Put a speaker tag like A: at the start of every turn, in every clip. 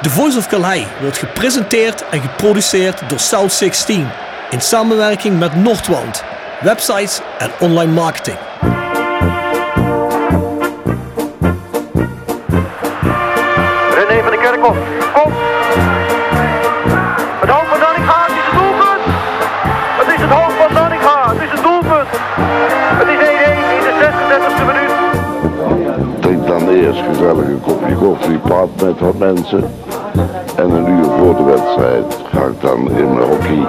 A: The Voice of Calais wordt gepresenteerd en geproduceerd door South 16 in samenwerking met Noordwand, websites en online marketing.
B: René van de Kerkhof, kom! Het hoofd van Nanninga, het is het doelpunt! Het is het hoofd van Nanninga, het is het doelpunt! Het is 1-1 in de 36e minuut.
C: Drink dan eerst gezellig een kopje koffie, praat met wat mensen. En een uur voor de wedstrijd ga ik dan in mijn hockey.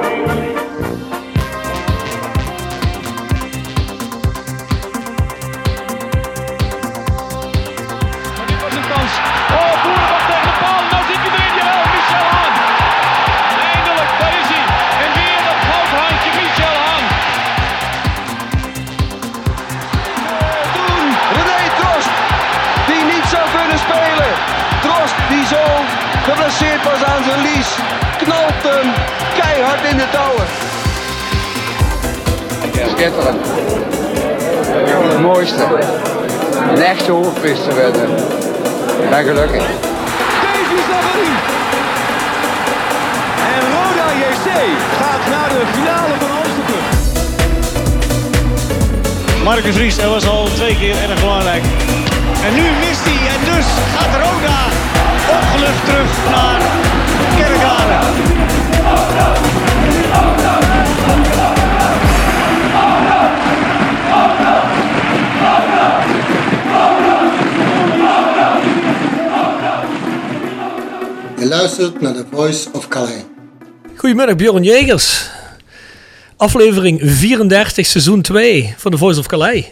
D: Geblesseerd was aan zijn lies, knalt hem keihard in de touwen.
E: Schitterend. Het mooiste. Een echte hoofdpiste werden. Ik ben gelukkig.
D: Davy Savary. En Roda JC gaat naar de finale van Amsterdam.
F: Marcus Ries, dat was al 2 keer erg belangrijk. En nu mist hij en dus gaat Roda opgelucht terug naar Kerkrade.
G: Je luistert naar The Voice of Calais.
A: Goedemiddag Björn Jegers. Aflevering 34, seizoen 2 van The Voice of Calais.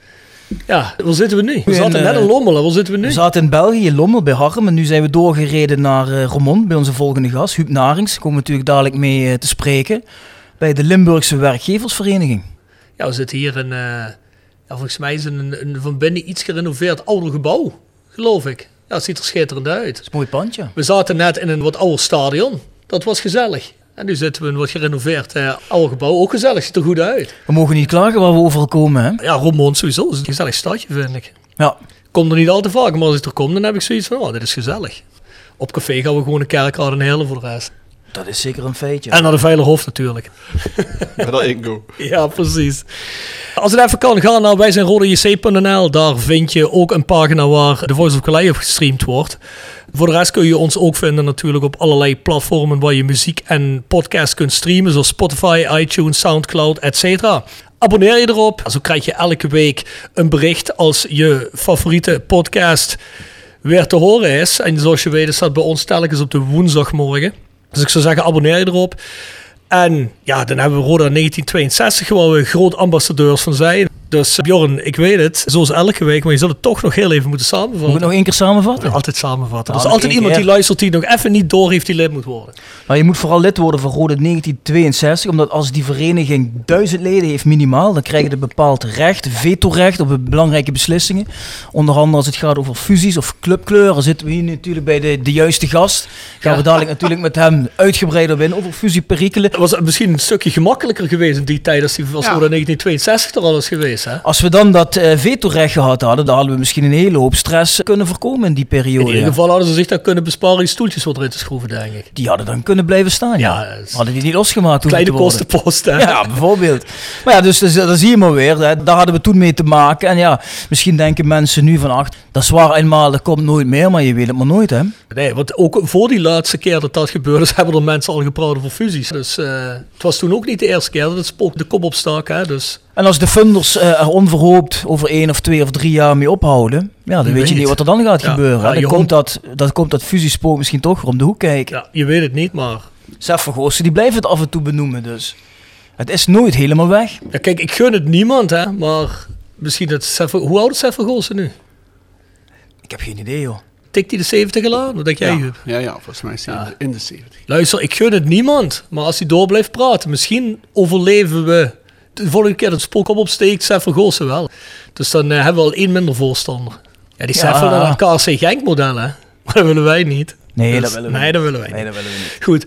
A: Ja, waar zitten we nu? We zaten net in Lommel, waar zitten we nu?
H: We zaten in België, in Lommel, bij Harlem. En nu zijn we doorgereden naar Roermond, bij onze volgende gast, Huub Narings. Daar komen we natuurlijk dadelijk mee te spreken. Bij de Limburgse Werkgeversvereniging.
A: Ja, we zitten hier in, volgens mij is een van binnen iets gerenoveerd ouder gebouw, geloof ik. Ja, het ziet er schitterend uit.
H: Het is een mooi pandje.
A: We zaten net in een wat ouder stadion. Dat was gezellig. En nu zitten we in een wat gerenoveerd oude gebouw. Ook gezellig, ziet er goed uit.
H: We mogen niet klagen waar we overal komen, hè?
A: Ja, Roermond sowieso. Het is een gezellig stadje, vind ik.
H: Ja.
A: Ik kom er niet al te vaak, maar als ik er kom, dan heb ik zoiets van, dit is gezellig. Op café gaan we gewoon een Kerkrade en Heerlen voor de rest.
H: Dat is zeker een feitje.
A: En naar de Veilerhof natuurlijk.
I: Met dat Ingo.
A: Ja, precies. Als het even kan, ga naar wijzijnrodajc.nl. Daar vind je ook een pagina waar The Voice of Calais op gestreamd wordt. Voor de rest kun je ons ook vinden natuurlijk op allerlei platformen waar je muziek en podcast kunt streamen. Zoals Spotify, iTunes, Soundcloud, etc. Abonneer je erop. Zo krijg je elke week een bericht als je favoriete podcast weer te horen is. En zoals je weet is dat bij ons telkens op de woensdagmorgen. Dus ik zou zeggen, abonneer je erop. En ja, dan hebben we Roda 1962, waar we groot ambassadeurs van zijn. Dus Bjorn, ik weet het, zoals elke week, maar je zult het toch nog heel even moeten samenvatten.
H: Moet ik het nog 1 keer samenvatten?
A: Ja, altijd samenvatten.
H: Ja,
A: er is altijd iemand die luistert die nog even niet door heeft die lid moet worden.
H: Maar je moet vooral lid worden van Roda 1962, omdat als die vereniging 1000 leden heeft minimaal, dan krijg je een bepaald recht, vetorecht op belangrijke beslissingen. Onder andere als het gaat over fusies of clubkleuren, zitten we hier natuurlijk bij de juiste gast. Gaan we dadelijk natuurlijk met hem uitgebreid op in over fusieperikelen.
A: Het was misschien een stukje gemakkelijker geweest in die tijd als die Roda 1962 er al is geweest. Hè?
H: Als we dan dat vetorecht gehad hadden, dan hadden we misschien een hele hoop stress kunnen voorkomen in die periode.
A: In ieder geval hadden ze zich dan kunnen besparen die stoeltjes wat erin te schroeven, denk ik.
H: Die hadden dan kunnen blijven staan, ja. Hadden die niet losgemaakt.
A: Kleine kostenpost, hè?
H: Ja, bijvoorbeeld. Maar ja, dus dat zie je maar weer. Hè. Daar hadden we toen mee te maken. En ja, misschien denken mensen nu van, ach, dat is waar eenmaal, dat komt nooit meer, maar je weet het maar nooit, hè.
A: Nee, want ook voor die laatste keer dat gebeurde, hebben er mensen al gepraat over fusies. Dus het was toen ook niet de eerste keer dat het spook de kop opstak, hè, dus...
H: En als de funders er onverhoopt over 1 of 2 of 3 jaar mee ophouden, ja, dan weet je niet wat er dan gaat gebeuren. Ja, dan komt dat fusiespook misschien toch weer om de hoek kijken.
A: Ja, je weet het niet, maar...
H: Sef Vergoossen, die blijft het af en toe benoemen, dus het is nooit helemaal weg.
A: Ja, kijk, ik gun het niemand, hè, maar misschien dat hoe oud is Sef Vergoossen nu?
H: Ik heb geen idee, joh.
A: Tikt hij de 70 al aan? Wat denk jij?
I: Ja, volgens mij is hij in de 70.
A: Luister, ik gun het niemand, maar als hij door blijft praten, misschien overleven we de volgende keer dat het spook opsteekt, Sef Vergoossen wel. Dus dan hebben we al 1 minder voorstander. Ja, die Sef wil dan een KC Genk model, hè. Maar dat willen wij niet.
H: Nee,
A: dus,
H: dat willen we
A: niet.
H: Dat
A: willen wij
H: niet.
A: Goed.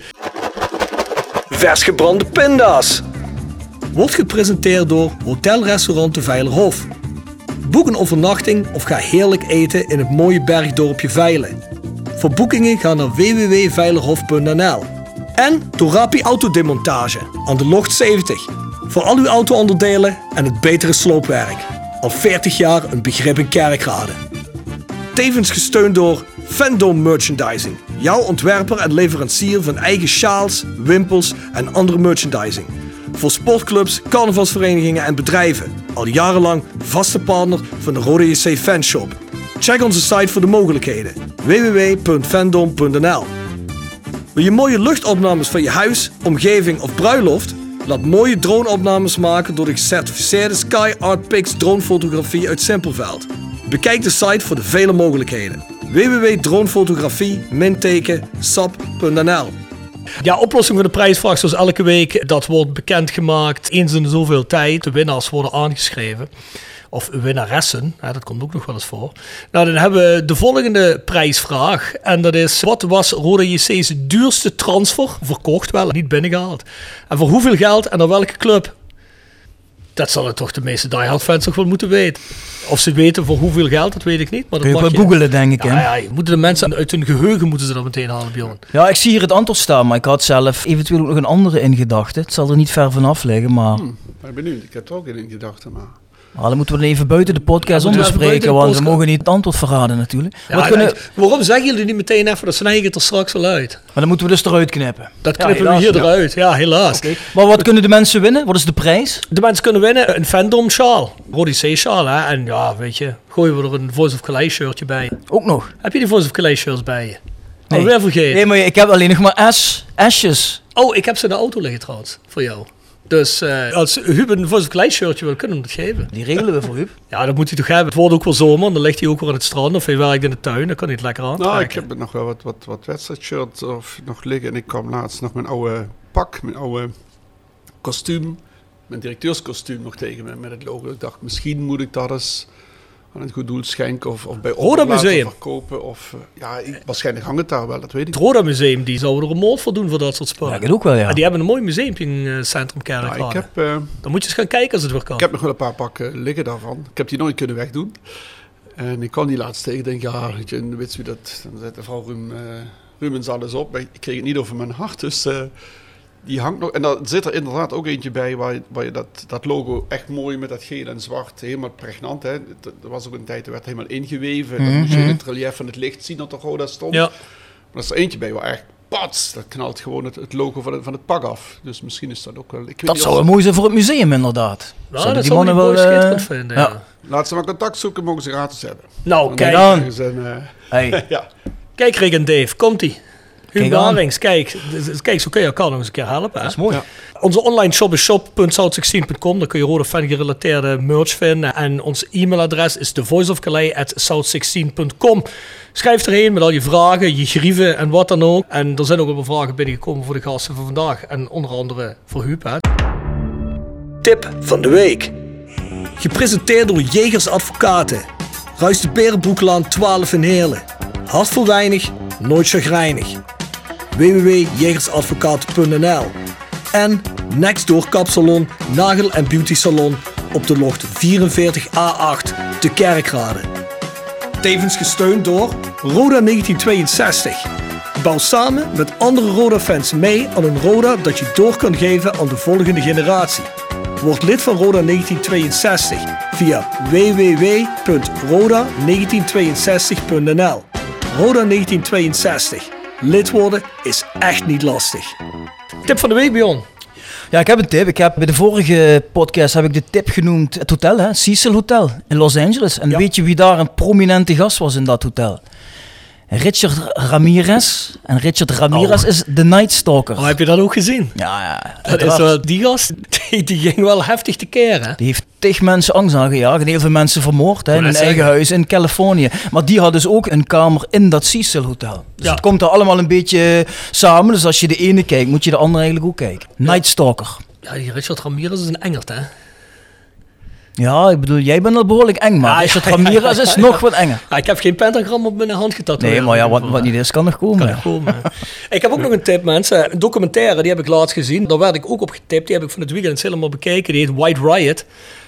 A: Vers gebrande pinda's. Wordt gepresenteerd door Hotel-Restaurant de Veilerhof. Boek een overnachting of ga heerlijk eten in het mooie bergdorpje Veilen. Voor boekingen ga naar www.veilerhof.nl. En Torapi Autodemontage aan de Locht 70. Voor al uw auto-onderdelen en het betere sloopwerk. Al 40 jaar een begrip in Kerkrade. Tevens gesteund door Fandom Merchandising. Jouw ontwerper en leverancier van eigen sjaals, wimpels en andere merchandising. Voor sportclubs, carnavalsverenigingen en bedrijven. Al jarenlang vaste partner van de Rode JC Fanshop. Check onze site voor de mogelijkheden. www.fandom.nl. Wil je mooie luchtopnames van je huis, omgeving of bruiloft? Laat mooie droneopnames maken door de gecertificeerde Sky Art Pix dronefotografie uit Simpelveld. Bekijk de site voor de vele mogelijkheden. www.dronefotografie-sap.nl. Ja, oplossing voor de prijsvraag zoals elke week. Dat wordt bekendgemaakt eens in zoveel tijd. De winnaars worden aangeschreven. Of winnaressen, dat komt ook nog wel eens voor. Nou, dan hebben we de volgende prijsvraag. En dat is, wat was Rode JC's duurste transfer? Verkocht wel, niet binnengehaald. En voor hoeveel geld en naar welke club? Dat zullen toch de meeste diehard fans toch wel moeten weten. Of ze weten voor hoeveel geld, dat weet ik niet. Maar dat
H: kun je wel googelen, denk ik.
A: Ja, moeten de mensen uit hun geheugen moeten ze dat meteen halen, Bjorn.
H: Ja, ik zie hier het antwoord staan, maar ik had zelf eventueel ook nog een andere in gedachten. Het zal er niet ver vanaf liggen, maar...
I: Ik ben benieuwd, ik heb er ook in gedachten, maar...
H: Dan moeten we dan even buiten de podcast onderspreken, want we mogen niet het antwoord verraden natuurlijk.
A: Ja, waarom zeggen jullie niet meteen even, dat snijden het er straks wel uit?
H: Maar dan moeten we dus eruit knippen.
A: Dat knippen we hier eruit, ja helaas.
H: Okay. Maar wat kunnen de mensen winnen? Wat is de prijs?
A: De mensen kunnen winnen een Fandom sjaal, Rode JC sjaal, hè? En ja, weet je, gooien we er een Voice of Calais shirtje bij.
H: Ook nog?
A: Heb je die Voice of Calais shirts bij je?
H: Nee.
A: Alweer vergeten?
H: Nee, maar ik heb alleen nog maar asjes.
A: Oh, ik heb ze in de auto liggen trouwens, voor jou. Dus als Huub een Voice of Calais shirtje wil, kunnen we hem dat geven.
H: Die regelen we voor Huub.
A: Ja, dat moet hij toch hebben. Het wordt ook wel zomer, dan ligt hij ook weer aan het strand of hij werkt in de tuin. Dan kan hij het lekker aan.
I: Nou, ik heb nog wel wat wedstrijdshirts of nog liggen. En ik kwam laatst nog mijn oude pak, mijn oude kostuum, mijn directeurskostuum nog tegen me met het logo. Ik dacht, misschien moet ik dat eens aan een goed doel schenken of bij
A: Roda Museum
I: verkopen. Of, waarschijnlijk hangt het daar wel, dat weet ik.
A: Het Roda Museum, die zouden er een moord voor doen voor dat soort spullen.
H: Ja, dat ook wel, ja.
A: En die hebben een mooi museumpje in Centrum Kerkrade. Dan moet je eens gaan kijken als het weer kan.
I: Ik heb nog wel een paar pakken liggen daarvan. Ik heb die nooit kunnen wegdoen. En ik kwam die laatst tegen. Ik denk, ja, weet je, wie dat... Dan zet de vrouw Rumens alles op. Maar ik kreeg het niet over mijn hart, dus... die hangt nog, en daar zit er inderdaad ook eentje bij waar je dat logo echt mooi met dat geel en zwart, helemaal pregnant. Hè. Er was ook een tijd, er werd helemaal ingeweven. Dan moest je in het relief van het licht zien dat er Roda stond.
A: Ja.
I: Maar er is er eentje bij waar echt, pats, dat knalt gewoon het logo van het pak af. Dus misschien is dat ook wel...
H: Dat zou wel mooi zijn voor het museum inderdaad.
A: Ja, dat zou ik mooi schitterend vinden. Ja.
I: Laat ze maar contact zoeken, mogen ze gratis hebben.
A: Nou, kijk
H: dan.
A: Hey. Ja. Kijk Rick en Dave, komt-ie. Huub Barings, kijk, zo kun je elkaar nog eens een keer helpen. Hè?
H: Dat is mooi.
A: Ja. Onze online shop is shop.south16.com. Daar kun je Roda fan gerelateerde merch vinden. En ons e-mailadres is thevoiceofcalais@south16.com. Schrijf erheen met al je vragen, je grieven en wat dan ook. En er zijn ook wel vragen binnengekomen voor de gasten van vandaag. En onder andere voor Huub. Hè? Tip van de week. Gepresenteerd door Jegers Advocaten. Ruist de Berenbroeklaan 12 in Heerlen. Hart voor weinig, nooit chagrijnig. www.jegersadvocaten.nl. En Nextdoor Kapsalon, Nagel en Beauty Salon op de Locht 44A8 te Kerkrade. Tevens gesteund door Roda 1962. Bouw samen met andere Roda-fans mee aan een Roda dat je door kan geven aan de volgende generatie. Word lid van Roda 1962 via www.roda1962.nl. Roda 1962. Lid worden is echt niet lastig. Tip van de week, Bjorn.
H: Ja, ik heb een tip. Bij de vorige podcast heb ik de tip genoemd. Het hotel, hè? Cecil Hotel in Los Angeles. En weet je wie daar een prominente gast was in dat hotel? Richard Ramirez. En Richard Ramirez is de Night Stalker.
A: Oh, heb je dat ook gezien?
H: Ja.
A: Dat is wel, die gast, die ging wel heftig tekeer, hè?
H: Die heeft 10 mensen angst aangejaagd en heel veel mensen vermoord hè, in hun eigen huis in Californië. Maar die had dus ook een kamer in dat Cecil Hotel. Dus het komt er allemaal een beetje samen. Dus als je de ene kijkt, moet je de andere eigenlijk ook kijken. Night Stalker.
A: Ja, die Richard Ramirez is een engert, hè?
H: Ja, ik bedoel, jij bent al behoorlijk eng, maar Richard Ramirez is nog wat enger.
A: Ja, ik heb geen pentagram op mijn hand getatoeëerd.
H: Nee, maar ja, wat niet is, kan nog komen.
A: Ik heb ook nog een tip, mensen. Een documentaire, die heb ik laatst gezien. Daar werd ik ook op getipt. Die heb ik van het weekend helemaal bekeken. Die heet White Riot.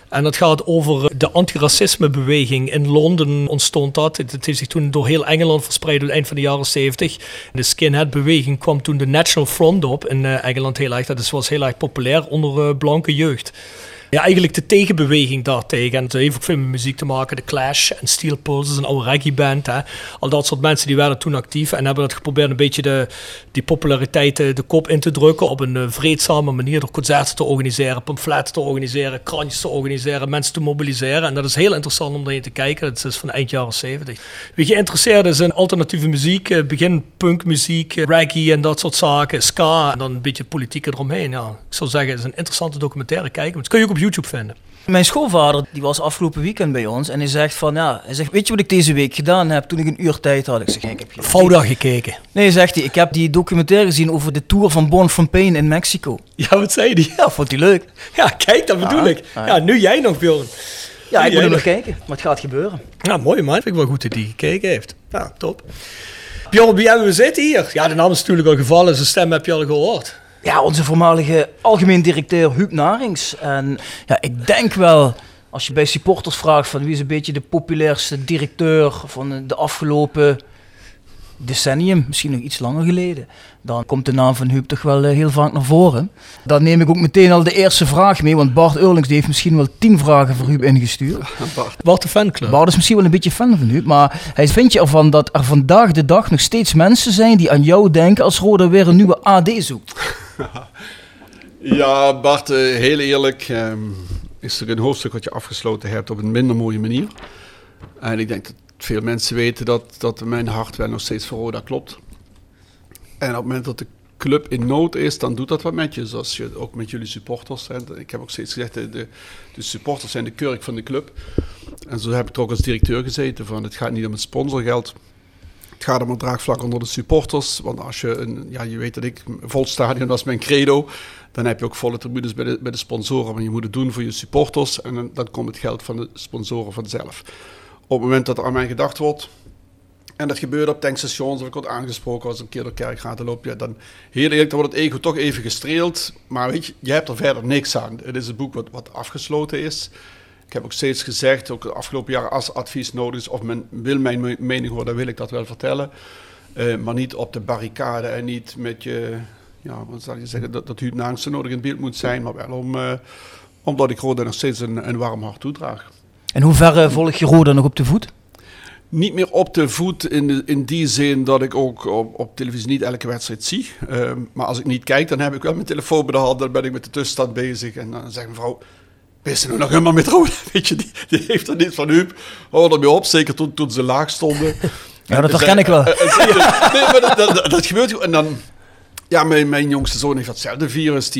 A: En dat gaat over de antiracismebeweging. In Londen ontstond dat. Het heeft zich toen door heel Engeland verspreid aan het eind van de jaren 70. De skinhead-beweging kwam toen de National Front op in Engeland heel erg. Dat was heel erg populair onder blanke jeugd. Ja, eigenlijk de tegenbeweging daartegen. En het heeft ook veel met muziek te maken. The Clash en Steel Pulse, een oude reggae-band. Hè. Al dat soort mensen die werden toen actief en hebben dat geprobeerd een beetje die populariteit de kop in te drukken op een vreedzame manier door concerten te organiseren, pamfletten te organiseren, krantjes te organiseren, mensen te mobiliseren. En dat is heel interessant om erin te kijken. Dat is van eind jaren 70. Wie geïnteresseerd is in alternatieve muziek, begin punkmuziek, reggae en dat soort zaken, ska en dan een beetje politiek eromheen. Ja, ik zou zeggen, het is een interessante documentaire kijken. Dat kun je ook op YouTube vinden.
H: Mijn schoonvader die was afgelopen weekend bij ons en hij zegt van weet je wat ik deze week gedaan heb toen ik een uur tijd had? Ik zeg, ik heb je
A: Fouda gekeken.
H: Nee, zegt hij, ik heb die documentaire gezien over de tour van Born From Pain in Mexico.
A: Ja, wat zei hij?
H: Ja, vond hij leuk.
A: Ja, kijk, dat bedoel ik. Ja, nu jij nog, Bjorn.
H: Ja, ik moet hem nog kijken, maar het gaat gebeuren.
A: Ja, mooi man. Vind ik wel goed dat hij gekeken heeft. Ja, top. Bjorn, wie hebben we zitten hier? Ja, de naam is natuurlijk al gevallen, zijn stem heb je al gehoord.
H: Ja, onze voormalige algemeen directeur Huub Narings. En ja, ik denk wel, als je bij supporters vraagt van wie is een beetje de populairste directeur van de afgelopen decennium, misschien nog iets langer geleden, dan komt de naam van Huub toch wel heel vaak naar voren. Dan neem ik ook meteen al de eerste vraag mee, want Bart Eurlings die heeft misschien wel 10 vragen voor Huub ingestuurd.
A: Bart de fanclub.
H: Bart is misschien wel een beetje fan van Huub, maar hij vindt je ervan dat er vandaag de dag nog steeds mensen zijn die aan jou denken als Roda weer een nieuwe AD zoekt.
I: Ja, Bart, heel eerlijk, is er een hoofdstuk wat je afgesloten hebt op een minder mooie manier. En ik denk dat veel mensen weten dat mijn hart wel nog steeds voor Roda klopt. En op het moment dat de club in nood is, dan doet dat wat met je. Zoals je ook met jullie supporters. Hè. Ik heb ook steeds gezegd, de supporters zijn de kurk van de club. En zo heb ik er ook als directeur gezeten. Van, het gaat niet om het sponsorgeld. Het gaat om een draagvlak onder de supporters. Want als je, je weet dat ik, een vol stadion, dat is mijn credo. Dan heb je ook volle tribunes bij de sponsoren. Maar je moet het doen voor je supporters. En dan komt het geld van de sponsoren vanzelf. Op het moment dat er aan mij gedacht wordt, en dat gebeurde op tankstations, of ik word aangesproken als een keer door Kerkrade loop, ja, dan heel eerlijk, dan wordt het ego toch even gestreeld. Maar weet je, je hebt er verder niks aan. Het is een boek wat afgesloten is. Ik heb ook steeds gezegd, ook de afgelopen jaren, als advies nodig is, of men wil mijn mening horen, dan wil ik dat wel vertellen. Maar niet op de barricade en niet met je, wat zou je zeggen, dat Huub Narings zo nodig in beeld moet zijn, maar wel omdat ik Roda nog steeds een warm hart toedraag.
H: En hoe ver volg je Roda nog op de voet?
I: Niet meer op de voet in die zin dat ik ook op televisie niet elke wedstrijd zie. Maar als ik niet kijk, dan heb ik wel mijn telefoon bij de hand. Dan ben ik met de tussenstand bezig. En dan zegt mevrouw, ben je nu nog helemaal met Roda? Weet je, die heeft er niet van Huub. Hou ermee op, zeker toen ze laag stonden.
H: Ja, dat herken ik wel.
I: Nee, maar dat gebeurt gewoon. En dan, ja, mijn jongste zoon heeft datzelfde virus.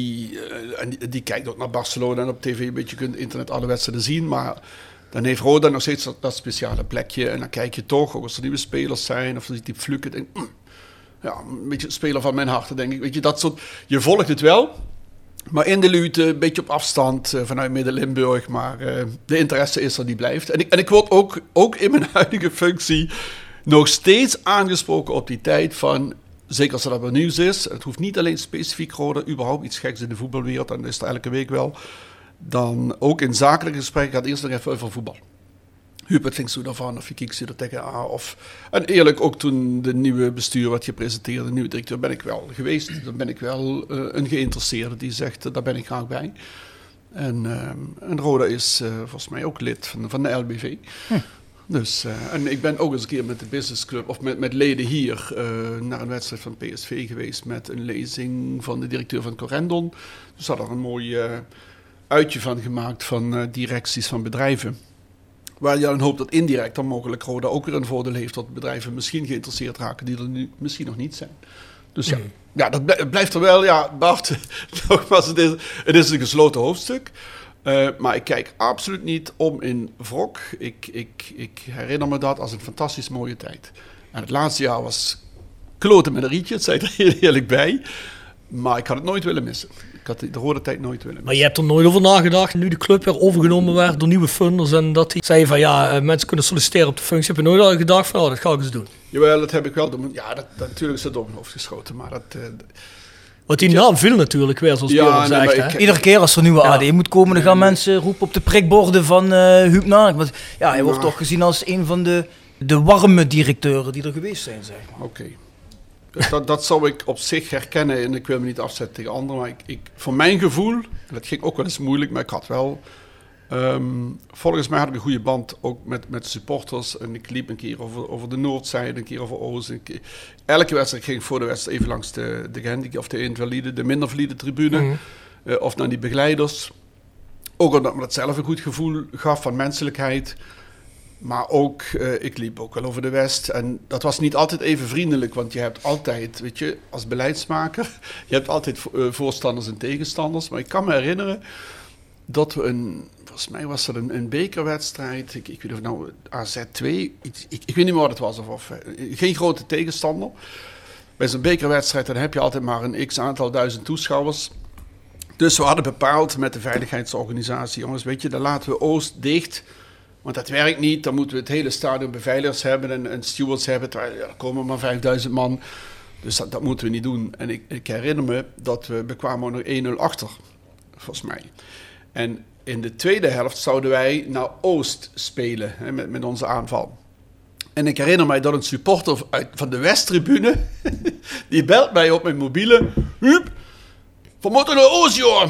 I: Die kijkt ook naar Barcelona en op tv. Een beetje kunt internet alle wedstrijden zien, maar dan heeft Roda nog steeds dat speciale plekje. En dan kijk je toch, ook als er nieuwe spelers zijn, of die fluken, denk een beetje speler van mijn hart, denk ik. Weet je, dat soort, je volgt het wel, maar in de luwte, een beetje op afstand vanuit Midden-Limburg. Maar de interesse is er, die blijft. En ik word ook in mijn huidige functie nog steeds aangesproken op die tijd van, zeker als er dat wel nieuws is. Het hoeft niet alleen specifiek Roda, überhaupt iets geks in de voetbalwereld, dan is er elke week wel. Dan ook in zakelijke gesprekken gaat eerst nog even over voetbal. Huub, wat vind je daarvan? Of je kijkt ze er tegenaan? En eerlijk, ook toen de nieuwe bestuur wat je presenteerde, de nieuwe directeur, ben ik wel geweest. Dan ben ik wel een geïnteresseerde die zegt, daar ben ik graag bij. En Roda is volgens mij ook lid van de LBV. Dus, en ik ben ook eens een keer met de businessclub of met leden hier naar een wedstrijd van PSV geweest met een lezing van de directeur van Corendon. Dus hadden er een mooi uitje van gemaakt van directies van bedrijven. Waar je dan hoopt dat indirect dan mogelijk Roda ook weer een voordeel heeft dat bedrijven misschien geïnteresseerd raken die er nu misschien nog niet zijn. Dus ja, dat blijft er wel. Ja, Bart, nogmaals, het is een gesloten hoofdstuk. Maar ik kijk absoluut niet om in wrok. Ik herinner me dat als een fantastisch mooie tijd. En het laatste jaar was kloten met een rietje, het zei er heel eerlijk bij. Maar ik had het nooit willen missen. Ik had de rode tijd nooit willen missen.
A: Maar je hebt er nooit over nagedacht, nu de club weer overgenomen werd door nieuwe funders en dat die zeiden van mensen kunnen solliciteren op de functie. Heb je nooit al gedacht van, dat ga ik eens doen?
I: Jawel, dat heb ik wel. Ja, natuurlijk is het op mijn hoofd geschoten, maar
A: Want die naam viel natuurlijk weer, zoals Björn zegt. Hè?
H: Iedere keer als er een nieuwe AD moet komen, dan gaan mensen roepen op de prikborden van Huub Naak. Want hij wordt toch gezien als een van de warme directeuren die er geweest zijn, zeg maar.
I: Oké. Dus dat zou ik op zich herkennen en ik wil me niet afzetten tegen anderen. Maar voor mijn gevoel, en dat ging ook wel eens moeilijk, maar ik had wel... volgens mij had ik een goede band ook met supporters. En ik liep een keer over de Noordzijde, een keer over Oost. Elke wedstrijd ging ik voor de wedstrijd even langs de gehandicapten of de invalide, de minder valide tribune. Mm-hmm. Of naar die begeleiders. Ook omdat me dat zelf een goed gevoel gaf van menselijkheid. Maar ook, ik liep ook wel over de West. En dat was niet altijd even vriendelijk. Want je hebt altijd, weet je, als beleidsmaker... je hebt altijd voorstanders en tegenstanders. Maar ik kan me herinneren dat we volgens mij was dat een bekerwedstrijd. Ik weet niet of nou AZ2... Ik weet niet meer wat het was. Of geen grote tegenstander. Bij zo'n bekerwedstrijd dan heb je altijd maar een x-aantal duizend toeschouwers. Dus we hadden bepaald met de veiligheidsorganisatie... jongens, weet je, dan laten we Oost dicht... Want dat werkt niet, dan moeten we het hele stadion beveiligers hebben en stewards hebben. Er komen maar 5000 man, dus dat moeten we niet doen. En ik herinner me dat we kwamen nog 1-0 achter, volgens mij. En in de tweede helft zouden wij naar Oost spelen, hè, met onze aanval. En ik herinner mij dat een supporter van de Westtribune, die belt mij op mijn mobiele. Huub, we moeten naar Oost, joh.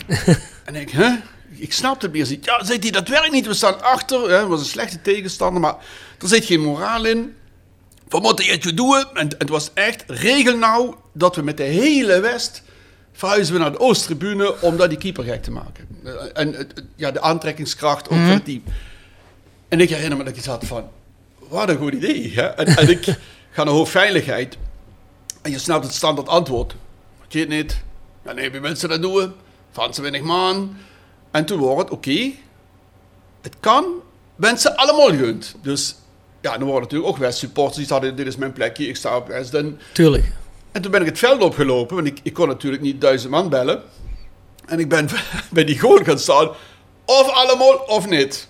I: En ik, hè? Ik snapte het meer. Ja, zegt hij, dat werkt niet. We staan achter. Het was een slechte tegenstander, maar er zit geen moraal in. We moeten iets doen. En het was echt regelnauw dat we met de hele West verhuizen we naar de Oosttribune om daar die keeper gek te maken. En de aantrekkingskracht ook van het team. En ik herinner me dat ik zat van, wat een goed idee. Hè? En ik ga naar hoofdveiligheid. En je snapt het standaard antwoord. Weet je het niet? Ja, nee, wie mensen dat doen? Van ze weinig man. En toen wordt het, oké, het kan mensen allemaal gunt. Dus ja, dan worden natuurlijk ook West-supporters die hadden, dit is mijn plekje, ik sta op West.
A: Tuurlijk.
I: En toen ben ik het veld opgelopen, want ik kon natuurlijk niet 1000 man bellen. En ik ben bij die goal gaan staan, of allemaal of niet.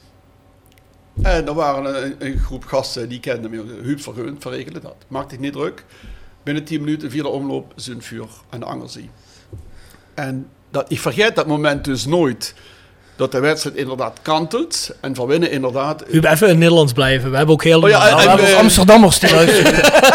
I: En er waren een groep gasten die kenden me, Huub Vergeund, verregelen dat. Maakte ik niet druk. Binnen 10 minuten, via de omloop, Zundvuur aan de Angerzee. En ik vergeet dat moment dus nooit, dat de wedstrijd inderdaad kantelt en van winnen inderdaad...
A: U even in Nederlands blijven, we hebben ook heel...
H: we hebben Amsterdammers te luisteren.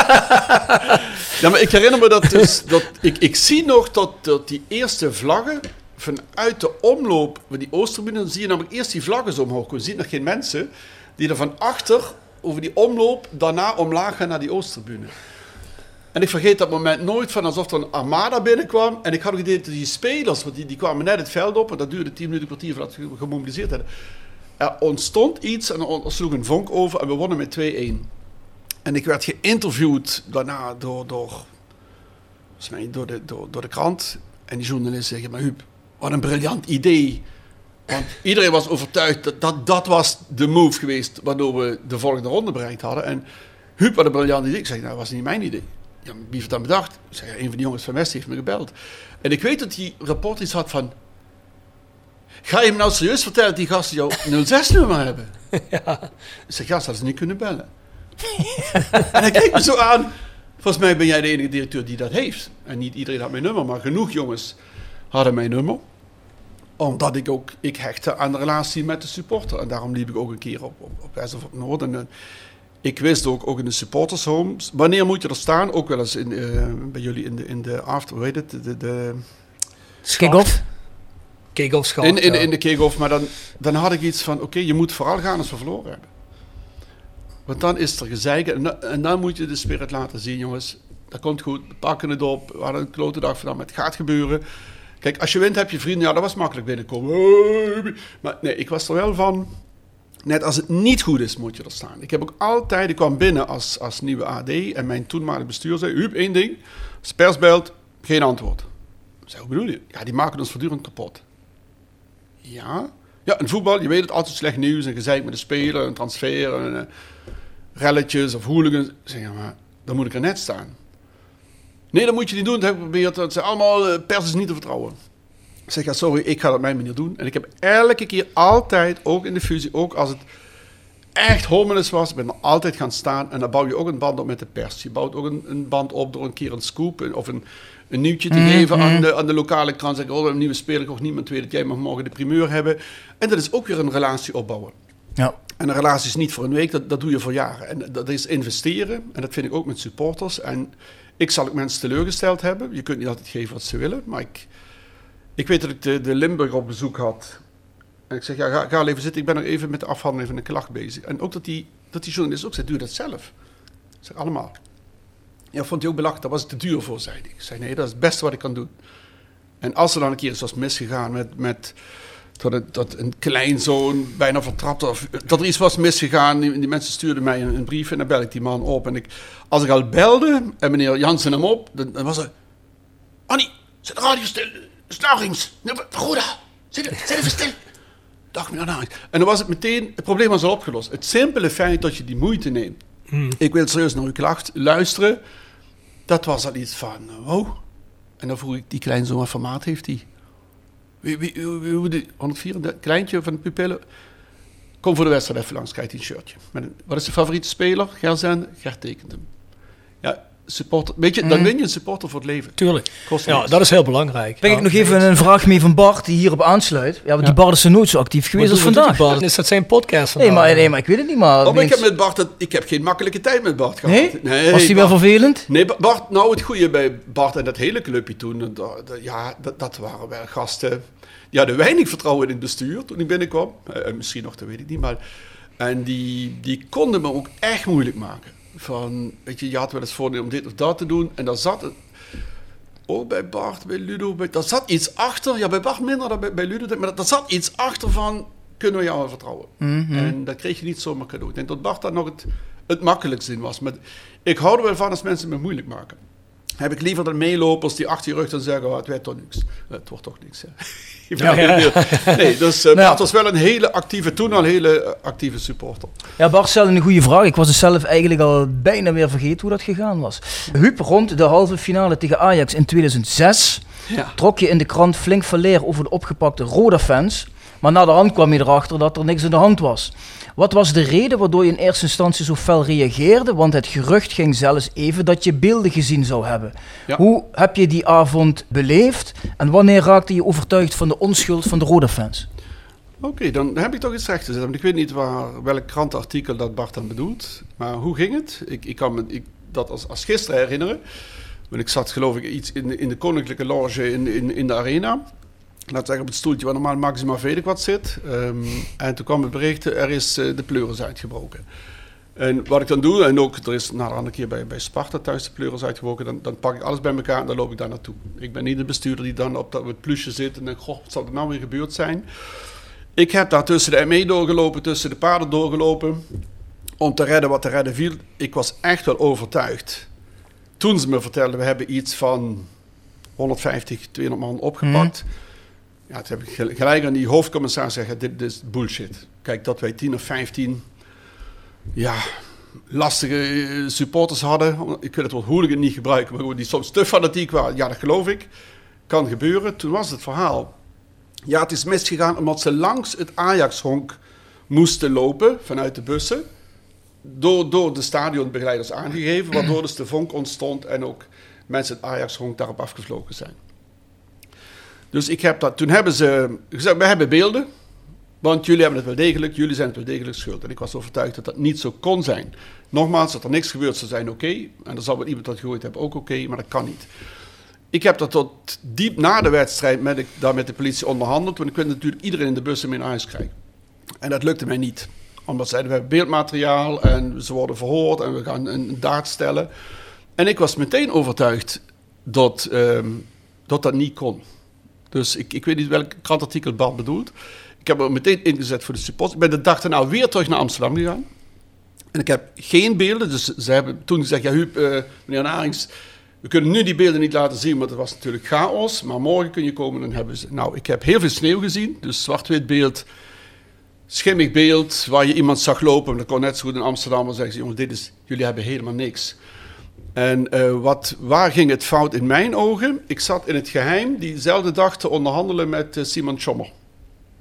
I: Ja, maar ik herinner me dat dus, ik zie nog dat die eerste vlaggen vanuit de omloop van die Oosttribune, dan zie je namelijk eerst die vlaggen zo omhoog komen. Je ziet nog geen mensen die er van achter over die omloop daarna omlaag gaan naar die Oosttribune. En ik vergeet dat moment nooit van alsof er een armada binnenkwam. En ik had ook het idee dat die spelers, want die kwamen net het veld op. En dat duurde 10 minuten, een kwartier voordat we gemobiliseerd hadden. Er ontstond iets en er sloeg een vonk over en we wonnen met 2-1. En ik werd geïnterviewd daarna door de krant. En die journalist zei, maar Huub, wat een briljant idee. Want iedereen was overtuigd dat was de move geweest waardoor we de volgende ronde bereikt hadden. En Huub, wat een briljant idee. Ik zei, nou, dat was niet mijn idee. Ja, wie heeft dat bedacht? Ik zei, een van die jongens van West heeft me gebeld. En ik weet dat die rapport iets had van... Ga je hem nou serieus vertellen dat die gasten jouw 06-nummer hebben? Ja. Ik zeg, ja, ze hadden ze niet kunnen bellen. En hij kijkt me zo aan. Volgens mij ben jij de enige directeur die dat heeft. En niet iedereen had mijn nummer, maar genoeg jongens hadden mijn nummer. Omdat ik hechtte aan de relatie met de supporter. En daarom liep ik ook een keer op West of op Noord. En ik wist ook in de supportershomes. Wanneer moet je er staan? Ook wel eens bij jullie in de after, hoe heet het? De
H: kick-off?
A: Kick-off schat.
I: In de kick-off. Maar dan had ik iets van, oké, je moet vooral gaan als we verloren hebben. Want dan is er gezeik. En dan moet je de spirit laten zien, jongens. Dat komt goed, we pakken het op. We hadden een klote dag vandaan, maar het gaat gebeuren. Kijk, als je wint heb je vrienden. Ja, dat was makkelijk binnenkomen. Maar nee, ik was er wel van... Net als het niet goed is, moet je er staan. Ik kwam binnen als nieuwe AD en mijn toenmalige bestuur zei, Huub, 1 ding, als pers belt, geen antwoord. Ik zei, hoe bedoel je? Ja, die maken ons voortdurend kapot. Ja, in voetbal, je weet het, altijd slecht nieuws en gezeik met de speler, een transfer, en, relletjes of hooligans. Ik zei, ja, maar dan moet ik er net staan. Nee, dat moet je niet doen, dat heb ik geprobeerd. Het zijn allemaal, pers is niet te vertrouwen. Ik zeg, ja, sorry, ik ga dat op mijn manier doen. En ik heb elke keer altijd, ook in de fusie, ook als het echt homeless was, ben er altijd gaan staan. En dan bouw je ook een band op met de pers. Je bouwt ook een band op door een keer een scoop of een nieuwtje te geven aan de lokale krant. Zeggen, oh, een nieuwe speler, ik hoor niemand weet dat jij mag morgen de primeur hebben. En dat is ook weer een relatie opbouwen.
H: Ja.
I: En een relatie is niet voor een week, dat doe je voor jaren. En dat is investeren. En dat vind ik ook met supporters. En ik zal ook mensen teleurgesteld hebben. Je kunt niet altijd geven wat ze willen. Maar ik weet dat ik de Limburg op bezoek had. En ik zeg, ja, ga even zitten. Ik ben nog even met de afhandeling van een klacht bezig. En ook dat die journalist ook zei, doe je dat zelf? Ik zeg, allemaal. Ja, vond hij ook belachelijk. Daar was het te duur voor, zei hij. Ik zei, nee, dat is het beste wat ik kan doen. En als er dan een keer iets was misgegaan met dat een kleinzoon bijna vertrapt, of dat er iets was misgegaan, die mensen stuurden mij een brief en dan bel ik die man op. En als ik al belde en meneer Jansen hem op, dan was er, Annie, zet de radio stil, Snarings, Roda, zit even stil. Dag meneer Narings. En dan was het meteen, het probleem was al opgelost. Het simpele feit dat je die moeite neemt. Ik wil serieus naar uw klacht luisteren. Dat was al iets van, wow. En dan vroeg ik, die kleinzoon, wat formaat heeft die? Wie 104, kleintje van de pupillen. Kom voor de wedstrijd even langs, krijgt hij een shirtje. Wat is de favoriete speler? Gerzende? Gert tekent hem. Ja, supporter. Weet je, dan win je een supporter voor het leven.
A: Tuurlijk. Ja, dat is heel belangrijk.
H: Ben ik nog even een vraag mee van Bart, die hierop aansluit. Ja, want die Bart is er nooit zo actief geweest als vandaag.
A: Is dat zijn podcast?
H: Nee, maar ik weet het niet, maar...
I: ik heb met Bart, ik heb geen makkelijke tijd met Bart gehad.
H: Nee? Was hij wel vervelend?
I: Nee, Bart, nou het goede bij Bart en dat hele clubje toen, dat waren wel gasten. Die hadden weinig vertrouwen in het bestuur toen ik binnenkwam. Misschien nog, dat weet ik niet, maar... En die konden me ook echt moeilijk maken. Van, weet je had wel eens voornemen om dit of dat te doen. En daar zat ook bij Bart, bij Ludo, daar zat iets achter. Ja, bij Bart minder dan bij Ludo. Maar daar zat iets achter van, kunnen we jou wel vertrouwen? En dat kreeg je niet zomaar cadeau. Ik denk dat Bart daar nog het makkelijkste in was. Maar ik hou er wel van als mensen me moeilijk maken. Heb ik liever dan meelopers die achter je rug dan zeggen, het werd toch niks. Het wordt toch niks, hè. Nee, dus Bart was wel een hele actieve supporter.
H: Ja, Bart stelde een goede vraag. Ik was dus zelf eigenlijk al bijna weer vergeten hoe dat gegaan was. Huub, rond de halve finale tegen Ajax in 2006 trok je in de krant flink verleer over de opgepakte Roda-fans. Maar na de hand kwam je erachter dat er niks aan de hand was. Wat was de reden waardoor je in eerste instantie zo fel reageerde? Want het gerucht ging zelfs even dat je beelden gezien zou hebben. Ja. Hoe heb je die avond beleefd? En wanneer raakte je overtuigd van de onschuld van de Roda-fans?
I: Oké, dan heb ik toch iets recht te zetten. Want ik weet niet welk krantenartikel dat Bart dan bedoelt. Maar hoe ging het? Ik kan me dat als gisteren herinneren. Want ik zat geloof ik iets in de koninklijke loge in de arena. Laat zeggen op het stoeltje waar normaal Maxima Vedekwad zit. En toen kwam het bericht, er is de pleuris uitgebroken. En wat ik dan doe, en ook er is na de andere keer bij Sparta thuis de pleuris uitgebroken, dan pak ik alles bij elkaar en dan loop ik daar naartoe. Ik ben niet de bestuurder die dan op het plusje zit en denkt, goh, wat zal er nou weer gebeurd zijn? Ik heb daar tussen de ME doorgelopen, tussen de paarden doorgelopen, om te redden wat te redden viel. Ik was echt wel overtuigd. Toen ze me vertelden, we hebben iets van 150, 200 man opgepakt. Ja, toen heb ik gelijk aan die hoofdcommissaris zeggen, dit is bullshit. Kijk, dat wij 10 of 15 lastige supporters hadden. Ik wil het woord hooligan niet gebruiken, maar die soms te fanatiek waren. Ja, dat geloof ik. Kan gebeuren. Toen was het verhaal. Ja, het is misgegaan omdat ze langs het Ajax-honk moesten lopen vanuit de bussen. Door de stadionbegeleiders aangegeven, waardoor dus de vonk ontstond en ook mensen het Ajax-honk daarop afgevlogen zijn. Dus toen hebben ze gezegd, we hebben beelden, want jullie hebben het wel degelijk, jullie zijn het wel degelijk schuld. En ik was overtuigd dat dat niet zo kon zijn. Nogmaals, dat er niks gebeurd zou zijn, oké. En er zal wel iemand dat gegooid hebben, ook oké, maar dat kan niet. Ik heb dat tot diep na de wedstrijd met de politie onderhandeld, want ik wilde natuurlijk iedereen in de bussen mee naar huis krijgen. En dat lukte mij niet. Omdat zeiden, we hebben beeldmateriaal en ze worden verhoord en we gaan een daad stellen. En ik was meteen overtuigd dat dat niet kon. Dus ik weet niet welk krantartikel Bart bedoelt. Ik heb er meteen ingezet voor de supporters. Ik ben de dag daarna weer terug naar Amsterdam gegaan. En ik heb geen beelden. Dus ze hebben toen gezegd, ja Huub, meneer Narings, we kunnen nu die beelden niet laten zien, want het was natuurlijk chaos. Maar morgen kun je komen en hebben ze... Nou, ik heb heel veel sneeuw gezien. Dus zwart-wit beeld, schimmig beeld, waar je iemand zag lopen. Dat kon net zo goed in Amsterdam. Maar zeggen ze, jongens, jullie hebben helemaal niks. En waar ging het fout in mijn ogen? Ik zat in het geheim diezelfde dag te onderhandelen met Simon Schommer.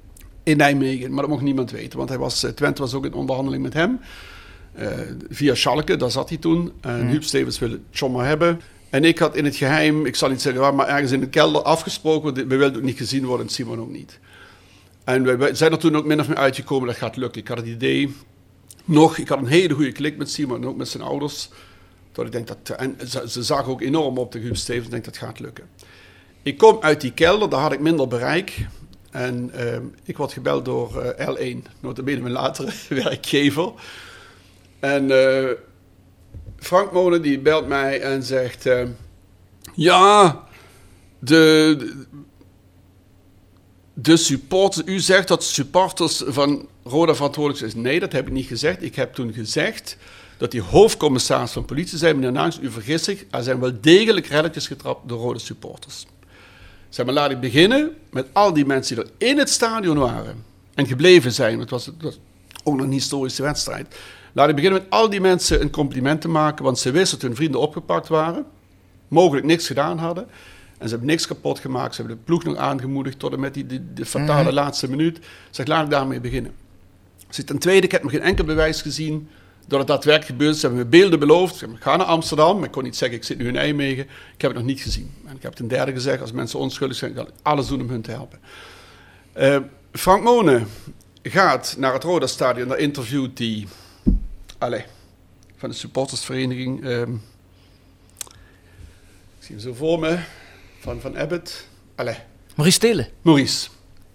I: in Nijmegen. Maar dat mocht niemand weten, want Twente was ook in onderhandeling met hem. Via Schalke, daar zat hij toen. En Huub Stevens wilde Tjommer hebben. En ik had in het geheim, ik zal niet zeggen waar, maar ergens in de kelder afgesproken. We wilden ook niet gezien worden en Simon ook niet. En we zijn er toen ook min of meer uitgekomen, dat gaat lukken. Ik had het idee, ik had een hele goede klik met Simon en ook met zijn ouders. Dat ik denk en ze zagen ook enorm op de Huub Stevens, ik denk dat gaat lukken. Ik kom uit die kelder, daar had ik minder bereik. En ik word gebeld door L1, notabene mijn latere werkgever. En Frank Monen die belt mij en zegt... de supporters... U zegt dat supporters van Roda verantwoordelijk zijn. Nee, dat heb ik niet gezegd. Ik heb toen gezegd dat die hoofdcommissaris van politie zei... Meneer Nagens, u vergist zich. Er zijn wel degelijk relletjes getrapt door Roda supporters. Zeg maar, laat ik beginnen met al die mensen die er in het stadion waren... en gebleven zijn. Het was ook nog een historische wedstrijd... Laat ik beginnen met al die mensen een compliment te maken... want ze wisten dat hun vrienden opgepakt waren... mogelijk niks gedaan hadden... en ze hebben niks kapot gemaakt... ze hebben de ploeg nog aangemoedigd... tot en met de fatale laatste minuut. Zeg, laat ik daarmee beginnen. Ten tweede, ik heb nog geen enkel bewijs gezien... dat het daadwerkelijk gebeurd is. Ze hebben me beelden beloofd. Ik ga naar Amsterdam... maar ik kon niet zeggen, ik zit nu in Nijmegen. Ik heb het nog niet gezien. En ik heb ten derde gezegd... als mensen onschuldig zijn... zal ik alles doen om hun te helpen. Frank Monen gaat naar het Roda Stadion... daar interviewt hij... van de supportersvereniging. Ik zie hem zo voor me. Van Abbott.
H: Maurice Stelen.
I: Maurice.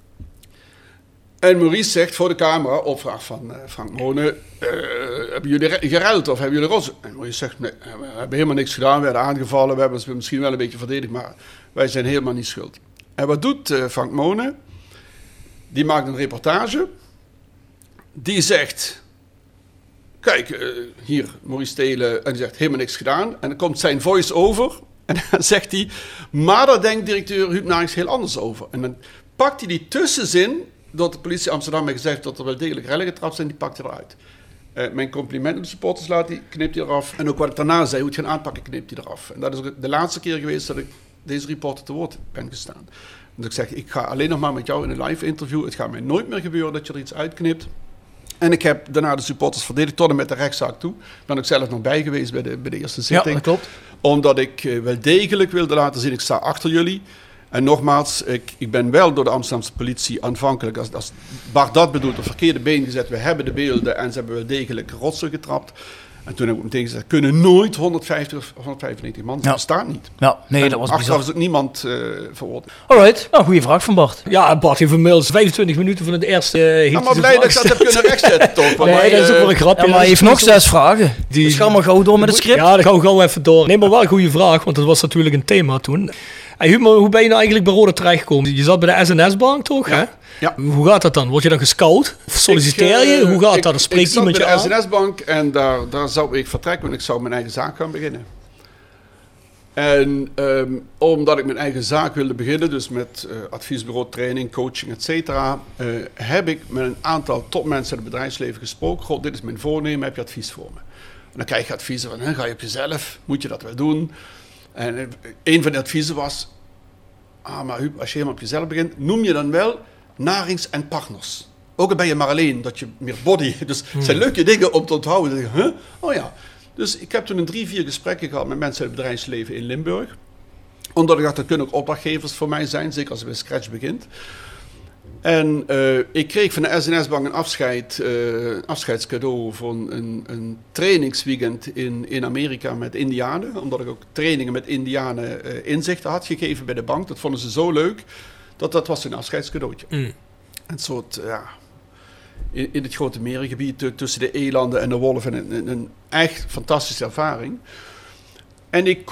I: En Maurice zegt voor de camera, op vraag van Frank Monen... hebben jullie geruild of hebben jullie roze? En Maurice zegt, nee, we hebben helemaal niks gedaan. We werden aangevallen, we hebben ons misschien wel een beetje verdedigd... maar wij zijn helemaal niet schuld. En wat doet Frank Monen? Die maakt een reportage. Die zegt... Kijk, hier, Maurice Stelen, en die zegt helemaal niks gedaan. En dan komt zijn voice-over en dan zegt hij... maar daar denkt directeur Huub Nagens heel anders over. En dan pakt hij die tussenzin... dat de politie Amsterdam heeft gezegd dat er wel degelijk rellen getrapt zijn... die pakt hij eruit. Mijn compliment aan de supporters knipt hij eraf. En ook wat ik daarna zei, hoe het gaan aanpakken, knipt hij eraf. En dat is ook de laatste keer geweest dat ik deze reporter te woord ben gestaan. Dus ik zeg, ik ga alleen nog maar met jou in een live interview. Het gaat mij nooit meer gebeuren dat je er iets uitknipt... En ik heb daarna de supporters verdedigd tot en met de rechtszaak toe. Ben ik zelf nog bij geweest bij de eerste zitting.
H: Ja, dat klopt.
I: Omdat ik wel degelijk wilde laten zien, ik sta achter jullie. En nogmaals, ik ben wel door de Amsterdamse politie aanvankelijk, als Bart dat bedoelt, op verkeerde been gezet. We hebben de beelden en ze hebben wel degelijk rotsen getrapt. En toen heb ik meteen gezegd, kunnen nooit 150 of 195 man. Dat bestaat niet.
H: Ja, nee, dat was bizar.
I: Achteraf is ook niemand veroordeeld.
H: Alright, nou, goede vraag van Bart.
A: Ja, Bart heeft inmiddels 25 minuten van het eerste...
I: maar blij dat ik dat heb kunnen rechtzetten, toch?
A: Nee, dat is ook wel een grapje.
H: Ja, maar hij heeft nog 6 vragen. Dus gaan we gauw door met het script.
A: Ja, dan gaan we gauw even door. Nee, maar wel een goede vraag, want dat was natuurlijk een thema toen. Hey, Huub, hoe ben je nou eigenlijk bij Roda terechtgekomen? Je zat bij de SNS-bank, toch?
I: Ja.
A: Hè?
I: Ja.
A: Hoe gaat dat dan? Word je dan gescout? Of solliciteer je? Hoe gaat dat? Dan spreekt iemand je aan?
I: Ik zat bij de SNS-bank en daar zou ik vertrekken, want ik zou mijn eigen zaak gaan beginnen. En omdat ik mijn eigen zaak wilde beginnen, dus met adviesbureau, training, coaching, et cetera, heb ik met een aantal topmensen uit het bedrijfsleven gesproken. God, dit is mijn voornemen, heb je advies voor me? En dan krijg je adviezen van, ga je op jezelf? Moet je dat wel doen? En een van de adviezen was, maar Huub, als je helemaal op jezelf begint, noem je dan wel Narings en Partners. Ook al ben je maar alleen, dat je meer body... Dus het zijn leuke dingen om te onthouden. Huh? Oh ja. Dus ik heb toen 3-4 gesprekken gehad met mensen uit het bedrijfsleven in Limburg. Omdat ik dacht, dat kunnen ook opdrachtgevers voor mij zijn, zeker als je bij scratch begint. En ik kreeg van de SNS-bank een afscheidscadeau voor een trainingsweekend in Amerika met Indianen. Omdat ik ook trainingen met Indianen inzichten had gegeven bij de bank. Dat vonden ze zo leuk, dat was een afscheidscadeautje. Een soort, in het grote merengebied tussen de elanden en de wolven. Een echt fantastische ervaring. En ik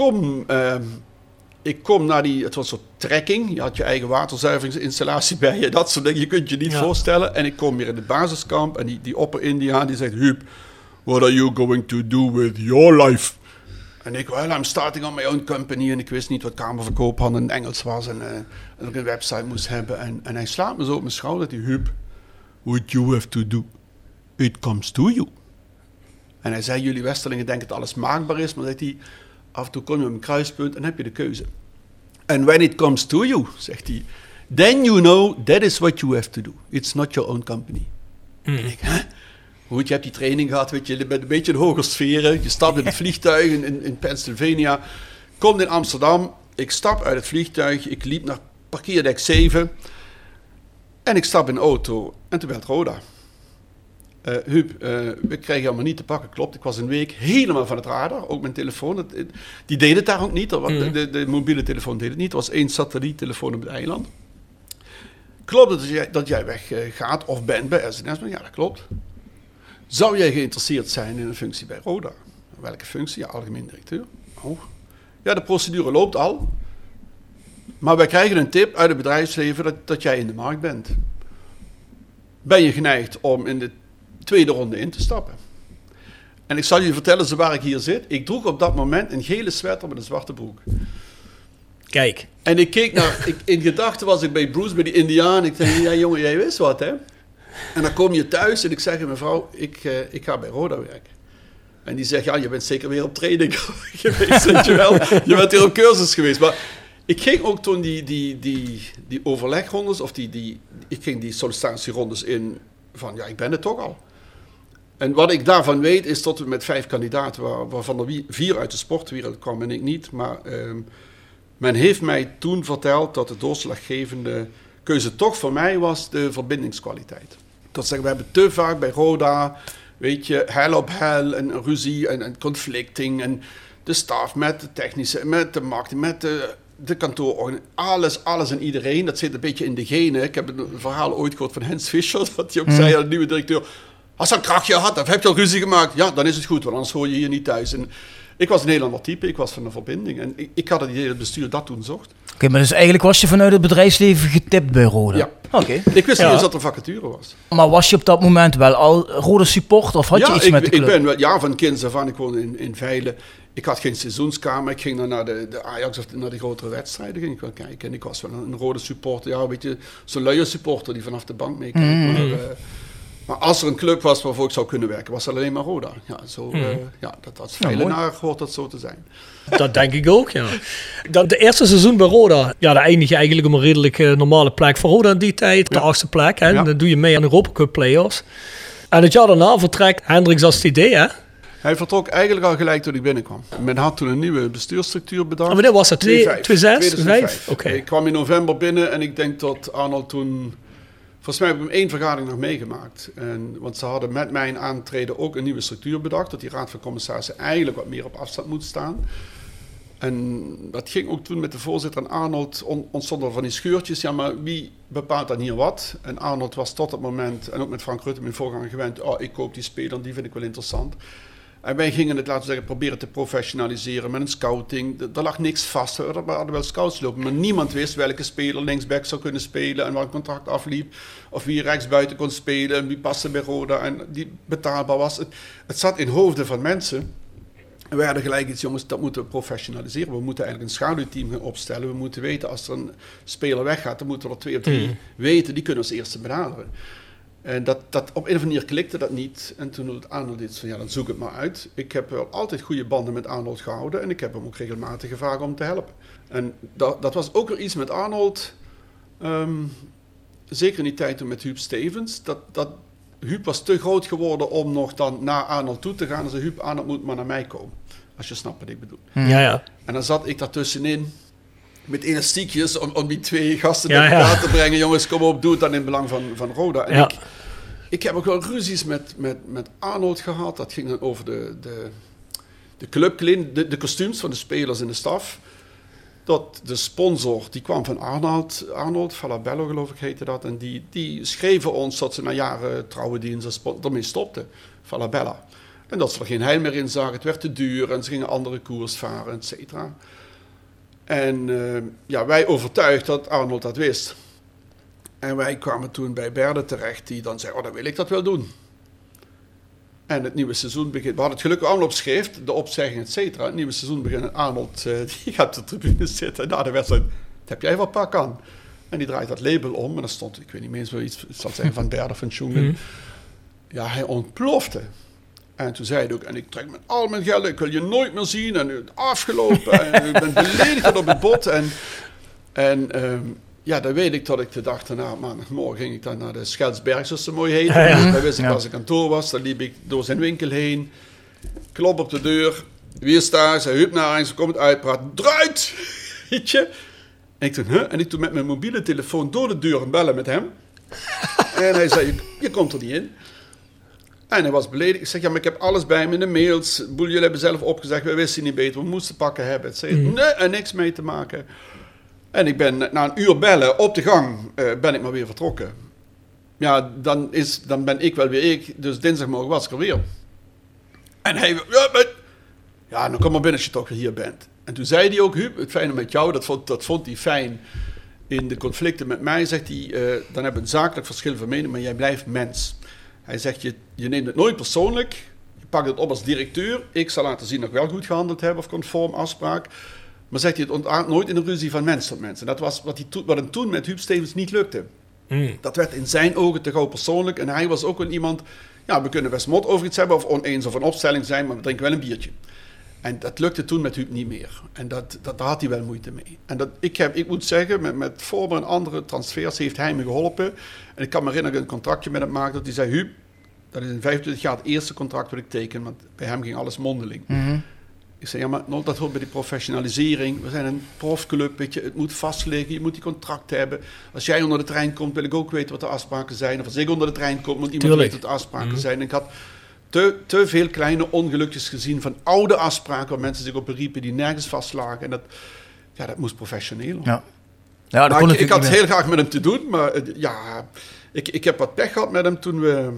I: kom naar het was een soort trekking. Je had je eigen waterzuiveringsinstallatie bij je. Dat soort dingen, je kunt je niet voorstellen. En ik kom weer in het basiskamp en die opper-Indiaan die zegt, Huub, what are you going to do with your life? En ik, well, I'm starting on my own company. En ik wist niet wat kamerverkoophandel in Engels was en dat ik een website moest hebben. En hij slaat me zo op mijn schouder, die Huub, what you have to do, it comes to you. En hij zei, jullie Westerlingen denken dat alles maakbaar is, maar zegt hij, af en toe kom je op een kruispunt en heb je de keuze. En when it comes to you, zegt hij, Then you know that is what you have to do. It's not your own company. En ik, goed, je hebt die training gehad, weet je met een beetje een hoge sferen. Je stapt in het vliegtuig in Pennsylvania. Komt in Amsterdam. Ik stap uit het vliegtuig. Ik liep naar parkeerdek 7. En ik stap in de auto. En toen werd Roda. Huub, we kregen helemaal niet te pakken. Klopt, ik was een week helemaal van het radar. Ook mijn telefoon. Die deed het daar ook niet. De mobiele telefoon deed het niet. Er was 1 satelliettelefoon op het eiland. Klopt het dat jij weggaat of bent bij SNS? Ja, dat klopt. Zou jij geïnteresseerd zijn in een functie bij Roda? Welke functie? Ja, algemeen directeur. Oh. Ja, de procedure loopt al. Maar wij krijgen een tip uit het bedrijfsleven dat jij in de markt bent. Ben je geneigd om in de tweede ronde in te stappen? En ik zal je vertellen, waar ik hier zit. Ik droeg op dat moment een gele sweater met een zwarte broek.
A: Kijk.
I: En ik keek naar... in gedachten was ik bij Bruce, bij die Indiaan. Ik dacht, ja jongen, jij wist wat, hè? En dan kom je thuis en ik zeg aan mijn vrouw, ik ga bij Roda werken. En die zegt, ja, je bent zeker weer op training geweest, weet je wel. Je bent weer op cursus geweest. Maar ik ging ook toen die overlegrondes, of ik ging die sollicitatierondes in van, ja, ik ben het toch al. En wat ik daarvan weet, is dat we met 5 kandidaten, waarvan er 4 uit de sportwereld kwamen en ik niet. Maar men heeft mij toen verteld dat de doorslaggevende keuze toch voor mij was de verbindingskwaliteit. Dat zeggen, we hebben te vaak bij Roda, weet je, hel op hel en ruzie en conflicting en de staf met de technische, met de marketing, met de kantoororganisatie, alles en iedereen. Dat zit een beetje in de genen. Ik heb een verhaal ooit gehoord van Hans Fischer, dat hij ook zei aan de nieuwe directeur, als dat een krachtje had, of heb je al ruzie gemaakt? Ja, dan is het goed, want anders hoor je hier niet thuis. En ik was een heel ander type, ik was van de verbinding. En ik had het idee dat het bestuur dat toen zocht.
H: Oké, maar dus eigenlijk was je vanuit het bedrijfsleven getipt bij Roda?
I: Ja.
H: Oké.
I: Ik wist niet eens dat er vacature was.
H: Maar was je op dat moment wel al Roda support of had je iets met de club?
I: Ik ben wel, ja, van kinds af aan. Ik woonde in Veilen. Ik had geen seizoenskamer. Ik ging dan naar de Ajax of naar de grotere wedstrijden ging ik wel kijken. En ik was wel een Roda supporter. Ja, een beetje zo'n luie supporter die vanaf de bank meekijkt. Maar als er een club was waarvoor ik zou kunnen werken, was het alleen maar Roda. Ja, dat als Veilenaar hoort dat zo te zijn.
A: Dat denk ik ook, ja. De eerste seizoen bij Roda, ja, daar eindig je eigenlijk op een redelijk normale plek voor Roda in die tijd. De 8e plek, hè. Ja. Dan doe je mee aan de Europa Cup play-offs. En het jaar daarna vertrekt Hendricks als het idee, hè?
I: Hij vertrok eigenlijk al gelijk toen ik binnenkwam. Men had toen een nieuwe bestuursstructuur bedacht.
A: Wanneer was dat? 2005?
I: Okay. Ik kwam in november binnen en ik denk dat Arnold toen... Volgens mij heb ik hem 1 vergadering nog meegemaakt. Want ze hadden met mijn aantreden ook een nieuwe structuur bedacht. Dat die raad van commissarissen eigenlijk wat meer op afstand moet staan. En dat ging ook toen met de voorzitter en Arnold. Ontstonden van die scheurtjes. Ja, maar wie bepaalt dan hier wat? En Arnold was tot het moment, en ook met Frank Rutte, mijn voorganger, gewend. Oh, ik koop die speler, die vind ik wel interessant. En wij gingen het, laten we zeggen, proberen te professionaliseren met een scouting. Er lag niks vast. We hadden wel scouts lopen, maar niemand wist welke speler linksback zou kunnen spelen en welk contract afliep. Of wie rechtsbuiten kon spelen en wie paste bij Roda en die betaalbaar was. Het zat in hoofden van mensen. En wij hadden gelijk iets, jongens, dat moeten we professionaliseren. We moeten eigenlijk een schaduwteam gaan opstellen. We moeten weten, als er een speler weggaat, dan moeten we er 2 of 3 weten. Die kunnen als eerste benaderen. En dat op een of andere manier klikte dat niet. En toen had Arnold iets van, ja, dan zoek het maar uit. Ik heb wel altijd goede banden met Arnold gehouden. En ik heb hem ook regelmatig gevraagd om te helpen. En dat was ook weer iets met Arnold. Zeker in die tijd toen met Huub Stevens. Huub was te groot geworden om nog dan naar Arnold toe te gaan. En zei Huub, Arnold moet maar naar mij komen. Als je snapt wat ik bedoel.
A: Ja.
I: En dan zat ik daartussenin. Met elastiekjes om die 2 gasten bij elkaar te brengen. Jongens, kom op, doe het dan in belang van Roda. En ik heb ook wel ruzies met Arnold gehad. Dat ging dan over de clubkleding, de kostuums van de spelers en de staf. Dat de sponsor, die kwam van Arnold Falabella geloof ik heette dat. En die schreven ons dat ze na jaren trouwendienst ermee stopten. Falabella. En dat ze er geen heil meer in zagen. Het werd te duur en ze gingen andere koers varen, et cetera. En wij overtuigd dat Arnold dat wist. En wij kwamen toen bij Berde terecht, die dan zei, dan wil ik dat wel doen. En het nieuwe seizoen begint. We hadden het gelukkig allemaal op schrift, de opzegging, et cetera. Het nieuwe seizoen begint en Arnold, die gaat op de tribune zitten. En na de wedstrijd, dat heb jij wel pak aan. En die draait dat label om. En dan stond, ik weet niet meer eens wel iets, het zal zijn van Berde, van Tjongen. Ja, hij ontplofte. En toen zei hij ook, en ik trek met al mijn geld, ik wil je nooit meer zien. En het afgelopen. En ik ben beledigd op het bot. Ja, dan weet ik dat ik de dag daarna, maandagmorgen ging ik dan naar de Schelsberg, zoals ze mooi heet. Dan wist ik waar zijn kantoor was, dan liep ik door zijn winkel heen. Klop op de deur, wie is daar? Zei Huub naar ze komt uitpraten, eruit! Weet je? En ik dacht, En ik toen met mijn mobiele telefoon door de deur en bellen met hem. En hij zei, je komt er niet in. En hij was beledigd. Ik zeg, ja, maar ik heb alles bij me, de mails. Jullie hebben zelf opgezegd, wij wisten niet beter, we moesten pakken hebben. Nee, en niks mee te maken. En ik ben na een uur bellen op de gang, ben ik maar weer vertrokken. Ja, dan ben ik wel weer ik. Dus dinsdagmorgen was ik er weer. En hij, dan kom maar binnen als je toch weer hier bent. En toen zei hij ook, Huub, het fijne met jou, dat vond hij fijn. In de conflicten met mij, zegt hij, dan hebben we een zakelijk verschil van mening, maar jij blijft mens. Hij zegt, je neemt het nooit persoonlijk. Je pakt het op als directeur. Ik zal laten zien dat ik wel goed gehandeld heb of conform afspraak. Maar zegt hij, het ontstaat nooit in een ruzie van mens tot mens. En dat was wat hem toen met Huub Stevens niet lukte. Dat werd in zijn ogen te gauw persoonlijk. En hij was ook een iemand, ja, we kunnen best mot over iets hebben of oneens of een opstelling zijn, maar we drinken wel een biertje. En dat lukte toen met Huub niet meer. En daar had hij wel moeite mee. En ik moet zeggen, met Vormer en andere transfers heeft hij me geholpen. En ik kan me herinneren dat ik een contractje met hem maakte. Dat hij zei, Huub, dat is in 25 jaar het eerste contract wat ik teken. Want bij hem ging alles mondeling. Mm-hmm. Ik zei, ja, maar dat hoort bij die professionalisering. We zijn een profclub, weet je. Het moet vastliggen, je moet die contracten hebben. Als jij onder de trein komt, wil ik ook weten wat de afspraken zijn. Of als ik onder de trein kom, moet iemand weten wat de afspraken zijn. En ik had te veel kleine ongelukjes gezien van oude afspraken waar mensen zich op beriepen die nergens vastlagen. En dat moest professioneel. Ja. Ja, dat ik had heel graag met hem te doen, maar ik heb wat pech gehad met hem toen we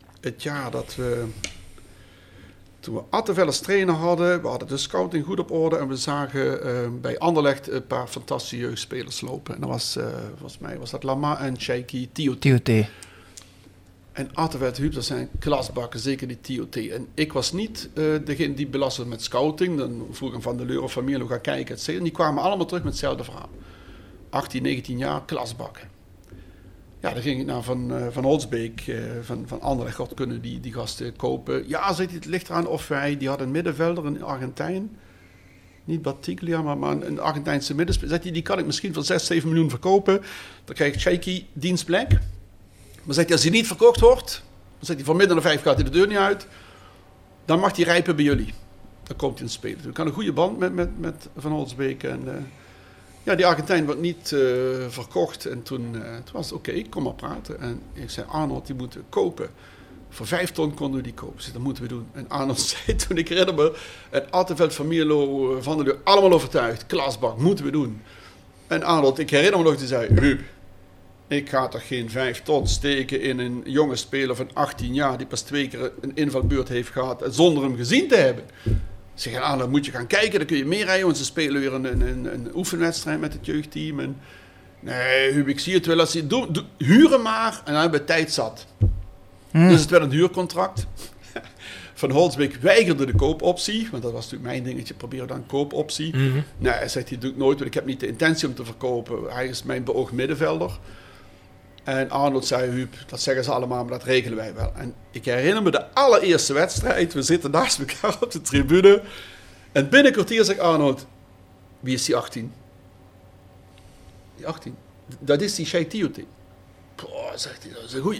I: Attevel als trainer hadden. We hadden de scouting goed op orde en we zagen bij Anderlecht een paar fantastische jeugdspelers lopen. En dat was, volgens mij was dat Lama en Shaiki TOT. En Attevel, Huub, dat zijn klasbakken, zeker die TOT. En ik was niet degene die belast was met scouting. Dan vroeg ik Van der Leur of Van Mierlo gaan kijken, et cetera. En die kwamen allemaal terug met hetzelfde verhaal. 18, 19 jaar, klasbakken. Ja, dan ging ik naar Van Holsbeek, van Anderlecht. God, kunnen die gasten kopen? Ja, zegt hij, het ligt eraan of wij... Die hadden een middenvelder, een Argentijn. Niet Batiglia, maar een Argentijnse middenspeler. Zegt hij, die kan ik misschien voor 6, 7 miljoen verkopen. Dan krijgt Shaiki dienstplek. Maar zegt hij, als hij niet verkocht wordt... Dan zegt hij, voor midden naar 5 gaat hij de deur niet uit. Dan mag hij rijpen bij jullie. Dan komt hij in spelen. Ik had een goede band met Van Holsbeek en... die Argentijn wordt niet verkocht. En toen was het oké, kom maar praten. En ik zei, Arnold, die moeten we kopen. Voor 5 ton konden we die kopen. Dus dat moeten we doen. En Arnold zei toen, ik herinner me... Het Attenveld, Van Mierlo, Van der Leur, allemaal overtuigd. Klasbak, moeten we doen. En Arnold, ik herinner me nog, die zei... Huub, ik ga toch geen 5 ton steken in een jonge speler van 18 jaar... die pas 2 keer een invalbeurt heeft gehad... zonder hem gezien te hebben... Ze zeggen, dan moet je gaan kijken, dan kun je meer rijden. Want ze spelen weer een oefenwedstrijd met het jeugdteam. En, nee, Huub, ik zie het wel. Als je huren maar. En dan hebben we tijd zat. Dus het werd een huurcontract. Van Holsbeek weigerde de koopoptie. Want dat was natuurlijk mijn dingetje. Proberen dan een koopoptie. Mm-hmm. Nee, hij zegt, die doe ik nooit. Want ik heb niet de intentie om te verkopen. Hij is mijn beoogd middenvelder. En Arnold zei, Huub, dat zeggen ze allemaal, maar dat regelen wij wel. En ik herinner me de allereerste wedstrijd. We zitten naast elkaar op de tribune. En binnen een kwartier zegt Arnold, wie is die 18? Die 18? Dat is die Shaiki TOT. Boah, zegt hij, dat is een goeie.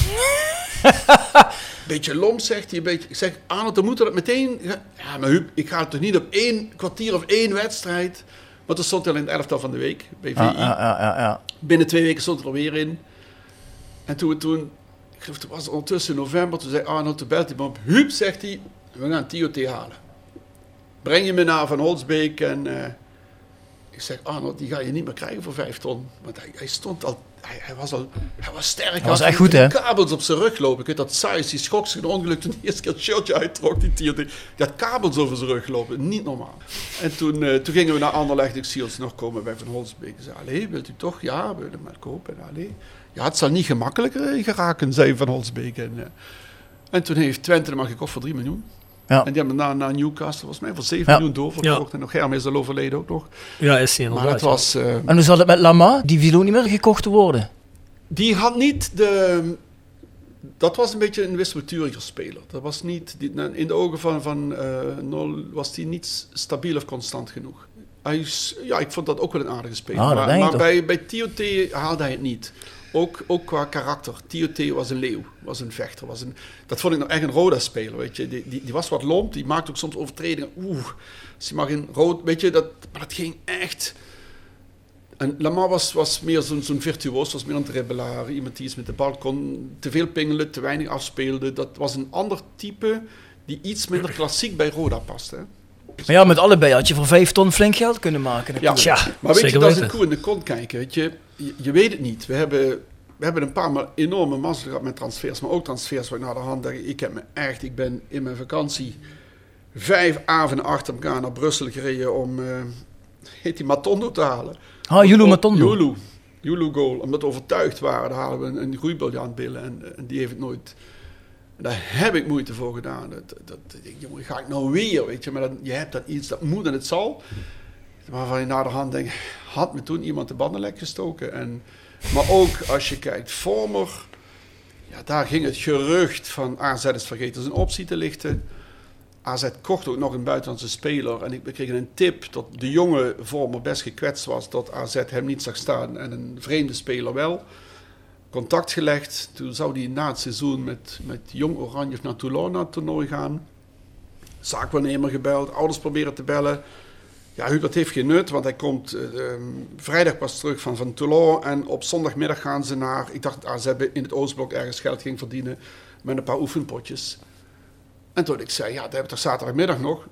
I: Beetje lomp, zegt hij. Ik zeg, Arnold, dan moeten we dat meteen... Ja, maar Huub, ik ga het toch niet op 1 kwartier of 1 wedstrijd... Want er stond al in het 11-tal van de week, bij VI. Ja. Binnen 2 weken stond er weer in. En toen, ik geloof, het was ondertussen november, toen zei Arnold, toen belt hij me op. Huub, zegt hij, we gaan TOT halen. Breng je me naar Van Holsbeek en... ik zeg, Arnold, die ga je niet meer krijgen voor 5 ton. Want hij stond al... Hij was sterk. Hij
H: was echt goed, hè?
I: Kabels op zijn rug lopen. Ik weet dat Saïs, die schrok zich een ongeluk toen de eerste keer het shirtje uittrok. Die had kabels over zijn rug lopen. Niet normaal. En toen gingen we naar Anderlecht. Ik zie ons nog komen bij Van Holsbeek. Ik zei, allee, wilt u toch? Ja, we willen maar kopen. Allee. Ja, het zal niet gemakkelijker geraken, zei Van Holsbeek. En toen heeft Twente, dat mag ik op voor 3 miljoen. Ja. En die hebben naar Newcastle, volgens mij, voor 7 miljoen doorverkocht. Ja. En nog Germ is al overleden ook nog.
A: Ja, is hij inderdaad.
H: Maar het was... En hoe zat het met Lama? Die viel ook niet meer gekocht te worden.
I: Die had niet de... Dat was een beetje een wispelturiger speler. Dat was niet... In de ogen van Nol was die niet stabiel of constant genoeg. ik vond dat ook wel een aardige speler. Maar bij Tioté haalde hij het niet. Ook qua karakter. Tioté was een leeuw, was een vechter. Dat vond ik nou echt een Roda-speler, weet je. Die was wat lomp, die maakte ook soms overtredingen. Als je mag in rood, weet je, maar dat ging echt. En Lamar was meer zo'n virtuoos, was meer een dribbelaar. Iemand die iets met de bal kon, te veel pingelen, te weinig afspeelde. Dat was een ander type die iets minder klassiek bij Roda paste.
H: Maar ja, met allebei had je voor 5 ton flink geld kunnen maken.
I: Ja, maar weet je, dat is een koe in de kont kijken. Weet je weet het niet. We hebben een paar enorme mazzel gehad met transfers, maar ook transfers waar ik naar de hand dacht. Ik ben in mijn vakantie 5 avonden achter elkaar naar Brussel gereden om heet die Matondo te halen.
H: Yulu Matondo.
I: Yulu goal. Omdat we overtuigd waren, daar halen we een groeibriljant billen en die heeft het nooit. Daar heb ik moeite voor gedaan. Jongen, ga ik nou weer, weet je. Maar je hebt dat iets, dat moet en het zal. Waarvan je naar de hand denkt, had me toen iemand de banden lek gestoken. Maar ook als je kijkt, Vormer, ja, daar ging het gerucht van AZ is vergeten zijn optie te lichten. AZ kocht ook nog een buitenlandse speler. En we kregen een tip dat de jonge Vormer best gekwetst was, dat AZ hem niet zag staan en een vreemde speler wel. Contact gelegd. Toen zou hij na het seizoen met Jong Oranje naar Toulon naar het toernooi gaan. Zaakwaarnemer gebeld, ouders proberen te bellen. Ja, Hubert heeft geen nut, want hij komt vrijdag pas terug van Toulon. En op zondagmiddag gaan ze naar, ik dacht dat ze in het Oostblok ergens geld ging verdienen met een paar oefenpotjes. En toen ik zei, ja, dat hebben we toch zaterdagmiddag nog.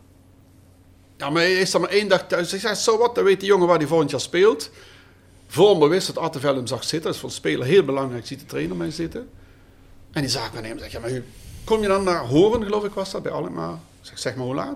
I: Ja, maar hij is dan maar 1 dag thuis. Ik zei, zo wat, dan weet die jongen waar hij volgend jaar speelt. Vormer wist dat Attevel hem zag zitten. Dat is voor de speler heel belangrijk. Ziet de trainer mij zitten. En die zaakwaarnemer zegt, ja, maar kom je dan naar Horen, geloof ik was dat, bij Alkmaar. Zeg maar hoe laat.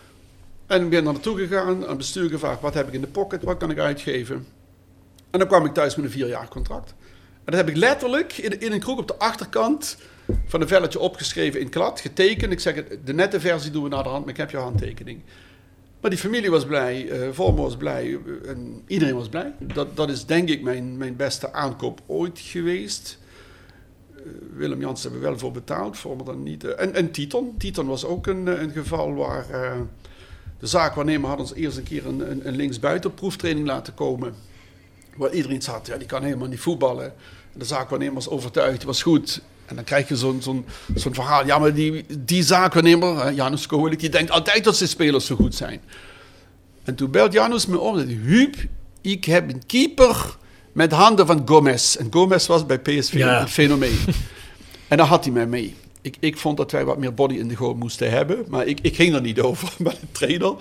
I: En ik ben daar naartoe gegaan, aan het bestuur gevraagd, wat heb ik in de pocket, wat kan ik uitgeven. En dan kwam ik thuis met een 4-jaar contract. En dat heb ik letterlijk in een kroeg op de achterkant van een velletje opgeschreven in klad, getekend. Ik zeg, de nette versie doen we naar de hand, maar ik heb jouw handtekening. Maar die familie was blij, Vormer was blij en iedereen was blij. Dat is denk ik mijn beste aankoop ooit geweest. Willem Jansen hebben we wel voor betaald, Vormer dan niet. En Titon. Titon was ook een geval waar de zaakwaarnemer had ons eerst een keer een linksbuiten proeftraining laten komen. Waar iedereen zat, ja, die kan helemaal niet voetballen. De zaakwaarnemer was overtuigd, die was goed. En dan krijg je zo'n verhaal. Ja, maar die zaakwaarnemer, Janus Koholik, die denkt altijd dat zijn spelers zo goed zijn. En toen belt Janus me op en zei, Huub, ik heb een keeper met handen van Gomez. En Gomez was bij PSV een fenomeen. En daar had hij mij mee. Ik vond dat wij wat meer body in de goal moesten hebben. Maar ik ging er niet over met de trainer.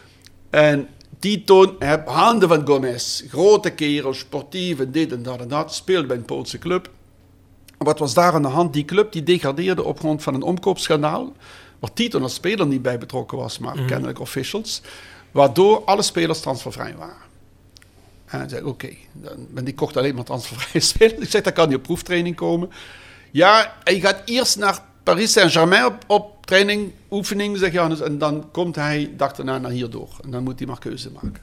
I: En die toon heb handen van Gomez. Grote kerel, sportief en dit en dat en dat. Speelde bij een Poolse club. Wat was daar aan de hand? Die club die degradeerde op grond van een omkoopschandaal. Waar Titon als speler niet bij betrokken was, maar kennelijk officials. Waardoor alle spelers transfervrij waren. En hij zei, oké, die kocht alleen maar transfervrije spelers. Ik zeg, dat kan niet op proeftraining komen. Ja, hij gaat eerst naar Paris Saint-Germain op training, oefening, zeg Janus. En dan komt hij dag daarna naar hier door. En dan moet hij maar keuze maken.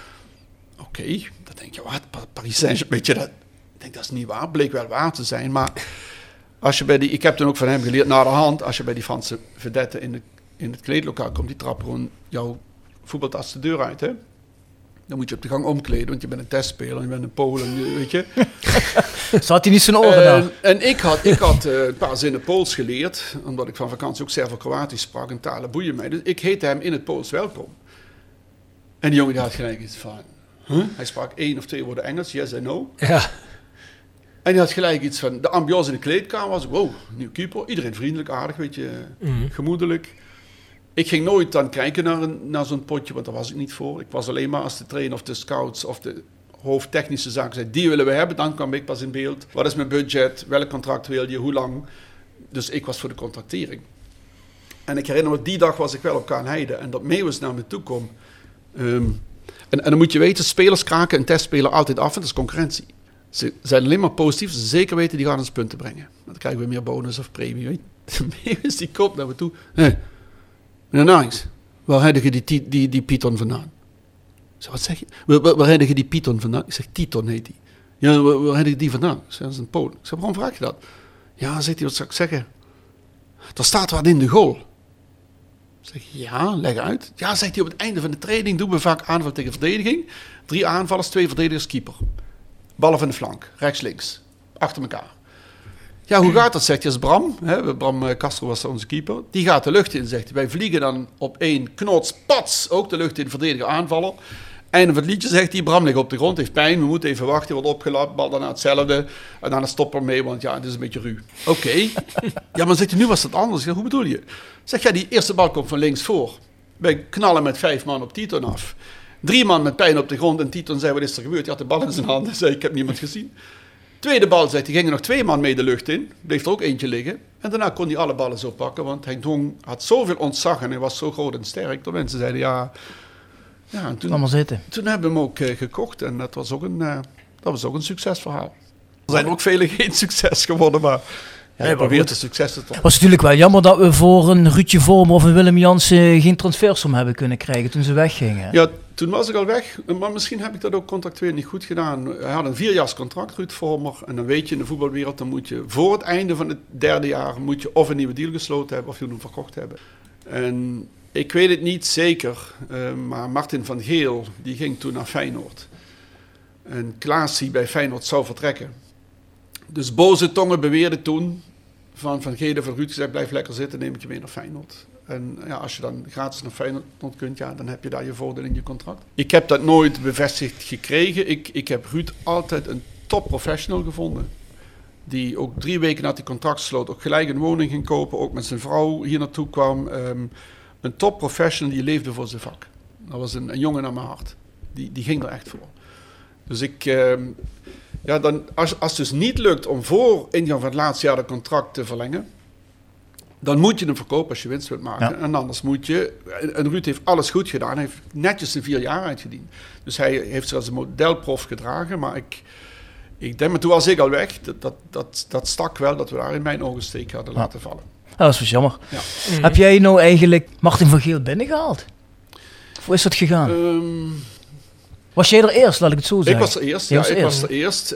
I: Oké, dan denk je, wat? Paris Saint-Germain, weet je dat? Ik denk, dat is niet waar. Bleek wel waar te zijn. Maar als je ik heb toen ook van hem geleerd, naar de hand, als je bij die Franse vedette in het kleedlokaal komt, die trappen gewoon jouw voetbaltas de deur uit, hè? Dan moet je op de gang omkleden, want je bent een testspeler, je bent een Pool, weet je.
H: Zo had hij niet zijn oren gedaan.
I: En ik had een paar zinnen Pools geleerd, omdat ik van vakantie ook Servo-Kroatisch sprak en talen boeien mij. Dus ik heette hem in het Pools welkom. En die jongen die had gelijk iets van, hij sprak 1 of 2 woorden Engels, yes en no.
A: Ja.
I: En die had gelijk iets van, de ambiance in de kleedkamer was, wow, nieuw keeper, iedereen vriendelijk, aardig, weet je, gemoedelijk. Ik ging nooit dan kijken naar zo'n potje, want daar was ik niet voor. Ik was alleen maar als de trainer of de scouts of de hoofdtechnische zaken zei, die willen we hebben, dan kwam ik pas in beeld. Wat is mijn budget? Welk contract wil je? Hoe lang? Dus ik was voor de contractering. En ik herinner me, die dag was ik wel op Kaanheide en dat Meeuwis naar me toe kwam. En dan moet je weten, spelers kraken een testspeler altijd af, en dat is concurrentie. Ze zijn alleen maar positief, ze zeker weten die gaan ons punten brengen. Dan krijgen we meer bonus of premie. Meeuwis die komt naar me toe. Meneer Narings, waar heb je die Python vandaan? Zo, wat zeg je? Waar heb je die Python vandaan? Ik zeg, Titon heet die. Ja, waar heb je die vandaan? Ik zeg, dat is een Pool. Ik zeg, waarom vraag je dat? Ja, zegt hij, wat zou ik zeggen? Er staat wat in de goal. Zeg ja, leg uit. Ja, zegt hij, op het einde van de training doen we vaak aanval tegen verdediging. 3 aanvallers, 2 verdedigers, keeper. Ballen van de flank, rechts, links. Achter elkaar. Ja, hoe gaat dat, zegt hij, als Bram. Hè, Bram Castro was onze keeper. Die gaat de lucht in, zegt hij. Wij vliegen dan op 1 knots, pats, ook de lucht in, verdediger, aanvaller. Einde van het liedje, zegt hij, Bram ligt op de grond, heeft pijn, we moeten even wachten, wordt opgelapt, bal daarna hetzelfde. En dan stop ermee, want ja, het is een beetje ruw. Oké. Ja, maar zegt hij, nu was het anders. Ja, hoe bedoel je? Zeg, ja, die eerste bal komt van links voor. Wij knallen met 5 man op Titon af. 3 man met pijn op de grond en Titon zei, wat is er gebeurd? Hij had de bal in zijn handen, zei, ik heb niemand gezien. Tweede bal, zegt hij, gingen nog 2 man mee de lucht in. Bleef er ook eentje liggen. En daarna kon hij alle ballen zo pakken, want Henk Dong had zoveel ontzag en hij was zo groot en sterk. Dat mensen zeiden, ja, en
H: allemaal zitten.
I: Toen hebben we hem ook gekocht en dat was ook een succesverhaal. Er zijn ook vele geen succes geworden, maar hij probeert de successen te.
H: Het was natuurlijk wel jammer dat we voor een Ruudje Vormer of een Willem Jansen geen transfersom hebben kunnen krijgen toen ze weggingen.
I: Ja, toen was ik al weg, maar misschien heb ik dat ook contractueel niet goed gedaan. Hij had een 4-jaars contract, Ruud Vormer, en dan weet je in de voetbalwereld, dan moet je voor het einde van het 3e jaar moet je of een nieuwe deal gesloten hebben of je hem verkocht hebben. En ik weet het niet zeker, maar Martin van Geel die ging toen naar Feyenoord. En Klaas die bij Feyenoord zou vertrekken. Dus boze tongen beweerden toen van Geel en van Ruud gezegd, blijf lekker zitten, neem ik je mee naar Feyenoord. En ja, als je dan gratis naar Feyenoord kunt, ja, dan heb je daar je voordeel in je contract. Ik heb dat nooit bevestigd gekregen. Ik heb Ruud altijd een top professional gevonden. Die ook 3 weken na die contract sloot, ook gelijk een woning ging kopen, ook met zijn vrouw hier naartoe kwam. Een top professional die leefde voor zijn vak. Dat was een jongen naar mijn hart. Die ging er echt voor. Dus als het dus niet lukt om voor ingang van het laatste jaar de contract te verlengen, dan moet je hem verkopen als je winst wilt maken. Ja. En anders moet je. En Ruud heeft alles goed gedaan. Hij heeft netjes de 4 jaar uitgediend. Dus hij heeft zich als een modelprof gedragen. Maar ik denk, maar toen was ik al weg. Dat stak wel dat we daar in mijn ogen steek hadden laten vallen.
H: Dat was jammer. Ja. Heb jij nou eigenlijk Martin van Geel binnengehaald? Of hoe is dat gegaan? Was jij er eerst, laat ik het zo zeggen?
I: Ik was er eerst, ik was er eerst.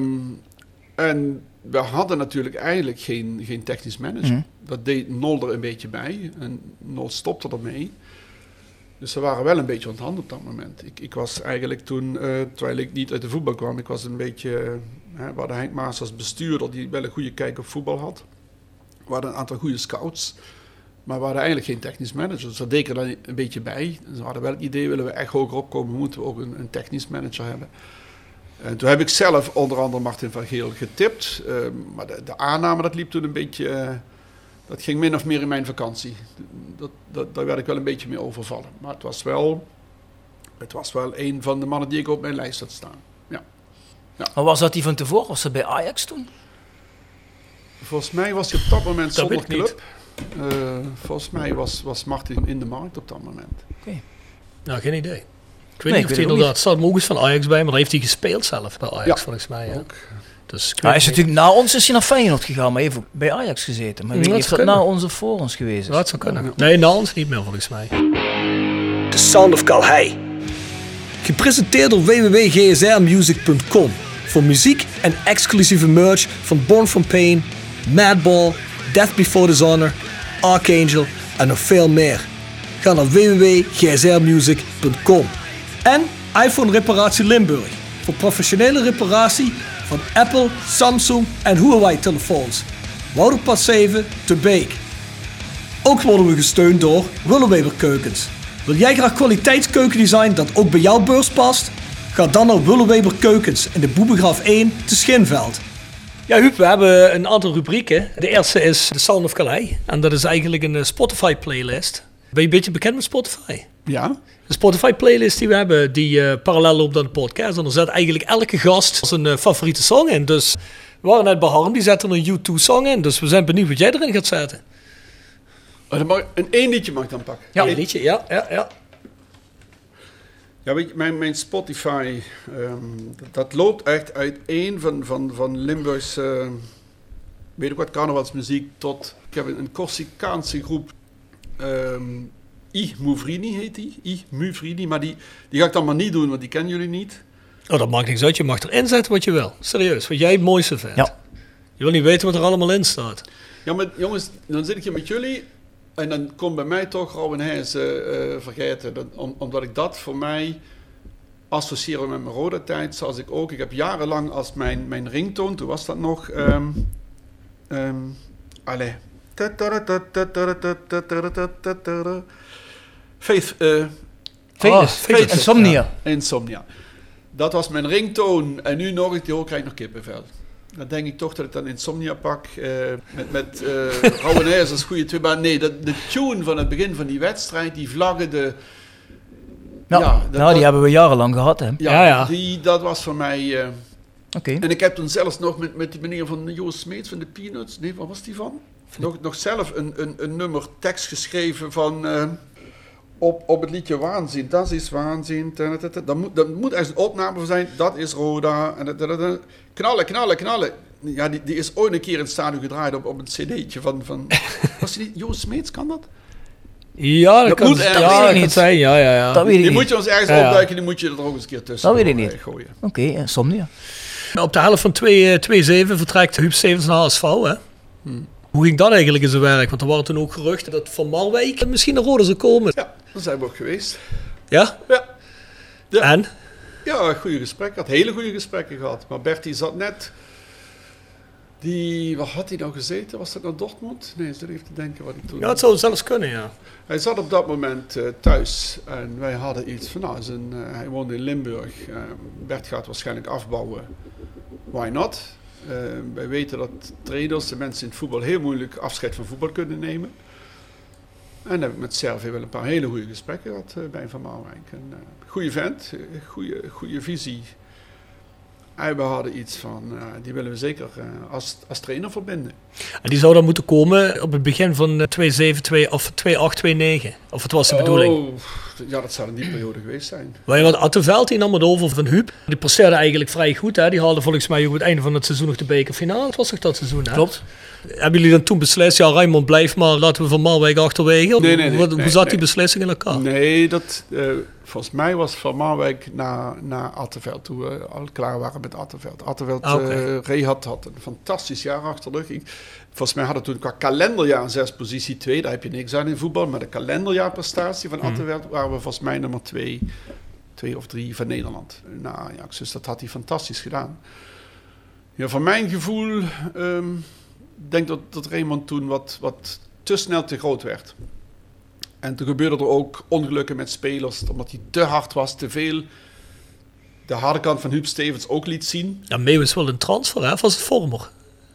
I: En we hadden natuurlijk eigenlijk geen technisch manager. Dat deed Nol er een beetje bij. En Nol stopte ermee. Dus ze waren wel een beetje onthand op dat moment. Ik was eigenlijk toen, terwijl ik niet uit de voetbal kwam, ik was een beetje... we hadden Henk Maas als bestuurder die wel een goede kijk op voetbal had. We hadden een aantal goede scouts. Maar we hadden eigenlijk geen technisch manager. Dus dat deed er dan een beetje bij. Dus we hadden wel het idee, willen we echt hoger opkomen, moeten we ook een technisch manager hebben. En toen heb ik zelf onder andere Martin van Geel getipt. Maar de aanname, dat liep toen een beetje... dat ging min of meer in mijn vakantie. Daar werd ik wel een beetje mee overvallen. Maar het was wel een van de mannen die ik op mijn lijst had staan. Ja.
H: Maar was dat die van tevoren? Was dat bij Ajax toen?
I: Volgens mij was hij op dat moment zonder club. Volgens mij was Martin in de markt op dat moment.
H: Okay.
A: Nou, geen idee. Ik weet niet of hij inderdaad... Er staat mogelijk van Ajax bij, maar dan heeft hij gespeeld zelf bij Ajax, volgens mij. Ja. Dus
H: hij is natuurlijk na ons is hij naar Feyenoord gegaan, maar even bij Ajax gezeten. Maar wie heeft dat na ons of voor ons geweest?
A: Ja, dat zou kunnen. Ja. Nee, na ons niet meer, volgens mij. The Sound of Calhei. Gepresenteerd door www.gsrmusic.com. Voor muziek en exclusieve merch van Born From Pain, Madball, Death Before Dishonor, Archangel en nog veel meer. Ga naar www.gsrmusic.com. En iPhone Reparatie Limburg. Voor professionele reparatie van Apple, Samsung en Huawei telefoons. Wouderpad 7 te Beek. Ook worden we gesteund door Willeweber Keukens. Wil jij graag kwaliteitskeukendesign dat ook bij jouw beurs past? Ga dan naar Willeweber Keukens in de Boebegraaf 1 te Schinveld. Ja, Huub, we hebben een aantal rubrieken. De eerste is The Sound of Calhei. En dat is eigenlijk een Spotify-playlist. Ben je een beetje bekend met Spotify?
I: Ja.
A: De Spotify-playlist die we hebben, die parallel loopt aan de podcast. En er zet eigenlijk elke gast zijn favoriete song in. Dus we waren net bij Harm, die zette een U2-song in. Dus we zijn benieuwd wat jij erin gaat zetten.
I: Één liedje mag ik dan pakken?
A: Ja, een liedje, ja.
I: Ja, weet je, mijn Spotify, dat loopt echt uit één van Limburgs, weet ik wat, carnavalsmuziek tot... Ik heb een Corsicaanse groep, I Muvrini heet die, I Muvrini, maar die ga ik dan maar niet doen, want die kennen jullie niet.
A: Oh, dat maakt niks uit, je mag erin zetten wat je wil. Serieus, wat jij het mooiste vindt.
H: Ja.
A: Je wil niet weten wat er allemaal in staat.
I: Ja, maar jongens, dan zit ik hier met jullie... En dan komt bij mij toch Rauwenhuizen vergeten. Omdat ik dat voor mij associeer met mijn Roda-tijd. Zoals ik ook. Ik heb jarenlang als mijn ringtoon, toen was dat nog. Faith. Insomnia. Dat was mijn ringtoon. En nu nog, die krijg ik nog kippenvel. Dan denk ik toch dat ik dan Insomnia pak. Met Rauwenhuizen als goede twee. Maar nee, de tune van het begin van die wedstrijd, die vlaggen,
H: die hebben we jarenlang gehad, hè?
I: Ja. Dat was voor mij...
H: Oké.
I: En ik heb toen zelfs nog met die meneer van Joost Smeets van de Peanuts... Nee, waar was die van? Nog zelf een nummer tekst geschreven van... Op het liedje Waanzin. Dat is Waanzin. Dat moet ergens een opname voor zijn. Dat is Roda. En knallen. Ja, die is ooit een keer in het stadion gedraaid op een cd'tje van was die niet? Joost Smeets, kan dat?
A: Ja, dat moet
H: niet
A: zijn. Ja.
H: Dat weet ik
I: die
H: niet.
I: moet je ons ergens opduiken. Die moet je er ook eens een keer tussen
H: dat weet ik niet.
I: gooien.
H: Oké, Insomnia.
A: Op de helft van 2-7 vertrekt Huub Stevens naar HSV, hè? Hoe ging dat eigenlijk in zijn werk? Want er waren toen ook geruchten dat Van Marwijk misschien naar Roda zou komen.
I: Ja, daar zijn we ook geweest.
A: Ja?
I: Ja.
A: En?
I: Ja, goede gesprekken. Had hele goede gesprekken gehad. Maar Bertie zat net... Waar had hij nou gezeten? Was dat nou Dortmund? Nee, zit even te denken wat hij toen...
A: Ja, het zou zelfs kunnen, ja.
I: Hij zat op dat moment thuis. En wij hadden iets van... hij woonde in Limburg. Bert gaat waarschijnlijk afbouwen. Why not? Wij weten dat trainers, de mensen in het voetbal, heel moeilijk afscheid van voetbal kunnen nemen. En dan heb ik met Servi wel een paar hele goede gesprekken gehad bij Van Marwijk. Een goede vent, goede visie. En we hadden iets van, die willen we zeker als trainer verbinden.
A: En die zou dan moeten komen op het begin van 2-7, of 2-8, 2-9. Of het was de bedoeling?
I: Ja, dat zou in die periode geweest zijn.
A: Want Attenveld die nam het over van Huub. Die presteerde eigenlijk vrij goed. Hè? Die haalde volgens mij op het einde van het seizoen nog de bekerfinale. Het was toch dat seizoen, hè?
H: Klopt.
A: Hebben jullie dan toen beslist, ja Raymond blijft maar, laten we Van Marwijk achterwege?
I: Nee,
A: hoe zat die beslissing in elkaar?
I: Nee, volgens mij was Van Marwijk naar Attenveld, toen we al klaar waren met Attenveld. Attenveld Rehad had een fantastisch jaar achter de rug. Volgens mij hadden we toen qua kalenderjaar een 6 positie 2, daar heb je niks aan in voetbal, maar de kalenderjaarprestatie van Attenveld waren we volgens mij nummer 2 of 3 van Nederland. Nou Ajax, dus dat had hij fantastisch gedaan. Ja, van mijn gevoel... Ik denk dat Raymond toen wat te snel te groot werd. En toen gebeurde er ook ongelukken met spelers, omdat hij te hard was, te veel de harde kant van Huub Stevens ook liet zien.
A: Ja, Meeuwis wel een transfer, hè? Of was het Vormer?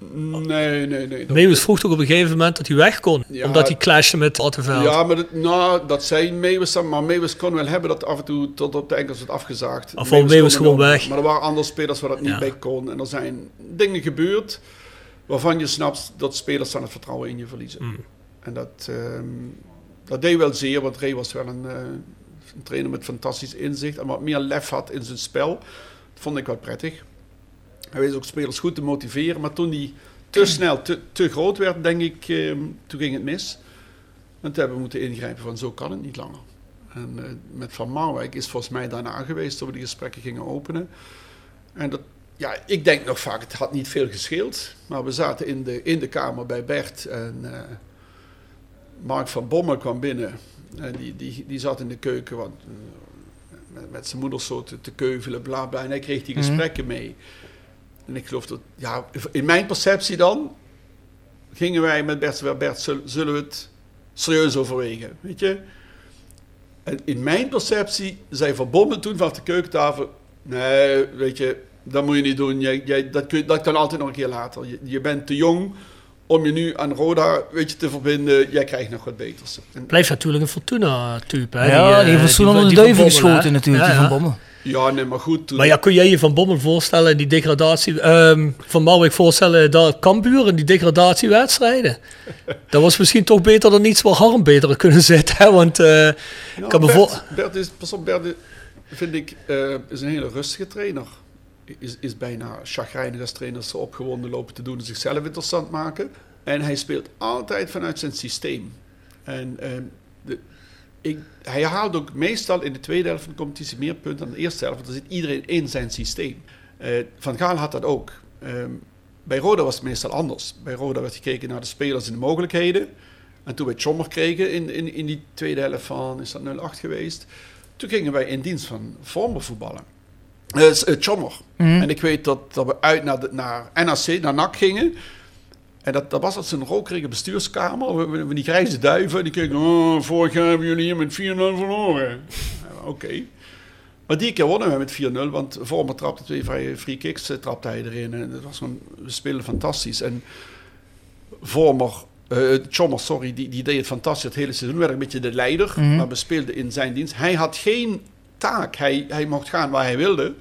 I: Nee.
A: Meeuwis vroeg toch op een gegeven moment dat hij weg kon, omdat hij clashte met Attenveld.
I: Ja, maar dat zei Meeuwis dan, maar Meeuwis kon wel hebben dat af en toe tot op de enkels werd afgezaagd.
A: Of Meeuwis gewoon weg.
I: Maar er waren andere spelers waar dat niet bij kon. En er zijn dingen gebeurd waarvan je snapt dat spelers dan het vertrouwen in je verliezen. En dat deed wel zeer, want Ray was wel een trainer met fantastisch inzicht en wat meer lef had in zijn spel. Dat vond ik wel prettig. Hij wist ook spelers goed te motiveren, maar toen hij te snel, te groot werd, denk ik, toen ging het mis. En toen hebben we moeten ingrijpen van zo kan het niet langer. En met Van Marwijk is volgens mij daarna geweest dat we die gesprekken gingen openen. En dat, ja, ik denk nog vaak, het had niet veel gescheeld. Maar we zaten in de kamer bij Bert en Mark van Bommel kwam binnen. En die zat in de keuken met zijn moeder zo te keuvelen, bla bla. En hij kreeg die gesprekken mee. En ik geloof dat, ja, in mijn perceptie dan, gingen wij met Bert, zullen we het serieus overwegen, weet je? En in mijn perceptie zei Van Bommel toen vanaf de keukentafel, nee, weet je, dat moet je niet doen. Dat kan altijd nog een keer later. Je bent te jong om je nu aan Roda, weet je, te verbinden. Jij krijgt nog wat beters.
A: Blijft natuurlijk een Fortuna-type. Hè?
H: Ja, die heeft Fortuna onder de duiven geschoten natuurlijk, die Van Bommel.
I: Ja, nee, maar goed.
A: Maar ja, kun jij je Van Bommel voorstellen in die degradatie... Van Marwijk voorstellen, daar Cambuur in die degradatiewedstrijden. Dat was misschien toch beter dan iets waar Harm beter had kunnen zitten. Hè? Want
I: Bert vind ik, is een hele rustige trainer. Is bijna chagrijnig als trainers zo opgewonden lopen te doen en zichzelf interessant maken. En hij speelt altijd vanuit zijn systeem. En hij haalt ook meestal in de tweede helft van de competitie meer punten dan de eerste helft. Want dan zit iedereen in zijn systeem. Van Gaal had dat ook. Bij Roda was het meestal anders. Bij Roda werd gekeken naar de spelers en de mogelijkheden. En toen wij Tjommer kregen in die tweede helft van, is dat 08 geweest, toen gingen wij in dienst van Vormer voetballen. Tjommer. En ik weet dat we uit naar NAC, naar NAC gingen. En dat was als een rokerige bestuurskamer. Die grijze duiven, die keken, vorig jaar hebben jullie hier met 4-0 verloren. Oké. Maar die keer wonnen we met 4-0, want Vormer trapte 2 vrije free kicks, trapte hij erin. En het was gewoon, we speelden fantastisch. En Tjommer, die deed het fantastisch het hele seizoen. Werd een beetje de leider, maar we speelden in zijn dienst. Hij had geen taak. Hij mocht gaan waar hij wilde.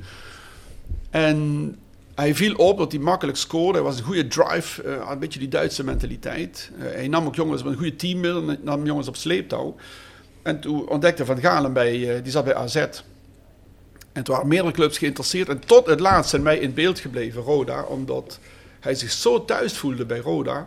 I: En hij viel op dat hij makkelijk scoorde. Hij was een goede drive, een beetje die Duitse mentaliteit. Hij nam ook jongens met een goede teammiddel, nam jongens op sleeptouw. En toen ontdekte Van Galen die zat bij AZ. En toen waren meerdere clubs geïnteresseerd. En tot het laatst zijn wij in beeld gebleven, Roda, omdat hij zich zo thuis voelde bij Roda.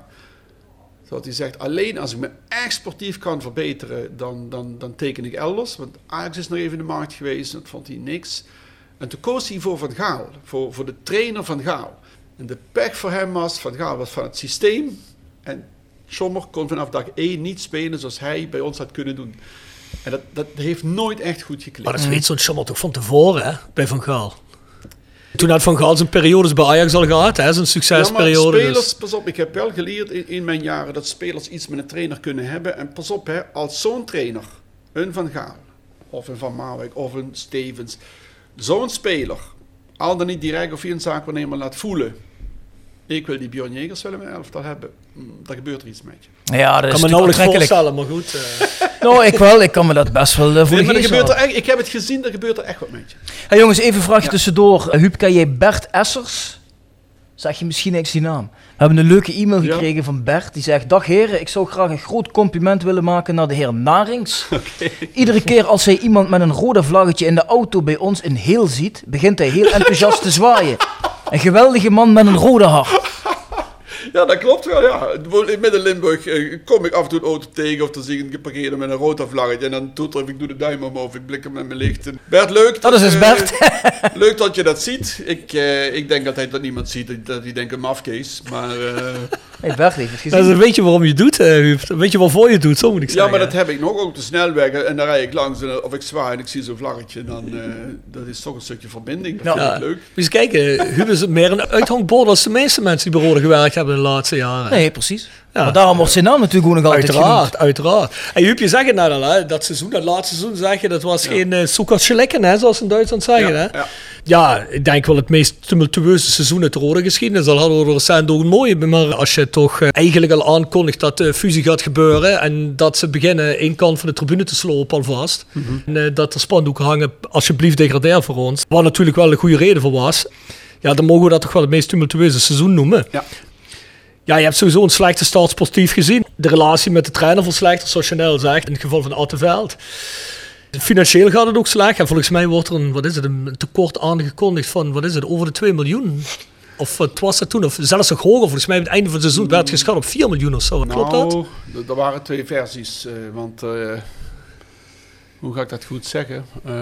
I: Dat hij zegt, alleen als ik me echt sportief kan verbeteren, dan teken ik elders. Want Ajax is nog even in de markt geweest, dat vond hij niks. En toen koos hij voor Van Gaal, voor de trainer Van Gaal. En de pech voor hem was, Van Gaal was van het systeem. En Tjommer kon vanaf dag 1 niet spelen zoals hij bij ons had kunnen doen. En dat heeft nooit echt goed geklikt.
A: Maar dat weet zo'n Tjommer toch van tevoren, hè, bij Van Gaal. Toen had Van Gaal zijn periodes bij Ajax al gehad, hè, zijn succesperiode.
I: Ja, maar spelers, pas op, ik heb wel geleerd in mijn jaren dat spelers iets met een trainer kunnen hebben. En pas op, hè, als zo'n trainer, een Van Gaal, of een Van Marwijk, of een Stevens, zo'n speler, al dan niet direct of via een zaakwaarnemer laat voelen, ik wil die Björn Jegers wel in mijn elftal hebben, dan gebeurt er iets met je.
H: Ja, dat
A: kan me nauwelijks voorstellen, maar goed.
H: Nou, ik wel. Ik kan me dat best wel voor de geest
I: halen. Ik heb het gezien, er gebeurt er echt wat met je.
H: Hey jongens, even een vraagje tussendoor. Huub, ken jij Bert Essers? Zeg je misschien niks die naam? We hebben een leuke e-mail gekregen van Bert. Die zegt, dag heren, ik zou graag een groot compliment willen maken naar de heer Narings.
I: Okay.
H: Iedere keer als hij iemand met een rode vlaggetje in de auto bij ons in Heel ziet, begint hij heel enthousiast te zwaaien. Een geweldige man met een rode hart.
I: Ja, dat klopt wel, ja. In Midden-Limburg kom ik af en toe een auto tegen of dan zie ik een geparkeerde met een rood vlaggetje en dan ik doe de duim omhoog, ik blik hem met mijn licht. Bert, leuk.
H: Dat is dus Bert.
I: Leuk dat je dat ziet. Ik denk dat hij dat niemand ziet, dat hij denkt een mafkees, maar...
H: Hey Bert heeft het gezien.
A: Dat is een beetje waarom je het doet, Huub. Weet je waarvoor je het doet, zo moet ik zeggen.
I: Ja, maar dat heb ik nog ook op de snelweg en dan rijd ik langs of ik zwaai en ik zie zo'n vlaggetje, dan dat is toch een stukje verbinding. Dat vind ik leuk.
A: Dus kijken, Huub is meer een uithangbord als de meeste mensen die bij Roda gewerkt hebben in de laatste jaren.
H: Nee, precies. Ja. Maar daarom wordt zijn naam natuurlijk ook nog altijd genoemd.
A: Uiteraard. En Huub, je zegt het net al, hè? Dat laatste seizoen zeg je, dat was geen Soekerschlekken, hè, zoals in Duitsland zeggen. Hè? Ja, ik denk wel het meest tumultueuze seizoen uit de Roda geschiedenis. Dat hadden we recent ook mooi. Maar als je toch eigenlijk al aankondigt dat de fusie gaat gebeuren en dat ze beginnen één kant van de tribune te slopen alvast. En dat er spandoeken hangen, alsjeblieft degradeer voor ons. Waar natuurlijk wel een goede reden voor was. Ja, dan mogen we dat toch wel het meest tumultueuze seizoen noemen. Ja. Ja, je hebt sowieso een slechte start sportief gezien. De relatie met de trainer verslechtert, zoals Chanel zegt, in het geval van Attenveld. Financieel gaat het ook slecht. En volgens mij wordt er een tekort aangekondigd van, over de 2 miljoen. Of wat was dat toen? Of zelfs nog hoger. Volgens mij aan het einde van het seizoen werd het geschat op 4 miljoen of zo. Klopt dat?
I: Nou, er waren 2 versies. Want, hoe ga ik dat goed zeggen?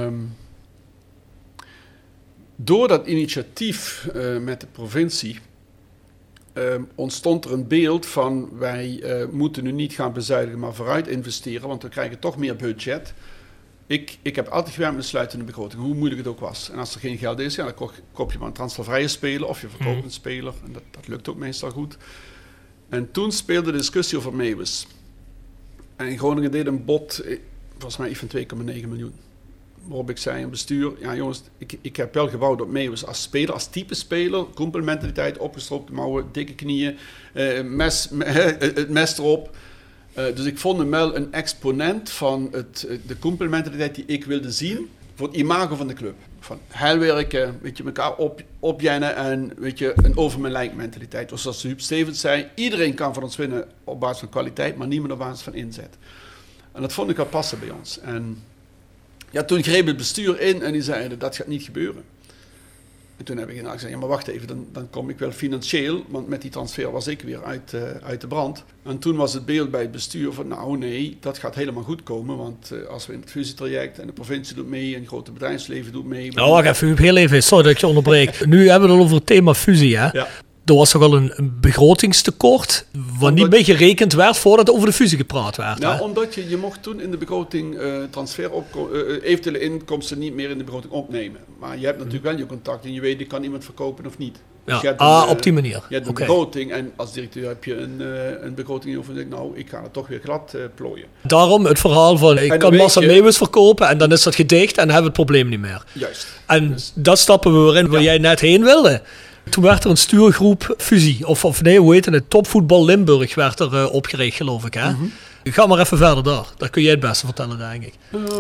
I: Door dat initiatief met de provincie ontstond er een beeld van wij moeten nu niet gaan bezuinigen, maar vooruit investeren, want we krijgen toch meer budget. Ik heb altijd gewerkt met sluitende begroting, hoe moeilijk het ook was. En als er geen geld is, ja, dan koop je maar een transfervrije speler of je verkoopt een speler. En dat lukt ook meestal goed. En toen speelde de discussie over Meeuwis. En Groningen deed een bod, volgens mij iets van 2,9 miljoen. Waarop ik zei aan bestuur, ja jongens, ik heb wel gebouwd op Meeuwis als speler, als type speler, kompelmentaliteit, opgestroopte mouwen, dikke knieën, het mes erop. Dus ik vond hem wel een exponent van de kompelmentaliteit die ik wilde zien voor het imago van de club. Van heilwerken, weet je, elkaar opjennen en weet je, een over mijn lijk mentaliteit. Dus zoals Huub Stevens zei, iedereen kan van ons winnen op basis van kwaliteit, maar niemand op basis van inzet. En dat vond ik wel passen bij ons. En ja, toen greep het bestuur in en die zeiden dat gaat niet gebeuren. En toen heb ik gezegd, ja maar wacht even, dan kom ik wel financieel, want met die transfer was ik weer uit de brand. En toen was het beeld bij het bestuur van nou nee, dat gaat helemaal goed komen, want als we in het fusietraject en de provincie doet mee en het grote bedrijfsleven doet mee.
A: Nou wacht even, heel even, sorry dat ik je onderbreek. Nu hebben we het over het thema fusie, hè? Ja. Er was toch al een begrotingstekort, waar niet mee gerekend werd voordat er over de fusie gepraat werd.
I: Nou,
A: hè?
I: omdat je mocht toen in de begroting eventuele inkomsten niet meer in de begroting opnemen. Maar je hebt natuurlijk wel je contact en je weet, ik kan iemand verkopen of niet. Dus je hebt
A: op die manier.
I: Je hebt een begroting en als directeur heb je een begroting over en nou, ik ga het toch weer glad plooien.
A: Daarom het verhaal van, ik kan Marcel Meeuwis verkopen en dan is dat gedicht en dan hebben we het probleem niet meer.
I: Juist.
A: En dus dat stappen we weer in waar jij net heen wilde. Toen werd er een stuurgroep fusie, of nee, hoe heet het? Topvoetbal Limburg werd er opgericht, geloof ik. Hè? Mm-hmm. Ga maar even verder daar. Daar kun jij het beste vertellen, denk ik.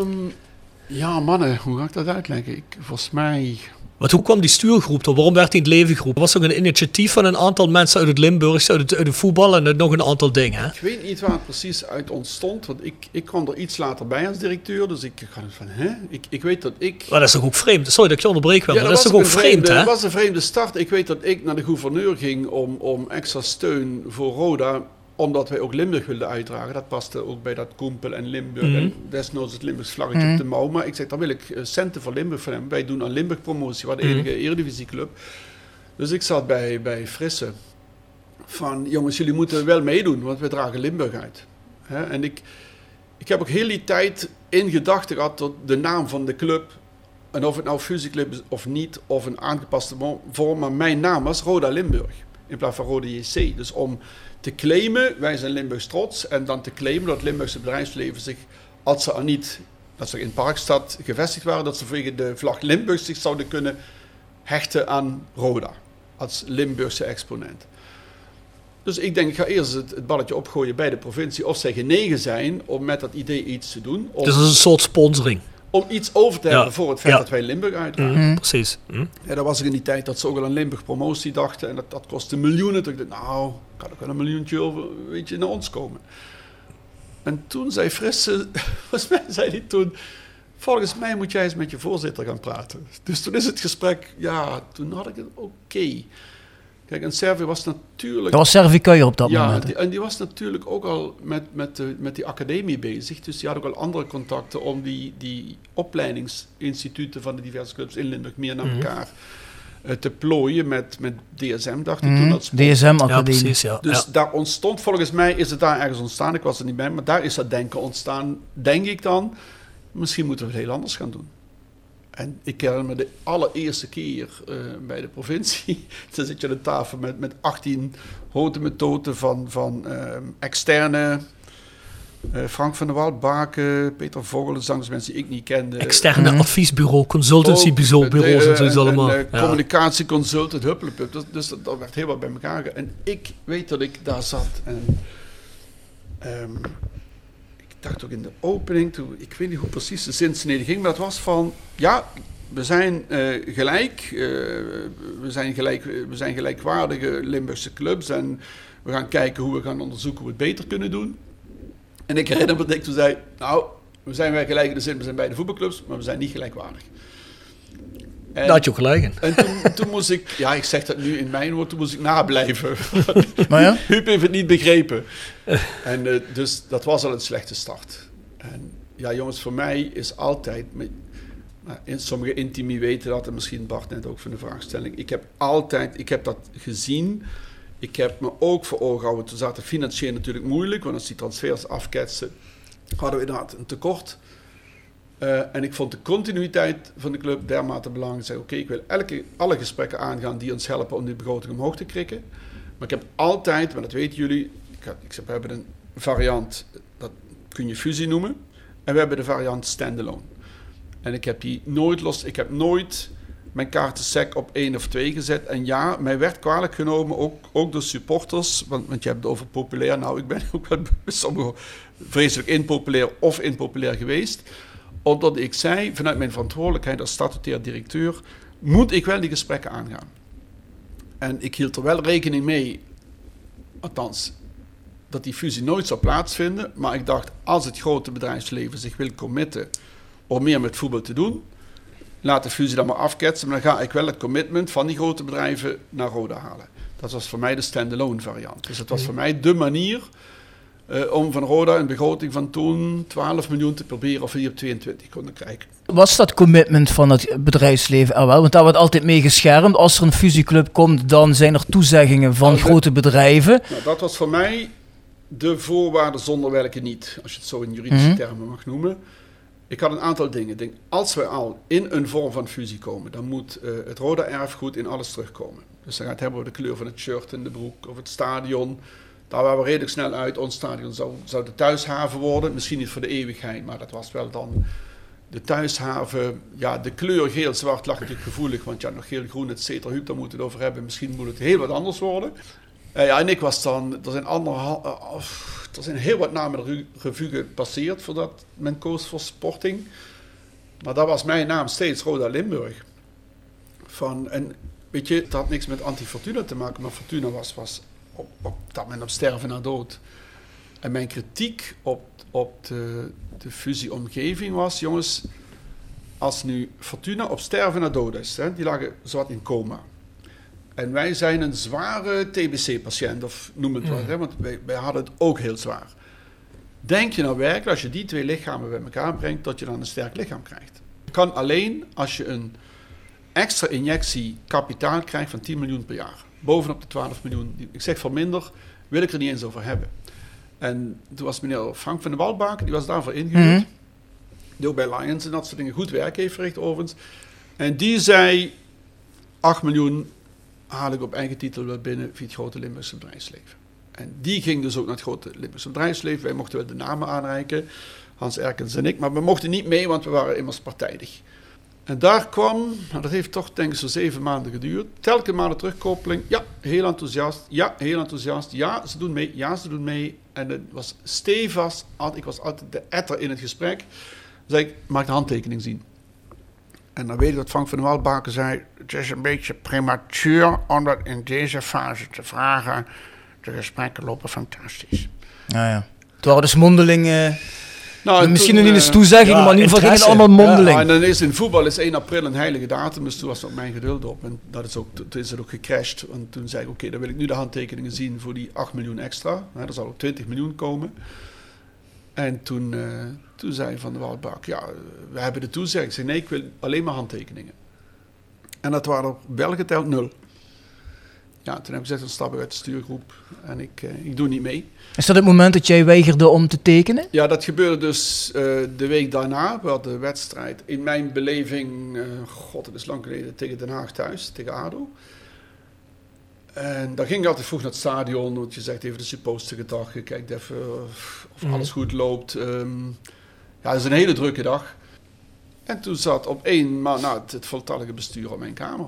I: Ja, mannen, hoe ga ik dat uitleggen? Volgens mij...
A: Want hoe kwam die stuurgroep er? Waarom werd die in het leven geroepen? Was het ook een initiatief van een aantal mensen uit het Limburgse, uit het voetbal en uit nog een aantal dingen? Hè?
I: Ik weet niet waar het precies uit ontstond, want ik kwam er iets later bij als directeur, dus ik ga van, ik weet dat ik...
A: Maar dat is toch ook vreemd? Sorry dat ik je onderbreek wel, maar dat is toch ook vreemd, hè?
I: Het was een vreemde start. Ik weet dat ik naar de gouverneur ging om extra steun voor Roda, omdat wij ook Limburg wilden uitdragen. Dat paste ook bij dat Koempel en Limburg. Mm-hmm. En desnoods het Limburgs vlaggetje op de mouw. Maar ik zeg, dan wil ik centen voor Limburg van hem. Wij doen aan Limburg promotie, wat de enige eredivisieclub. Dus ik zat bij Frisse van, jongens, jullie moeten wel meedoen, want wij dragen Limburg uit. En ik heb ook heel die tijd in gedachten gehad tot de naam van de club. En of het nou fusieclub is of niet, of een aangepaste vorm. Maar mijn naam was Roda Limburg, in plaats van Roda JC. Dus om te claimen, wij zijn Limburgs trots, en dan te claimen dat het Limburgse bedrijfsleven zich, als ze er niet, dat ze in Parkstad gevestigd waren, dat ze vanwege de vlag Limburg zich zouden kunnen hechten aan Roda, als Limburgse exponent. Dus ik denk, ik ga eerst het balletje opgooien bij de provincie, of zij genegen zijn om met dat idee iets te doen.
A: Dus dat is een soort sponsoring.
I: Om iets over te hebben voor het feit dat wij Limburg uitdragen.
A: Precies.
I: Ja, dat was er in die tijd dat ze ook al aan Limburg promotie dachten. En dat kostte miljoenen. Toen ik dacht, nou, kan ook wel een miljoentje over, weet je, naar ons komen. En toen zei Frisse, volgens mij zei hij toen, volgens mij moet jij eens met je voorzitter gaan praten. Dus toen is het gesprek, ja, toen had ik het oké. Kijk, en Servië was natuurlijk...
H: Dat was Servië Kuijer op dat moment.
I: Ja, en die was natuurlijk ook al met die academie bezig. Dus die had ook al andere contacten om die opleidingsinstituten van de diverse clubs in Limburg meer naar elkaar te plooien met DSM, dacht ik toen. Dat
H: DSM-academie.
A: Ja, precies, ja.
I: Dus daar ontstond, volgens mij is het daar ergens ontstaan. Ik was er niet bij, maar daar is dat denken ontstaan. Denk ik dan, misschien moeten we het heel anders gaan doen. En ik herinner me de allereerste keer bij de provincie. Dan zit je aan de tafel met 18 houten methoden van externe. Frank van der Wal, Baken, Peter Vogel, zangers die ik niet kende.
A: Externe adviesbureau, consultancybureaus en zoiets allemaal.
I: Communicatieconsultant, huppelepup. Dus dat werd heel wat bij elkaar. En ik weet dat ik daar zat. En ik dacht ook in de opening, ik weet niet hoe precies de zinsnede ging, maar het was van, ja, we zijn gelijk. We zijn gelijkwaardige Limburgse clubs en we gaan kijken hoe we gaan onderzoeken hoe we het beter kunnen doen. En ik herinner me dat ik toen zei, nou, we zijn wel gelijk in de zin, we zijn beide voetbalclubs, maar we zijn niet gelijkwaardig.
A: Daar had je ook gelijk in.
I: En toen moest ik, ja, ik zeg dat nu in mijn woord, toen moest ik nablijven.
H: Maar ja?
I: Huub heeft het niet begrepen. En dus dat was al een slechte start. En ja, jongens, voor mij is altijd, sommige intimi weten dat, en misschien Bart net ook van de vraagstelling. Ik heb dat gezien. Ik heb me ook voor ogen gehouden, toen zaten financieel natuurlijk moeilijk, want als die transfers afketsten, hadden we inderdaad een tekort. En ik vond de continuïteit van de club dermate belangrijk. Ik zei, oké, ik wil alle gesprekken aangaan die ons helpen om die begroting omhoog te krikken. Maar ik heb altijd, maar dat weten jullie, we hebben een variant, dat kun je fusie noemen. En we hebben de variant standalone. En ik heb die nooit los, ik heb nooit mijn kaarten sec op 1 of 2 gezet. En ja, mij werd kwalijk genomen, ook door supporters, want je hebt het over populair. Nou, ik ben ook wel sommige vreselijk impopulair geweest. Omdat ik zei, vanuit mijn verantwoordelijkheid als statutair directeur, moet ik wel die gesprekken aangaan. En ik hield er wel rekening mee, althans, dat die fusie nooit zou plaatsvinden. Maar ik dacht, als het grote bedrijfsleven zich wil committen om meer met voetbal te doen, laat de fusie dan maar afketsen. Maar dan ga ik wel het commitment van die grote bedrijven naar Roda halen. Dat was voor mij de standalone variant. Dus het was voor mij de manier om van Roda een begroting van toen 12 miljoen te proberen of we die op 22 konden krijgen.
H: Was dat commitment van het bedrijfsleven er wel? Want daar wordt altijd mee geschermd. Als er een fusieclub komt, dan zijn er toezeggingen van grote bedrijven.
I: Nou, dat was voor mij de voorwaarde zonder welke niet, als je het zo in juridische termen mag noemen. Ik had een aantal dingen. Ik denk, als we al in een vorm van fusie komen, dan moet het Roda-erfgoed in alles terugkomen. Dus dan gaat het hebben over de kleur van het shirt en de broek of het stadion. Daar waren we redelijk snel uit. Ons stadion zou de thuishaven worden. Misschien niet voor de eeuwigheid, maar dat was wel dan de thuishaven. Ja, de kleur geel-zwart lag natuurlijk gevoelig, want ja, nog geel-groen, et cetera. Huub, daar moeten we het over hebben. Misschien moet het heel wat anders worden. En ik was dan, er zijn heel wat namen de revue gepasseerd voordat men koos voor Sporting. Maar dat was mijn naam steeds Roda Limburg. En weet je, het had niks met Anti-Fortuna te maken, maar Fortuna was op dat moment op sterven na dood. En mijn kritiek op de fusieomgeving was, jongens, als nu Fortuna op sterven na dood is, hè, die lagen zowat in coma. En wij zijn een zware TBC-patiënt, of noem het wat, hè, want wij hadden het ook heel zwaar. Denk je nou werkelijk, als je die twee lichamen bij elkaar brengt, dat je dan een sterk lichaam krijgt? Kan alleen als je een extra injectie kapitaal krijgt van 10 miljoen per jaar. Bovenop de 12 miljoen. Ik zeg van minder, wil ik er niet eens over hebben. En toen was meneer Frank van der Waldbaken, die was daarvoor ingehuurd. Die ook bij Lions en dat soort dingen goed werk heeft verricht overigens. En die zei, 8 miljoen haal ik op eigen titel wel binnen via het grote Limburgse bedrijfsleven. En die ging dus ook naar het grote Limburgse bedrijfsleven. Wij mochten wel de namen aanreiken, Hans Erkens en ik. Maar we mochten niet mee, want we waren immers partijdig. En daar kwam, dat heeft toch denk ik zo'n 7 maanden geduurd. Telkens maar de terugkoppeling. Ja, heel enthousiast. Ja, heel enthousiast. Ja, ze doen mee. Ja, ze doen mee. En het was stevast. Ik was altijd de etter in het gesprek. Dan zei ik, mag ik de handtekening zien? En dan weet ik dat Frank van der Waldbaken zei, het is een beetje prematuur om dat in deze fase te vragen. De gesprekken lopen fantastisch.
H: Nou ja. Het waren dus mondeling... misschien
I: toen,
H: nog niet eens toezeggingen, maar in ieder geval ging het allemaal mondeling.
I: Ja, en dan is in voetbal is 1 april een heilige datum, dus toen was ook mijn geduld op. En toen is het ook gecrashed. Want toen zei ik, oké, dan wil ik nu de handtekeningen zien voor die 8 miljoen extra. Er zal ook 20 miljoen komen. En toen zei Van der Waldbak, ja, we hebben de toezegging. Ik zei, nee, ik wil alleen maar handtekeningen. En dat waren er wel geteld 0. Ja, toen heb ik gezegd, dan stap ik uit de stuurgroep en ik doe niet mee.
H: Is dat het moment dat jij weigerde om te tekenen?
I: Ja, dat gebeurde dus de week daarna. We hadden de wedstrijd, in mijn beleving, het is lang geleden, tegen Den Haag thuis, tegen ADO. En dan ging ik altijd vroeg naar het stadion, want je zegt even de supposter dag, je kijkt even of alles goed loopt. Het is een hele drukke dag. En toen zat op 1 maand het voltallige bestuur op mijn kamer.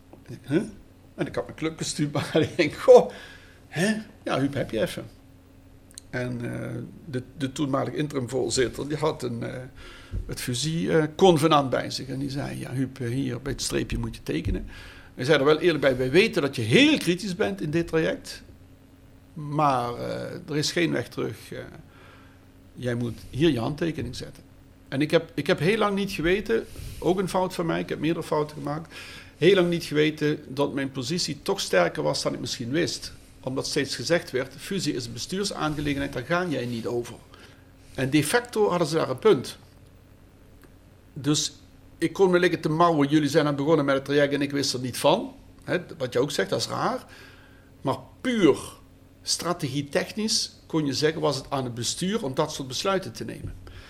I: En ik had mijn clubkostuum aan en ik denk, ja, Huub, heb je even. En de toenmalige interimvoorzitter, die had het fusieconvenant bij zich. En die zei, ja Huub, hier bij het streepje moet je tekenen. Hij zei er wel eerlijk bij, wij weten dat je heel kritisch bent in dit traject. Maar er is geen weg terug. Jij moet hier je handtekening zetten. En ik heb heel lang niet geweten, ook een fout van mij, ik heb meerdere fouten gemaakt. Heel lang niet geweten dat mijn positie toch sterker was dan ik misschien wist. Omdat steeds gezegd werd, fusie is een bestuursaangelegenheid, daar ga jij niet over. En de facto hadden ze daar een punt. Dus ik kon me liggen te mouwen, jullie zijn aan begonnen met het traject en ik wist er niet van. Wat je ook zegt, dat is raar. Maar puur strategie-technisch kon je zeggen, was het aan het bestuur om dat soort besluiten te nemen.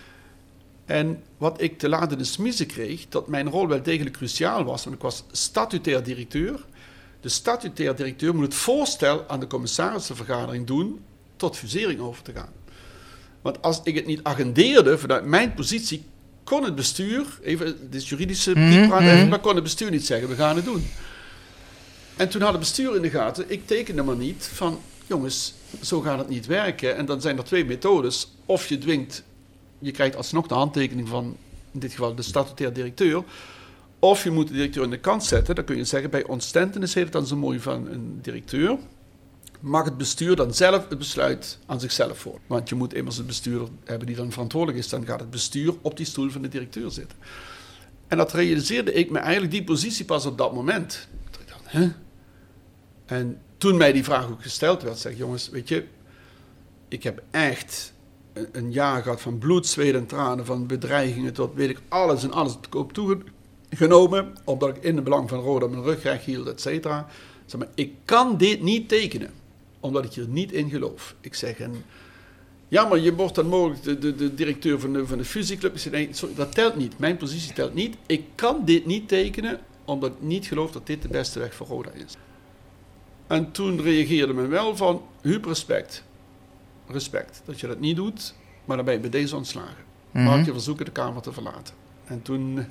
I: En wat ik te laat in de smiezen kreeg, dat mijn rol wel degelijk cruciaal was, want ik was statutair directeur. De statutair directeur moet het voorstel aan de commissarissenvergadering doen tot fusering over te gaan. Want als ik het niet agendeerde vanuit mijn positie, kon het bestuur, even dit is juridische dieppraat, maar kon het bestuur niet zeggen, we gaan het doen. En toen had het bestuur in de gaten, ik tekende maar niet van, jongens, zo gaat het niet werken. En dan zijn er 2 methodes, of je dwingt, je krijgt alsnog de handtekening van, in dit geval de statutair directeur, of je moet de directeur in de kant zetten. Dan kun je zeggen, bij ontstentenis heet het dan zo mooi van een directeur, mag het bestuur dan zelf het besluit aan zichzelf voor. Want je moet immers een bestuurder hebben die dan verantwoordelijk is. Dan gaat het bestuur op die stoel van de directeur zitten. En dat realiseerde ik me eigenlijk die positie pas op dat moment. Ik dacht, En toen mij die vraag ook gesteld werd, zeg ik, jongens, weet je, ik heb echt een jaar gehad van bloed, zweet en tranen, van bedreigingen tot weet ik alles en alles te koop toegenomen, omdat ik in het belang van Roda mijn rugrecht hield, et cetera. Zeg maar, ik kan dit niet tekenen, omdat ik hier niet in geloof. Ik zeg, ja, maar je wordt dan mogelijk de directeur van de fusieclub. Ik zeg, nee, sorry, dat telt niet. Mijn positie telt niet. Ik kan dit niet tekenen, omdat ik niet geloof dat dit de beste weg voor Roda is. En toen reageerde men wel van, Huub, respect dat je dat niet doet, maar dan ben je bij deze ontslagen. Mag ik je verzoeken de kamer te verlaten. En toen,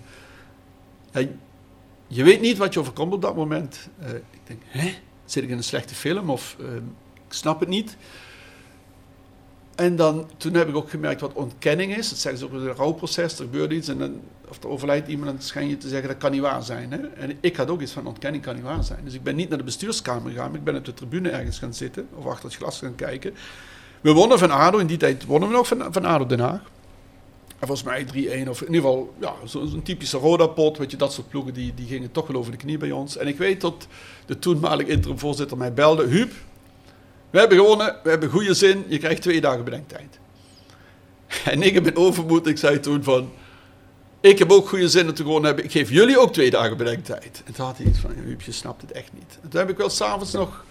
I: je weet niet wat je overkomt op dat moment. Ik denk, zit ik in een slechte film of ik snap het niet. En toen heb ik ook gemerkt wat ontkenning is. Dat zeggen ze ook in een rouwproces, er gebeurt iets of er overlijdt iemand, dan schijn je te zeggen dat kan niet waar zijn. Hè? En ik had ook iets van ontkenning kan niet waar zijn. Dus ik ben niet naar de bestuurskamer gegaan, maar ik ben op de tribune ergens gaan zitten of achter het glas gaan kijken. We wonnen van ADO, in die tijd wonnen we nog van ADO Den Haag. En volgens mij 3-1 of in ieder geval zo'n typische Roda-pot, weet je, dat soort ploegen die gingen toch wel over de knie bij ons. En ik weet dat de toenmalige interim-voorzitter mij belde, Huub, we hebben gewonnen, we hebben goede zin, je krijgt 2 dagen bedenktijd. En ik heb in overmoed, ik zei toen van, ik heb ook goede zin dat we gewonnen hebben, ik geef jullie ook 2 dagen bedenktijd. En toen had hij iets van, Huub, je snapt het echt niet. En toen heb ik wel s'avonds nog,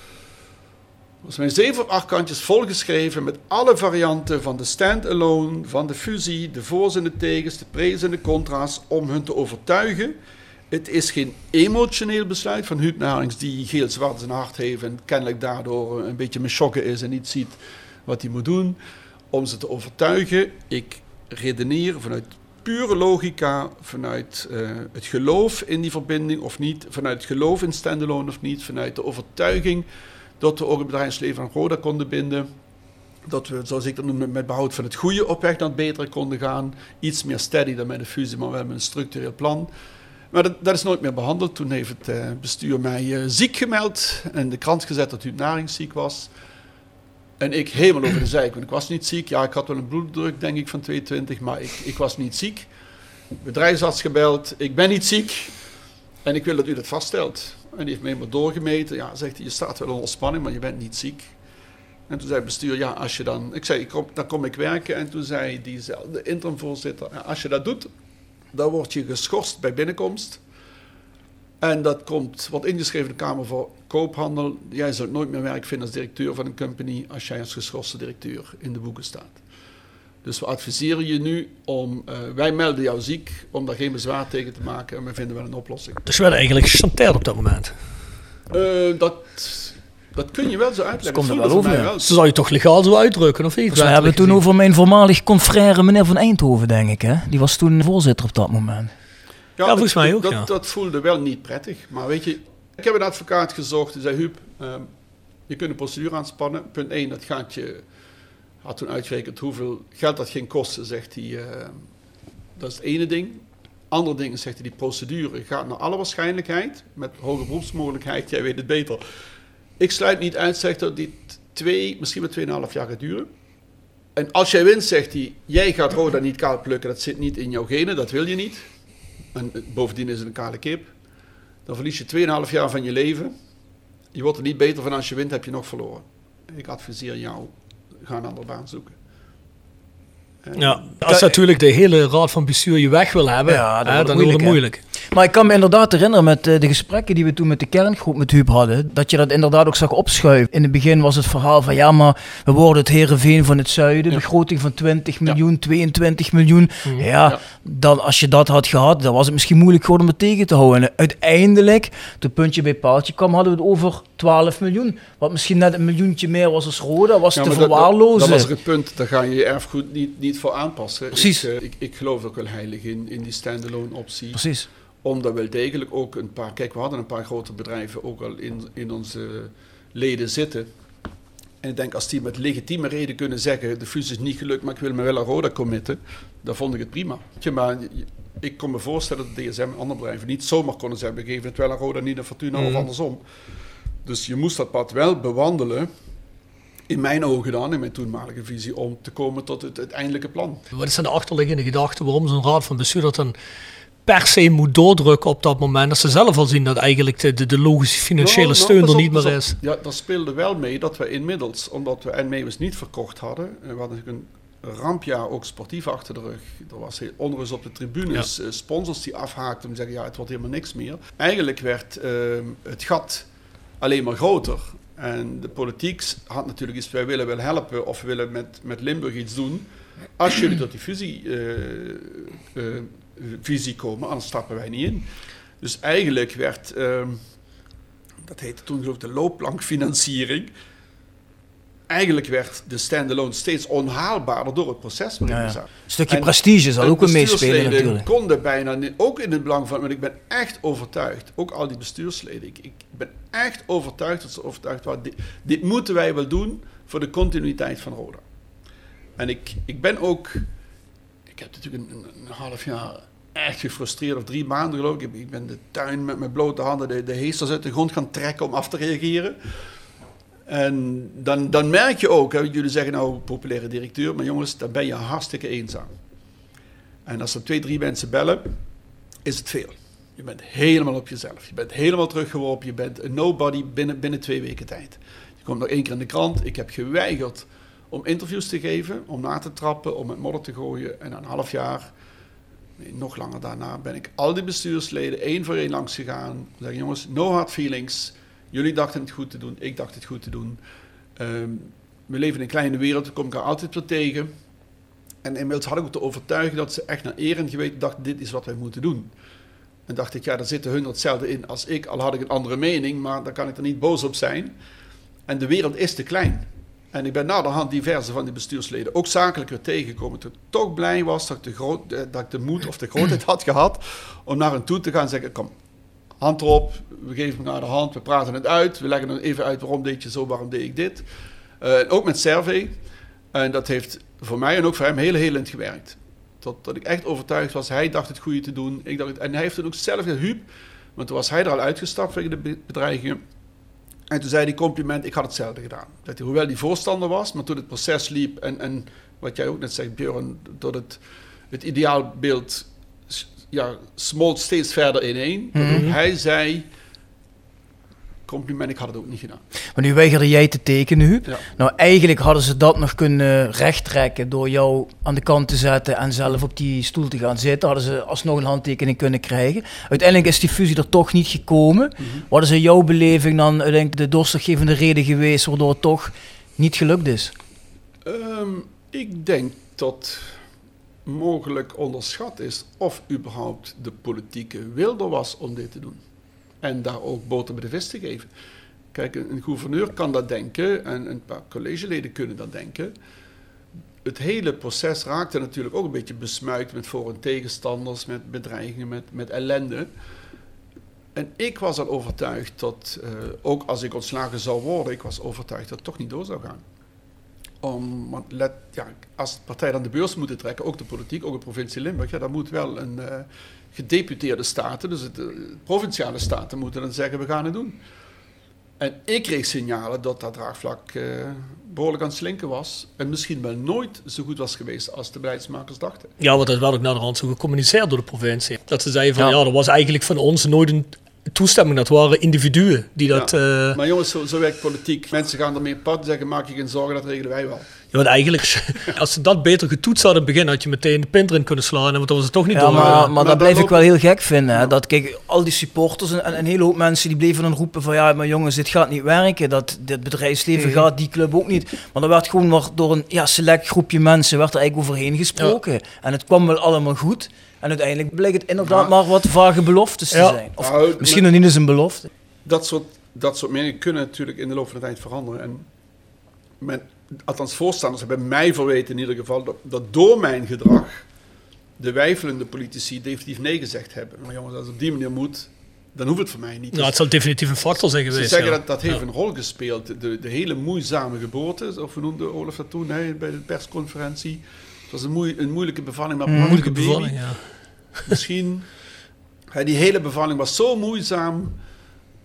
I: volgens mij 7 of 8 kantjes volgeschreven met alle varianten van de stand-alone, van de fusie, de voor's en de tegens, de pre's en de contra's, om hun te overtuigen. Het is geen emotioneel besluit van Huub Naarings die geel-zwart in zijn hart heeft en kennelijk daardoor een beetje meschokken is en niet ziet wat hij moet doen. Om ze te overtuigen, ik redeneer vanuit pure logica, vanuit het geloof in die verbinding of niet, vanuit het geloof in stand-alone of niet, vanuit de overtuiging dat we ook het bedrijfsleven aan Roda konden binden. Dat we, zoals ik dat noem, met behoud van het goede op weg naar het betere konden gaan. Iets meer steady dan met de fusie, maar wel met een structureel plan. Maar dat is nooit meer behandeld. Toen heeft het bestuur mij ziek gemeld en de krant gezet dat Huub Naarings ziek was. En ik helemaal over de zeik, want ik was niet ziek. Ja, ik had wel een bloeddruk, denk ik, van 22, maar ik was niet ziek. Bedrijfsarts gebeld, ik ben niet ziek en ik wil dat u dat vaststelt. En die heeft me helemaal doorgemeten. Ja, zegt hij, je staat wel onder spanning, maar je bent niet ziek. En toen zei het bestuur, ja, als je dan... Ik zei, dan kom ik werken. En toen zei diezelfde interimvoorzitter, ja, als je dat doet, dan word je geschorst bij binnenkomst. En dat wordt ingeschreven in de Kamer voor Koophandel. Jij zult nooit meer werk vinden als directeur van een company als jij als geschorste directeur in de boeken staat. Dus we adviseren je nu om, wij melden jou ziek, om daar geen bezwaar tegen te maken en we vinden wel een oplossing.
A: Dus we werden eigenlijk gechanteerd op dat moment?
I: Dat kun je wel zo uitleggen.
H: Komt er wel over, ja.
A: Ze zou je toch legaal zo uitdrukken, of niet?
H: Dus we hebben toen over mijn voormalig confrère meneer Van Eindhoven, denk ik. Hè? Die was toen voorzitter op dat moment.
I: Ja,
A: volgens mij ook,
I: dat voelde wel niet prettig. Maar weet je, ik heb een advocaat gezocht. Die zei, Huub, je kunt een procedure aanspannen. Punt 1, dat gaat je... had toen uitgerekend hoeveel geld dat ging kosten, zegt hij. Dat is het ene ding. Andere ding, zegt hij, die procedure gaat naar alle waarschijnlijkheid, met hoge beroepsmogelijkheid, jij weet het beter. Ik sluit niet uit, zegt dat dit misschien wel 2,5 jaar gaat duren. En als jij wint, zegt hij, jij gaat Roda niet kaal plukken, dat zit niet in jouw genen, dat wil je niet. En bovendien is het een kale kip. Dan verlies je 2,5 jaar van je leven. Je wordt er niet beter van als je wint, heb je nog verloren. Ik adviseer jou, ga een andere baan zoeken.
A: Ja, als natuurlijk de hele raad van bestuur je weg wil hebben, dan wordt het moeilijk.
H: Maar ik kan me inderdaad herinneren met de gesprekken die we toen met de kerngroep met Huub hadden, dat je dat inderdaad ook zag opschuiven. In het begin was het verhaal van ja, maar we worden het Heerenveen van het zuiden, begroting van 20 miljoen, 22 miljoen. Dan als je dat had gehad, dan was het misschien moeilijk geworden om het tegen te houden. En uiteindelijk, toen puntje bij paaltje kwam, hadden we het over 12 miljoen. Wat misschien net een miljoentje meer was als Roda, was te verwaarlozen.
I: Dat was het punt, daar ga je je erfgoed niet voor aanpassen.
H: Precies.
I: Ik geloof ook wel heilig in die stand-alone optie.
H: Precies.
I: Omdat wel degelijk ook een paar... Kijk, we hadden een paar grote bedrijven ook al in onze leden zitten. En ik denk, als die met legitieme reden kunnen zeggen, de fusie is niet gelukt, maar ik wil me wel aan Roda committen, dan vond ik het prima. Maar ik kon me voorstellen dat DSM en andere bedrijven niet zomaar konden zeggen, we geven het wel aan Roda, niet aan Fortuna of andersom. Dus je moest dat pad wel bewandelen, in mijn ogen dan, in mijn toenmalige visie, om te komen tot het uiteindelijke plan.
A: Wat is dan de achterliggende gedachte waarom zo'n raad van bestuur dat dan per se moet doordrukken op dat moment. Dat ze zelf al zien dat eigenlijk de logische financiële steun er niet meer is.
I: Ja, dat speelde wel mee dat we inmiddels, omdat we Nmeeuwis niet verkocht hadden, we hadden natuurlijk een rampjaar ook sportief achter de rug. Er was heel onrust op de tribunes, sponsors die afhaakten en zeggen, ja, het wordt helemaal niks meer. Eigenlijk werd het gat alleen maar groter. En de politiek had natuurlijk iets, wij willen wel helpen of we willen met Limburg iets doen. Als jullie tot die visie komen, anders stappen wij niet in. Dus eigenlijk werd, dat heette toen geloof ik de loopplankfinanciering, eigenlijk werd de stand-alone steeds onhaalbaarder door het proces waarin we zaten.
H: Een stukje prestige zal ook een meespelen natuurlijk.
I: Konden bijna, ook in het belang van, want ik ben echt overtuigd, ook al die bestuursleden, ik ben echt overtuigd dat ze overtuigd waren, dit moeten wij wel doen voor de continuïteit van Roda. En ik ben ook, ik heb natuurlijk een half jaar echt gefrustreerd, of 3 maanden geloof ik. Ik ben de tuin met mijn blote handen de heesters uit de grond gaan trekken om af te reageren. En dan merk je ook, hè, jullie zeggen nou populaire directeur, maar jongens, dan ben je hartstikke eenzaam. En als er 2, 3 mensen bellen, is het veel. Je bent helemaal op jezelf. Je bent helemaal teruggeworpen. Je bent een nobody binnen 2 weken tijd. Je komt nog 1 keer in de krant. Ik heb geweigerd om interviews te geven, om na te trappen, om met modder te gooien. En na een half jaar, nog langer daarna, ben ik al die bestuursleden 1 voor 1 langs gegaan. Zeggen, jongens, no hard feelings. Jullie dachten het goed te doen, ik dacht het goed te doen. We leven in een kleine wereld, we komen elkaar altijd weer tegen. En inmiddels had ik ook te overtuigen dat ze echt naar eer en geweten dachten, dit is wat wij moeten doen. En dacht ik, ja, daar zitten hun hetzelfde in als ik, al had ik een andere mening, maar daar kan ik er niet boos op zijn. En de wereld is te klein. En ik ben naderhand diverse van die bestuursleden ook zakelijk weer tegengekomen. Toen ik toch blij was dat ik de moed of de grootheid had gehad om naar hen toe te gaan en zeggen, kom, hand erop, we geven elkaar de hand, we praten het uit, we leggen er even uit waarom deed je zo, waarom deed ik dit. Ook met Servé. En dat heeft voor mij en ook voor hem heel helend gewerkt. Tot ik echt overtuigd was, hij dacht het goede te doen. En hij heeft het ook zelf Huub, want toen was hij er al uitgestapt wegen de bedreigingen. En toen zei hij compliment, ik had hetzelfde gedaan. Dat hij, hoewel hij voorstander was, maar toen het proces liep en wat jij ook net zegt, Björn, dat het ideaalbeeld smolt steeds verder ineen. Hij zei, compliment, ik had het ook niet gedaan.
H: Maar nu weigerde jij te tekenen, Huub.
I: Ja.
H: Nou, eigenlijk hadden ze dat nog kunnen rechttrekken door jou aan de kant te zetten en zelf op die stoel te gaan zitten. Hadden ze alsnog een handtekening kunnen krijgen. Uiteindelijk is die fusie er toch niet gekomen. Wat is in jouw beleving dan uiteindelijk de doorslaggevende reden geweest waardoor het toch niet gelukt is?
I: Ik denk dat mogelijk onderschat is of überhaupt de politieke wil er was om dit te doen. En daar ook boter bij de vis te geven. Kijk, een gouverneur kan dat denken en een paar collegeleden kunnen dat denken. Het hele proces raakte natuurlijk ook een beetje besmuikt met voor- en tegenstanders, met bedreigingen, met ellende. En ik was al overtuigd dat, ook als ik ontslagen zou worden, ik was overtuigd dat het toch niet door zou gaan. Want als de partij dan de beurs moeten trekken, ook de politiek, ook de provincie Limburg, dan moet wel een gedeputeerde staten, dus de provinciale staten moeten dan zeggen, we gaan het doen. En ik kreeg signalen dat dat draagvlak behoorlijk aan het slinken was en misschien wel nooit zo goed was geweest als de beleidsmakers dachten.
A: Ja, want dat werd ook naar de hand zo gecommuniceerd door de provincie. Dat ze zeiden van, ja, er was eigenlijk van ons nooit een toestemming, dat waren individuen die dat...
I: Ja. Maar jongens, zo werkt politiek. Mensen gaan ermee op pad en zeggen, maak je geen zorgen, dat regelen wij wel.
A: Ja, want eigenlijk, als ze dat beter getoetst hadden in het begin, had je meteen de pint erin kunnen slaan, want dan was het toch niet door.
H: Maar dat blijf ik wel heel gek vinden. Hè? Dat, kijk, al die supporters en een hele hoop mensen die bleven dan roepen van, ja, maar jongens, dit gaat niet werken. Dit bedrijfsleven gaat, die club ook niet. Maar er werd gewoon door een select groepje mensen werd er eigenlijk overheen gesproken. Ja. En het kwam wel allemaal goed. En uiteindelijk bleek het inderdaad maar wat vage beloftes te zijn. Of misschien nog niet eens een belofte.
I: Dat soort meningen kunnen natuurlijk in de loop van de tijd veranderen. En althans voorstanders hebben mij verweten in ieder geval dat door mijn gedrag de weifelende politici definitief nee gezegd hebben. Maar jongens, als het op die manier moet, dan hoeft het voor mij niet.
A: Nou, het zal definitief een factor zijn geweest.
I: Ze zeggen dat heeft een rol gespeeld. De hele moeizame geboorte, of we noemden Olaf dat toen bij de persconferentie. Het was een moeilijke bevalling, maar een moeilijke bevalling, ja. Misschien, die hele bevalling was zo moeizaam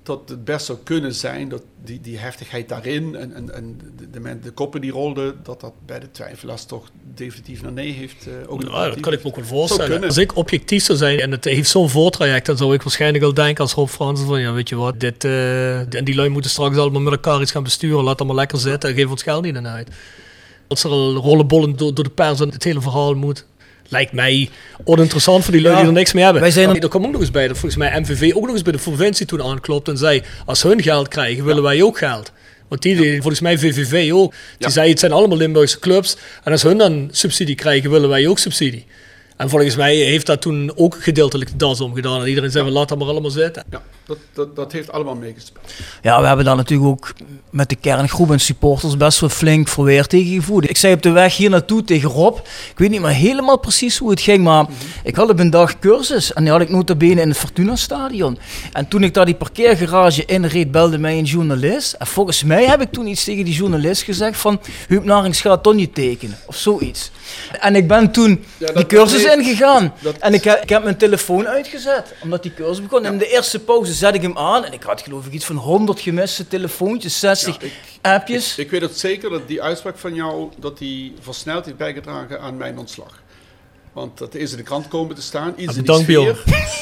I: dat het best zou kunnen zijn dat die heftigheid daarin en de koppen die rolden, dat bij de twijfelaars toch definitief naar nee heeft.
A: Dat kan ik me ook wel voorstellen. Als ik objectief zou zijn en het heeft zo'n voortraject, dan zou ik waarschijnlijk al denken als Rob Fransen van, ja, weet je wat, en die lui moeten straks allemaal met elkaar iets gaan besturen, laat allemaal lekker zitten en geef ons geld niet aan uit. Als er al rollenbollen door de pers en het hele verhaal moet, lijkt mij oninteressant voor die lui die er niks mee hebben. Er kwam ook nog eens bij dat volgens mij MVV ook nog eens bij de provincie toen aanklopt en zei, als hun geld krijgen, willen wij ook geld. Want die volgens mij VVV ook. Die zei, het zijn allemaal Limburgse clubs en als hun dan subsidie krijgen, willen wij ook subsidie. En volgens mij heeft dat toen ook gedeeltelijk de das omgedaan. En iedereen zei, laat dat maar allemaal zitten.
I: Ja, dat heeft allemaal meegespeeld.
H: Ja, we hebben daar natuurlijk ook met de kerngroep en supporters best wel flink verweer tegen gevoerd. Ik zei op de weg hier naartoe tegen Rob, ik weet niet meer helemaal precies hoe het ging, maar ik had op een dag cursus en die had ik nota bene in het Fortuna Stadion. En toen ik daar die parkeergarage inreed, belde mij een journalist. En volgens mij heb ik toen iets tegen die journalist gezegd van, Huub Narings gaat toch niet tekenen, of zoiets. En ik ben toen die cursus ingegaan. En ik heb mijn telefoon uitgezet, omdat die cursus begon. En in de eerste pauze zet ik hem aan en ik had geloof ik iets van 100 gemiste telefoontjes, 60 appjes.
I: Ik weet het zeker dat die uitspraak van jou, dat die versneld heeft bijgedragen aan mijn ontslag. Want dat is in de krant komen te staan, iets in die sfeer.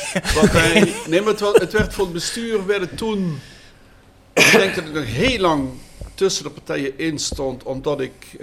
I: Het werd voor het bestuur, werd het toen, ik denk dat het nog heel lang tussen de partijen in stond, omdat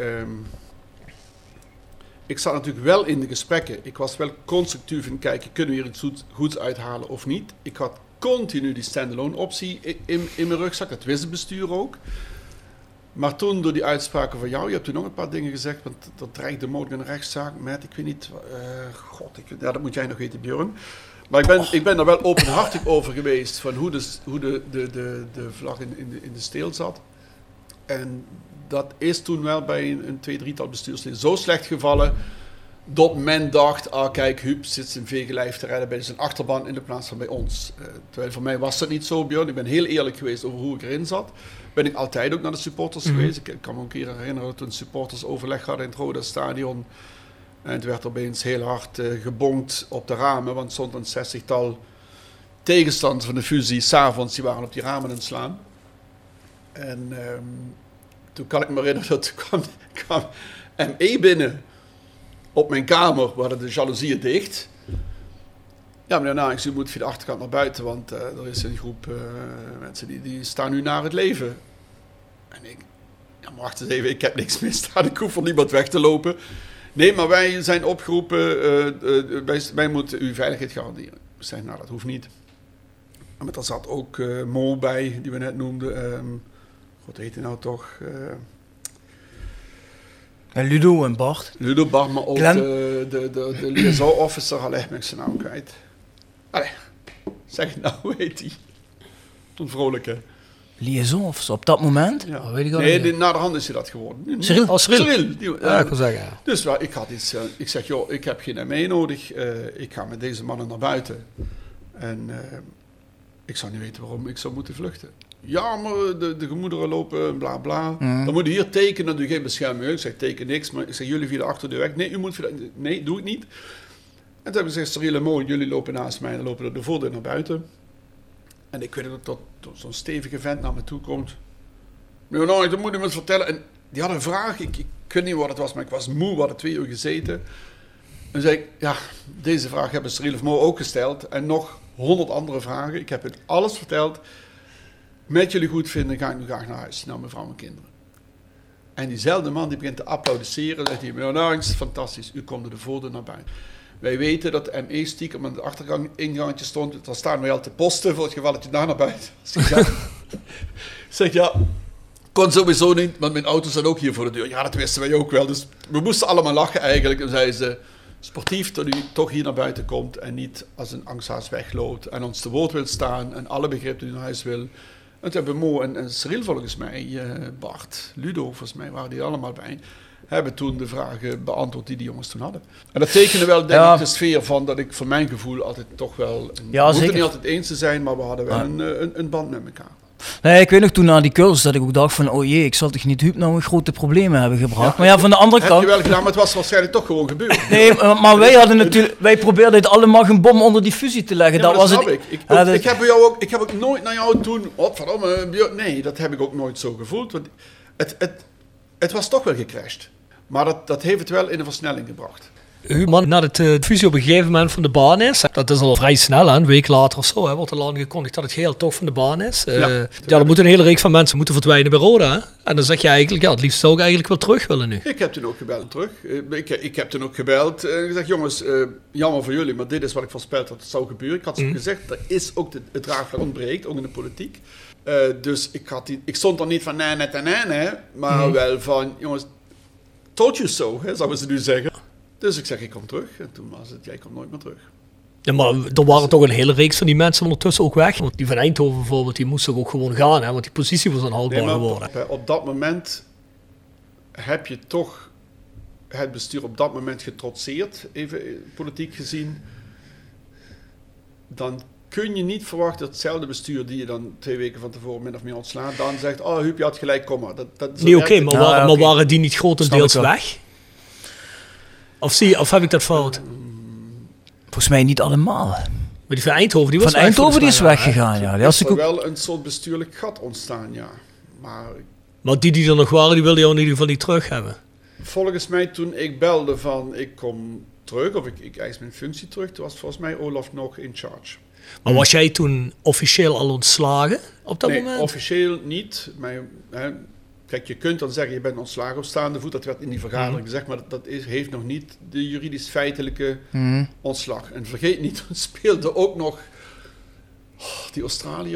I: ik zat natuurlijk wel in de gesprekken. Ik was wel constructief in kijken, kunnen we hier iets goeds uithalen of niet. Ik had continu die standalone optie in mijn rugzak, dat wist het bestuur ook. Maar toen door die uitspraken van jou, je hebt toen nog een paar dingen gezegd, want dat dreigde mogelijk een rechtszaak met, ik weet niet, dat moet jij nog weten, Björn. Maar ik ben er wel openhartig over geweest van hoe de vlag in de steel zat. En dat is toen wel bij een 2-3-tal bestuursleden zo slecht gevallen dat men dacht, kijk, Huub zit zijn vegenlijf te redden bij zijn achterban in de plaats van bij ons. Terwijl voor mij was dat niet zo, Björn. Ik ben heel eerlijk geweest over hoe ik erin zat. Ben ik altijd ook naar de supporters geweest. Ik kan me een keer herinneren dat we een supportersoverleg hadden in het Roda Stadion. En het werd opeens heel hard gebonkt op de ramen, want er stond een 60-tal tegenstanders van de fusie, 's avonds, die waren op die ramen aan het slaan. En toen kan ik me herinneren dat kwam ME binnen op mijn kamer, waren de jaloezieën dicht. Ja, meneer Narings, u moet via de achterkant naar buiten, want er is een groep mensen die staan nu naar het leven. En ik, maar wacht eens even, ik heb niks misdaan, ik hoef voor niemand weg te lopen. Nee, maar wij zijn opgeroepen, wij moeten uw veiligheid garanderen. We zeiden, nou dat hoeft niet. En daar zat ook Mo bij, die we net noemden. Wat heet hij nou toch?
H: Ludo en Bart.
I: Ludo, Bart, maar ook de liaison officer, ben ik zijn naam kwijt. Allee, zeg nou, hoe heet die? Een vrolijke.
H: Liaison officer, op dat moment?
I: Ja.
A: Weet ik
I: nee, na de hand is hij dat geworden.
H: Cyril?
A: Cyril. Ja, ik kan zeggen. Ja.
I: Dus ik had iets, ik zeg, joh, ik heb geen ME nodig. Ik ga met deze mannen naar buiten. En ik zou niet weten waarom ik zou moeten vluchten. Ja, maar de gemoederen lopen, bla bla. Dan moet u hier tekenen, dat u geen bescherming heeft. Ik zeg, teken niks, maar ik zeg, jullie via de achterdeur weg. Nee, u moet via de... Nee, doe het niet. En toen heb ik gezegd, Cyril en Mo, jullie lopen naast mij en dan lopen de voordeur naar buiten. En ik weet dat zo'n stevige vent naar me toe komt. Nou, dan moet u me eens vertellen. En die had een vraag, ik weet niet wat het was, maar ik was moe, we hadden 2 uur gezeten. En zei ik, ja, deze vraag hebben Cyril of Mo ook gesteld. En nog 100 andere vragen. Ik heb het alles verteld. Met jullie goed vinden, ga ik nu graag naar huis. Naar mijn vrouw en kinderen. En diezelfde man die begint te applaudisseren. Zegt hij, meneer Narings, fantastisch. U komt de voordeur naar buiten. Wij weten dat de ME stiekem aan het ingangetje stond. Daar staan wij al te posten voor het geval dat je daar naar buiten was. Ik zeg, ja, kon sowieso niet, want mijn auto staat ook hier voor de deur. Ja, dat wisten wij ook wel. Dus we moesten allemaal lachen eigenlijk. En zeiden ze, sportief dat u toch hier naar buiten komt en niet als een angsthaas wegloopt en ons te woord wil staan en alle begrip dat u naar huis wil. En toen hebben Mo en Cyril volgens mij, Bart, Ludo volgens mij waren die allemaal bij, hebben toen de vragen beantwoord die jongens toen hadden. En dat tekende wel denk ik de sfeer van dat ik voor mijn gevoel altijd toch wel, we hoeven niet altijd eens te zijn, maar we hadden wel een band met elkaar.
H: Nee, ik weet nog toen na die cursus dat ik ook dacht van, oh jee, ik zal toch niet Huub nou in grote problemen hebben gebracht. Maar ja, van de andere
I: Heb
H: kant...
I: je wel gedaan, maar het was waarschijnlijk toch gewoon gebeurd.
H: Nee, maar wij probeerden het allemaal een bom onder die fusie te leggen.
I: Ja, dat
H: was
I: snap
H: het.
I: ik. Ik heb ook nooit naar jou toen... Nee, dat heb ik ook nooit zo gevoeld. Want het was toch wel gecrashed. Maar dat heeft het wel in een versnelling gebracht.
A: Man, nadat de fusie op een gegeven moment van de baan is, dat is al vrij snel, een week later of zo, wordt al aangekondigd dat het geheel toch van de baan is. Er moet een hele reeks van mensen moeten verdwijnen bij Roda. Hè? En dan zeg je eigenlijk, het liefst zou ik eigenlijk wel terug willen nu.
I: Ik heb toen ook gebeld terug. Ik heb toen ook gebeld en gezegd, jongens, jammer voor jullie, maar dit is wat ik voorspeld dat het zou gebeuren. Ik had ze gezegd, er is ook het draagvlak ontbreekt, ook in de politiek. Dus ik stond er niet van nee, maar wel van, jongens, told you so, zouden ze nu zeggen. Dus ik zeg, ik kom terug. En toen was het, jij komt nooit meer terug.
A: Ja, maar er waren toch een hele reeks van die mensen ondertussen ook weg. Want die van Eindhoven bijvoorbeeld, die moest ook gewoon gaan. Hè, want die positie was onhoudbaar geworden.
I: Op dat moment heb je toch het bestuur op dat moment getrotseerd, even politiek gezien. Dan kun je niet verwachten dat hetzelfde bestuur die je dan 2 weken van tevoren min of meer ontslaat, dan zegt, Huub, je had gelijk, kom maar.
A: Nee, oké, maar waren die niet grotendeels weg? Of heb ik dat fout?
H: Volgens mij niet allemaal. Maar
A: die van Eindhoven, die was
H: van Eindhoven die is weggegaan, ja.
I: Er is wel een soort bestuurlijk gat ontstaan, ja.
A: Maar die er nog waren, die wilde jou in ieder geval niet terug hebben.
I: Volgens mij toen ik belde van ik kom terug, of ik eis mijn functie terug, toen was volgens mij Olaf nog in charge.
A: Maar was jij toen officieel al ontslagen op dat moment?
I: Nee, officieel niet. Kijk, je kunt dan zeggen, je bent ontslagen op staande voet. Dat werd in die vergadering gezegd, maar dat heeft nog niet de juridisch-feitelijke ontslag. En vergeet niet, er speelde ook nog die Australiër.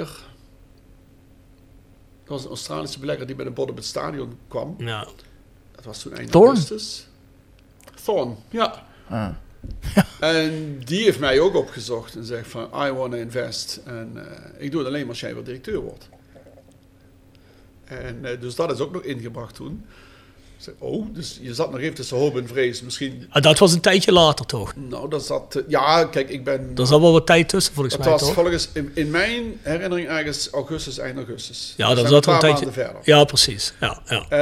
I: Dat was een Australische belegger die bij de bod op het stadion kwam.
A: Ja.
I: Dat was toen eind
H: Thorn?
I: augustus. Thorn, ja. En die heeft mij ook opgezocht en zegt van, I want to invest. En ik doe het alleen maar als jij weer directeur wordt. En dus dat is ook nog ingebracht toen. Ik zei, dus je zat nog even tussen hoop en vrees. Misschien...
A: dat was een tijdje later toch?
I: Nou, dat zat... ja, kijk, ik ben...
A: Er zat wel wat tijd tussen volgens mij,
I: toch?
A: toch?
I: Het was volgens in mijn herinnering ergens augustus, eind augustus.
A: Ja, dat zat wel een tijdje
I: verder.
A: Ja, precies. Ja.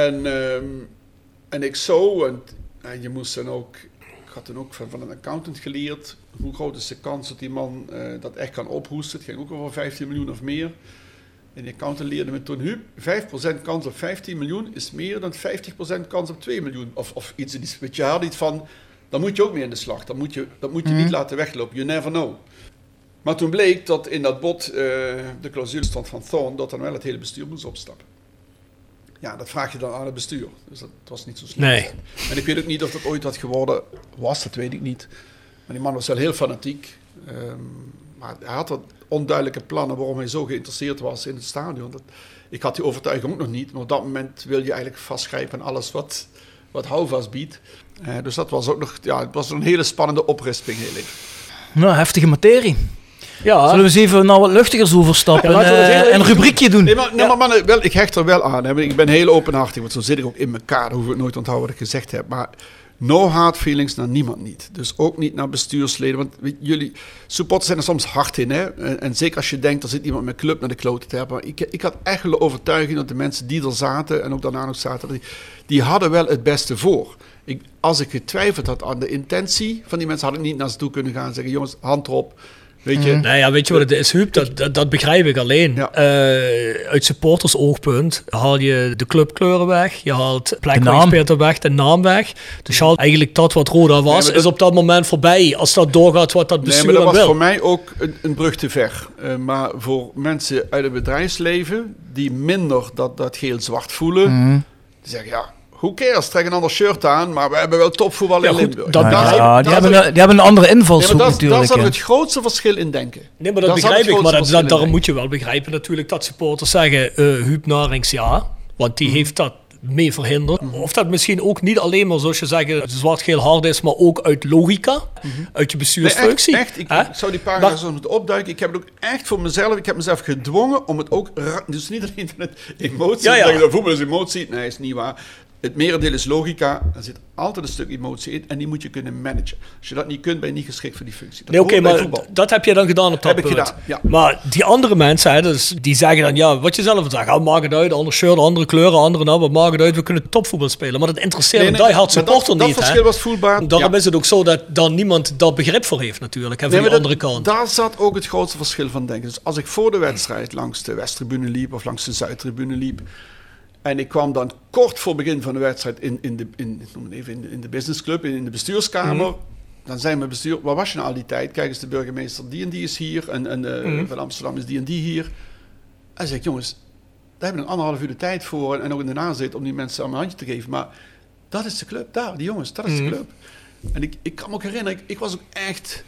I: En ik zo... En je moest dan ook... Ik had toen ook van een accountant geleerd. Hoe groot is de kans dat die man dat echt kan ophoesten? Het ging ook over 15 miljoen of meer. En die accountant leerde me toen, Huub, 5% kans op 15 miljoen is meer dan 50% kans op 2 miljoen. Of iets in die... Weet je, had iets van, dan moet je ook mee in de slag. Dat moet je niet laten weglopen. You never know. Maar toen bleek dat in dat bod de clausule stond van Thorn, dat dan wel het hele bestuur moest opstappen. Ja, dat vraag je dan aan het bestuur. Dus dat was niet zo slecht.
A: Nee.
I: En ik weet ook niet of dat ooit wat geworden was, dat weet ik niet. Maar die man was wel heel fanatiek. Maar hij had wat onduidelijke plannen waarom hij zo geïnteresseerd was in het stadion. Ik had die overtuiging ook nog niet, maar op dat moment wil je eigenlijk vastgrijpen aan alles wat houvast biedt. Dus dat was ook nog, het was een hele spannende oprisping heel even.
H: Nou, heftige materie.
A: Ja.
H: Zullen we eens even naar wat luchtigers overstappen en een rubriekje doen?
I: Nee, maar mannen, ik hecht er wel aan. Hè. Ik ben heel openhartig, want zo zit ik ook in elkaar. Dan hoef ik nooit te onthouden wat ik gezegd heb. Maar no hard feelings naar niemand niet. Dus ook niet naar bestuursleden. Want jullie supporters zijn er soms hard in. Hè? En zeker als je denkt, er zit iemand met club naar de kloten te hebben. Maar ik had echt wel de overtuiging dat de mensen die er zaten, en ook daarna nog zaten, die hadden wel het beste voor. Als ik getwijfeld had aan de intentie van die mensen, had ik niet naar ze toe kunnen gaan en zeggen, jongens, hand erop. Weet je?
A: Nou ja, weet je wat het is, Huub? Dat begrijp ik alleen.
I: Ja.
A: Uit supporters oogpunt haal je de clubkleuren weg. Je haalt plek waar je speelt weg, de naam weg. Dus je haalt eigenlijk dat wat Roda was, is op dat moment voorbij. Als dat doorgaat wat dat bestuur
I: dat was
A: wil.
I: voor mij ook een brug te ver. Maar voor mensen uit het bedrijfsleven die minder dat geel-zwart voelen, die zeggen ja, who cares, trek een ander shirt aan, maar we hebben wel topvoetbal in Limburg.
H: Die hebben een andere invalshoek natuurlijk.
I: Dat is het grootste verschil in denken.
A: Nee, maar dat begrijp ik. Maar daarom moet je wel begrijpen natuurlijk dat supporters zeggen, Huub Narings ja, want die heeft dat mee verhinderd. Of dat misschien ook niet alleen maar, zoals je zegt, zwart-geel hard is, maar ook uit logica, uit je bestuursfunctie.
I: Nee, echt. Ik zou die pagina's zo moeten opduiken. Ik heb het ook echt voor mezelf, ik heb mezelf gedwongen om het ook, dus niet alleen vanuit emotie, dat voetbal is emotie, nee, is niet waar. Het merendeel is logica. Er zit altijd een stuk emotie in en die moet je kunnen managen. Als je dat niet kunt, ben je niet geschikt voor die functie. Dat
A: Nee, oké, maar
I: voetbal.
A: dat heb je dan gedaan op dat
I: Heb ik
A: punt.
I: gedaan, ja.
A: Maar die andere mensen, hè, dus die zeggen dan, ja, wat je zelf zegt, oh, maakt het uit, ander shirt, andere kleuren, andere nou, wat maakt het uit, we kunnen topvoetbal spelen. Maar dat interesseert een die-hard supporter
I: dat
A: niet.
I: verschil
A: hè.
I: was voelbaar.
A: Daarom
I: Ja.
A: is het ook zo dat dan niemand daar begrip voor heeft natuurlijk, en van
I: Nee,
A: die
I: maar
A: andere kant.
I: Daar zat ook het grootste verschil van denken. Dus als ik voor de wedstrijd langs de Westtribune liep of langs de Zuidtribune liep, en ik kwam dan kort voor begin van de wedstrijd in de businessclub, in de bestuurskamer. Dan zei mijn bestuur, waar was je nou al die tijd? Kijk eens, de burgemeester die en die is hier. En van Amsterdam is die en die hier. En zei ik, jongens, daar hebben we een 1,5 uur de tijd voor. En ook in de nazit om die mensen aan een handje te geven. Maar dat is de club, daar, die jongens, dat is de club. En ik kan me ook herinneren, ik was ook echt...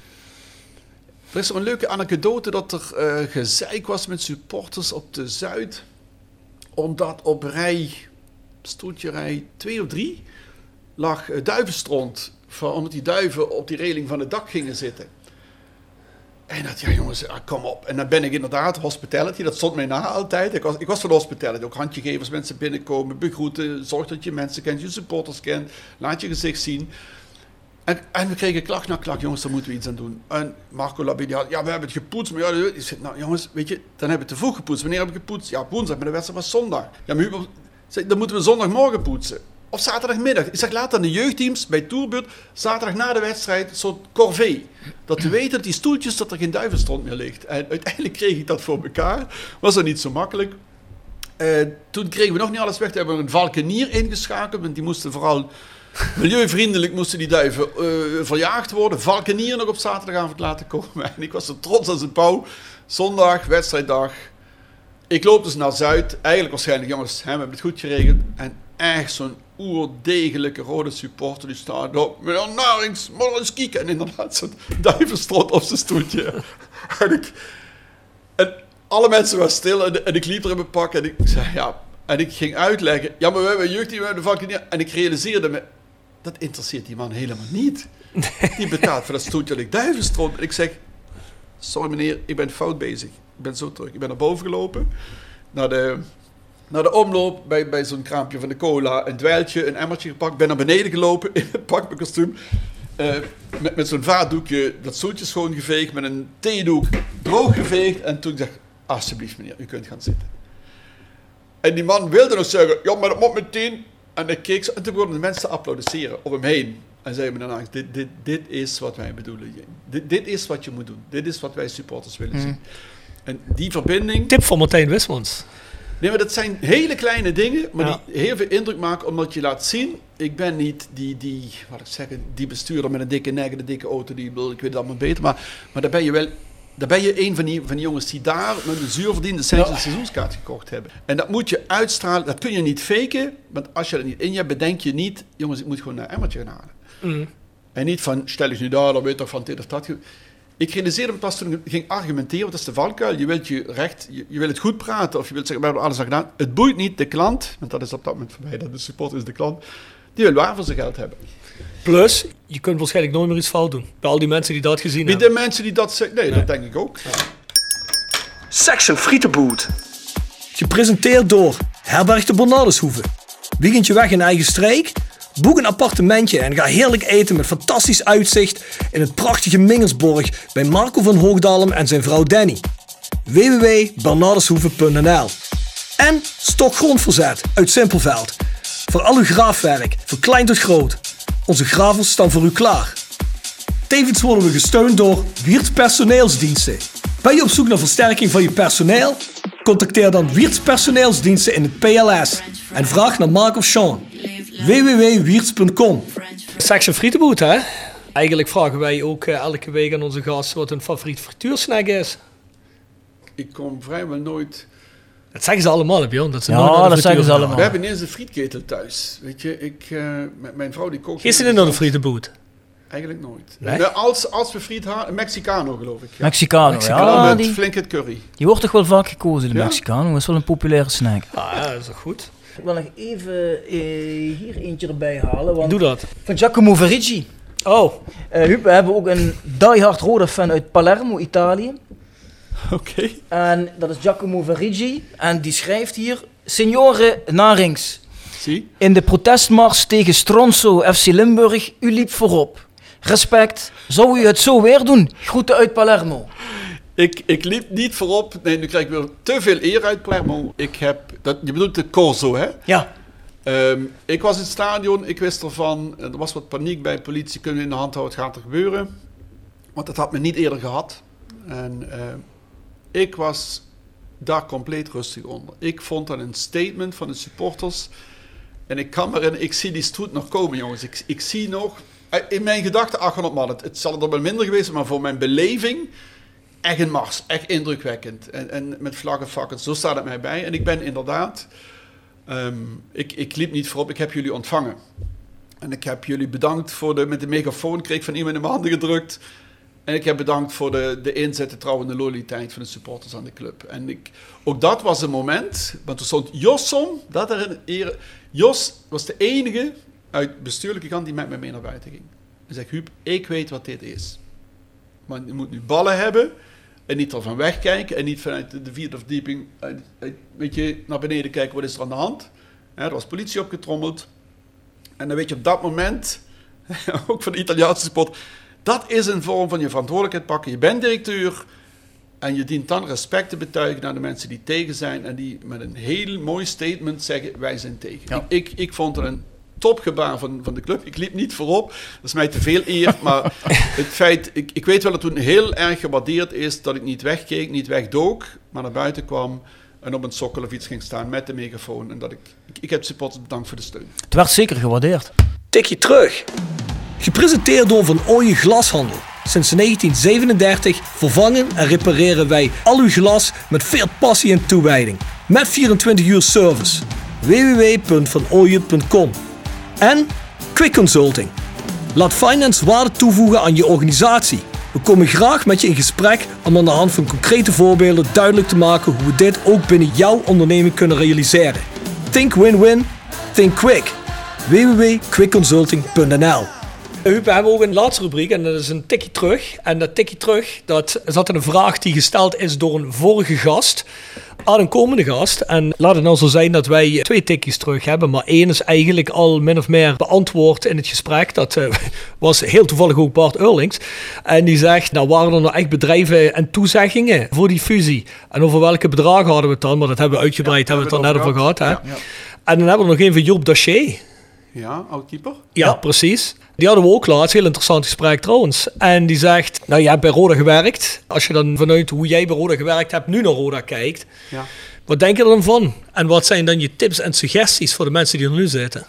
I: Er is er een leuke anekdote dat er gezeik was met supporters op de Zuid. Omdat op stoeltje rij 2 of 3 lag duivenstront. Omdat die duiven op die reling van het dak gingen zitten. En dat, ja jongens, kom op. En dan ben ik inderdaad, hospitality, dat stond mij na altijd. Ik was van de hospitality, ook handje geven als mensen binnenkomen, begroeten, zorg dat je mensen kent, je supporters kent, laat je gezicht zien. En we kregen klacht na klacht, jongens, daar moeten we iets aan doen. En Marco Labidi had, ja, we hebben het gepoetst. Maar ja, ik zeg, nou jongens, weet je, dan hebben we te vroeg gepoetst. Wanneer hebben we gepoetst? Ja, woensdag, maar de wedstrijd was zondag. Ja, maar dan moeten we zondagmorgen poetsen. Of zaterdagmiddag. Ik zeg, laat dan de jeugdteams bij Tourbeurt zaterdag na de wedstrijd, een soort corvée. Dat we weten dat die stoeltjes, dat er geen duivenstront meer ligt. En uiteindelijk kreeg ik dat voor elkaar. Was dat niet zo makkelijk. Toen kregen we nog niet alles weg. Toen hebben we een valkenier ingeschakeld. Want die moesten vooral milieuvriendelijk moesten die duiven verjaagd worden. Valkenier nog op zaterdagavond laten komen. En ik was er trots als een pauw. Zondag, wedstrijddag. Ik loop dus naar Zuid. Eigenlijk waarschijnlijk, jongens, we hebben het goed geregeld. En echt zo'n oerdegelijke rode supporter die staat op. Meneer Narings, maar eens kijken. En inderdaad zo'n duivenstrot op zijn stoeltje. En alle mensen waren stil en ik liep er in mijn pak en ik zei ja. En ik ging uitleggen, ja maar we hebben een jeugdteam, we hebben de valkenier. En ik realiseerde me, dat interesseert die man helemaal niet. Die betaalt voor dat stoeltje dat ik duivenstrot. En ik zeg, sorry meneer, ik ben fout bezig. Ik ben zo terug. Ik ben naar boven gelopen. Naar de omloop bij zo'n kraampje van de cola. Een dweiltje, een emmertje gepakt. Ben naar beneden gelopen in het pak, mijn kostuum. Met zo'n vaatdoekje dat stoeltje schoongeveegd. Met een theedoek droog geveegd. En toen dacht ik, alsjeblieft meneer, u kunt gaan zitten. En die man wilde nog zeggen, ja maar dat moet meteen. En ik keek zo. En toen begonnen de mensen te applaudisseren om hem heen. En zei me daarna, dit is wat wij bedoelen. Dit is wat je moet doen. Dit is wat wij supporters willen zien. En die verbinding...
A: Tip van Martijn Wismans.
I: Nee, maar dat zijn hele kleine dingen, maar die heel veel indruk maken, omdat je laat zien, ik ben niet die bestuurder met een dikke nek en een dikke auto, ik weet het allemaal beter, maar daar ben je wel... Dan ben je een van die jongens die daar met een zuurverdiende centjes een seizoenskaart gekocht hebben. En dat moet je uitstralen, dat kun je niet faken, want als je dat niet in je hebt, bedenk je niet, jongens, ik moet gewoon naar Emmertje gaan halen. En niet van, stel je nu daar, dan weet toch van dit of dat. Ik realiseerde me pas toen ik ging argumenteren, want dat is de valkuil. Je wilt je recht, je wil het goed praten, of je wilt zeggen, we hebben alles aan gedaan. Het boeit niet de klant, want dat is op dat moment voorbij, dat de supporter is de klant, die wil waar voor zijn geld hebben.
A: Plus, je kunt waarschijnlijk nooit meer iets fout doen. Bij al die mensen die dat gezien hebben.
I: Bij de mensen die dat zeggen, nee, dat denk ik ook. Ja.
J: Section Frietenboot.
A: Gepresenteerd door Herberg de Bernardeshoeve. Weekendje weg in eigen streek? Boek een appartementje en ga heerlijk eten met fantastisch uitzicht in het prachtige Mingersborg bij Marco van Hoogdalem en zijn vrouw Danny. www.bernardeshoeve.nl. En Stokgrondverzet uit Simpelveld. Voor al uw graafwerk, van klein tot groot. Onze gravels staan voor u klaar. Tevens worden we gesteund door Wiertz Personeelsdiensten. Ben je op zoek naar versterking van je personeel? Contacteer dan Wiertz Personeelsdiensten in het PLS. En vraag naar Mark of Sean. www.wiertz.com. Section Frietenboot, hè? Eigenlijk vragen wij ook elke week aan onze gasten wat hun favoriet frituursnack is.
I: Ik kom vrijwel nooit...
A: Dat zeggen ze allemaal, Björn. Dat
H: zeggen ze allemaal.
I: We hebben ineens een frietketel thuis. Weet je, mijn vrouw die kookt...
A: Is er nog een frietenboot?
I: Eigenlijk nooit.
A: Nee?
I: Als we friet hadden, een Mexicano geloof ik. Ja.
H: Mexicano, ja.
I: Met flink het curry.
H: Die wordt toch wel vaak gekozen, de Mexicano. Dat is wel een populaire snack.
A: Ah ja, dat is toch goed.
H: Ik wil nog even hier eentje erbij halen. Want
A: doe dat.
H: Van Giacomo Verigi.
A: Oh.
H: Huub, we hebben ook een diehard rode fan uit Palermo, Italië.
I: Oké.
H: En dat is Giacomo Verigi. En die schrijft hier, Signore Narings.
I: Zie.
H: In de protestmars tegen Stronzo FC Limburg, u liep voorop. Respect. Zou u het zo weer doen? Groeten uit Palermo.
I: Ik liep niet voorop. Nee, nu krijg ik weer te veel eer uit Palermo. Je bedoelt de Corso, hè?
H: Ja.
I: Ik was in het stadion, ik wist ervan. Er was wat paniek bij politie. Kunnen we in de hand houden, wat gaat er gebeuren? Want dat had men niet eerder gehad. En ik was daar compleet rustig onder. Ik vond dat een statement van de supporters. En ik zie die stoet nog komen, jongens. Ik zie nog, in mijn gedachten 800 man. Het zal er wel minder geweest zijn, maar voor mijn beleving echt een mars. Echt indrukwekkend. En met vlaggen, vakken, zo staat het mij bij. En ik ben inderdaad, ik liep niet voorop, ik heb jullie ontvangen. En ik heb jullie bedankt met de megafoon, kreeg van iemand in mijn handen gedrukt. En ik heb bedankt voor de inzet, de trouw en de loyaliteit van de supporters aan de club. En ook dat was een moment, want er stond Jos Som, Jos was de enige uit bestuurlijke kant die met mij mee naar buiten ging. En zei, Huub, ik weet wat dit is. Maar je moet nu ballen hebben en niet ervan wegkijken en niet vanuit de vierde verdieping naar beneden kijken, wat is er aan de hand. Er was politie opgetrommeld. En dan weet je op dat moment, ook van de Italiaanse support, dat is een vorm van je verantwoordelijkheid pakken. Je bent directeur en je dient dan respect te betuigen naar de mensen die tegen zijn en die met een heel mooi statement zeggen, wij zijn tegen. Ja. Ik vond het een topgebaar van de club. Ik liep niet voorop, dat is mij te veel eer, maar het feit, ik weet wel dat toen heel erg gewaardeerd is dat ik niet wegkeek, niet wegdook, maar naar buiten kwam en op een sokkel of iets ging staan met de megafoon. En dat ik heb de supporters bedankt voor de steun.
H: Het werd zeker gewaardeerd.
A: Tikje terug. Gepresenteerd door Van Ooyen Glashandel. Sinds 1937 vervangen en repareren wij al uw glas met veel passie en toewijding. Met 24 uur service. www.vanooyen.com. En Quick Consulting. Laat finance waarde toevoegen aan je organisatie. We komen graag met je in gesprek om aan de hand van concrete voorbeelden duidelijk te maken hoe we dit ook binnen jouw onderneming kunnen realiseren. Think win-win, think quick. www.quickconsulting.nl. Huub, we hebben ook een laatste rubriek en dat is een tikje terug. En dat tikje terug, dat zat in een vraag die gesteld is door een vorige gast aan een komende gast. En laat het nou zo zijn dat wij 2 tikjes terug hebben, maar 1 is eigenlijk al min of meer beantwoord in het gesprek. Dat was heel toevallig ook Bart Eurlings. En die zegt, nou waren er nou echt bedrijven en toezeggingen voor die fusie? En over welke bedragen hadden we het dan? Maar dat hebben we uitgebreid, hebben we het er net over gehad. Hè? Ja. En dan hebben we nog een van Joop Daché.
I: Ja, oud-keeper.
A: Ja, precies. Die hadden we ook laatst, heel interessant gesprek trouwens. En die zegt, nou jij hebt bij Roda gewerkt. Als je dan vanuit hoe jij bij Roda gewerkt hebt, nu naar Roda kijkt. Ja. Wat denk je er dan van? En wat zijn dan je tips en suggesties voor de mensen die er nu zitten?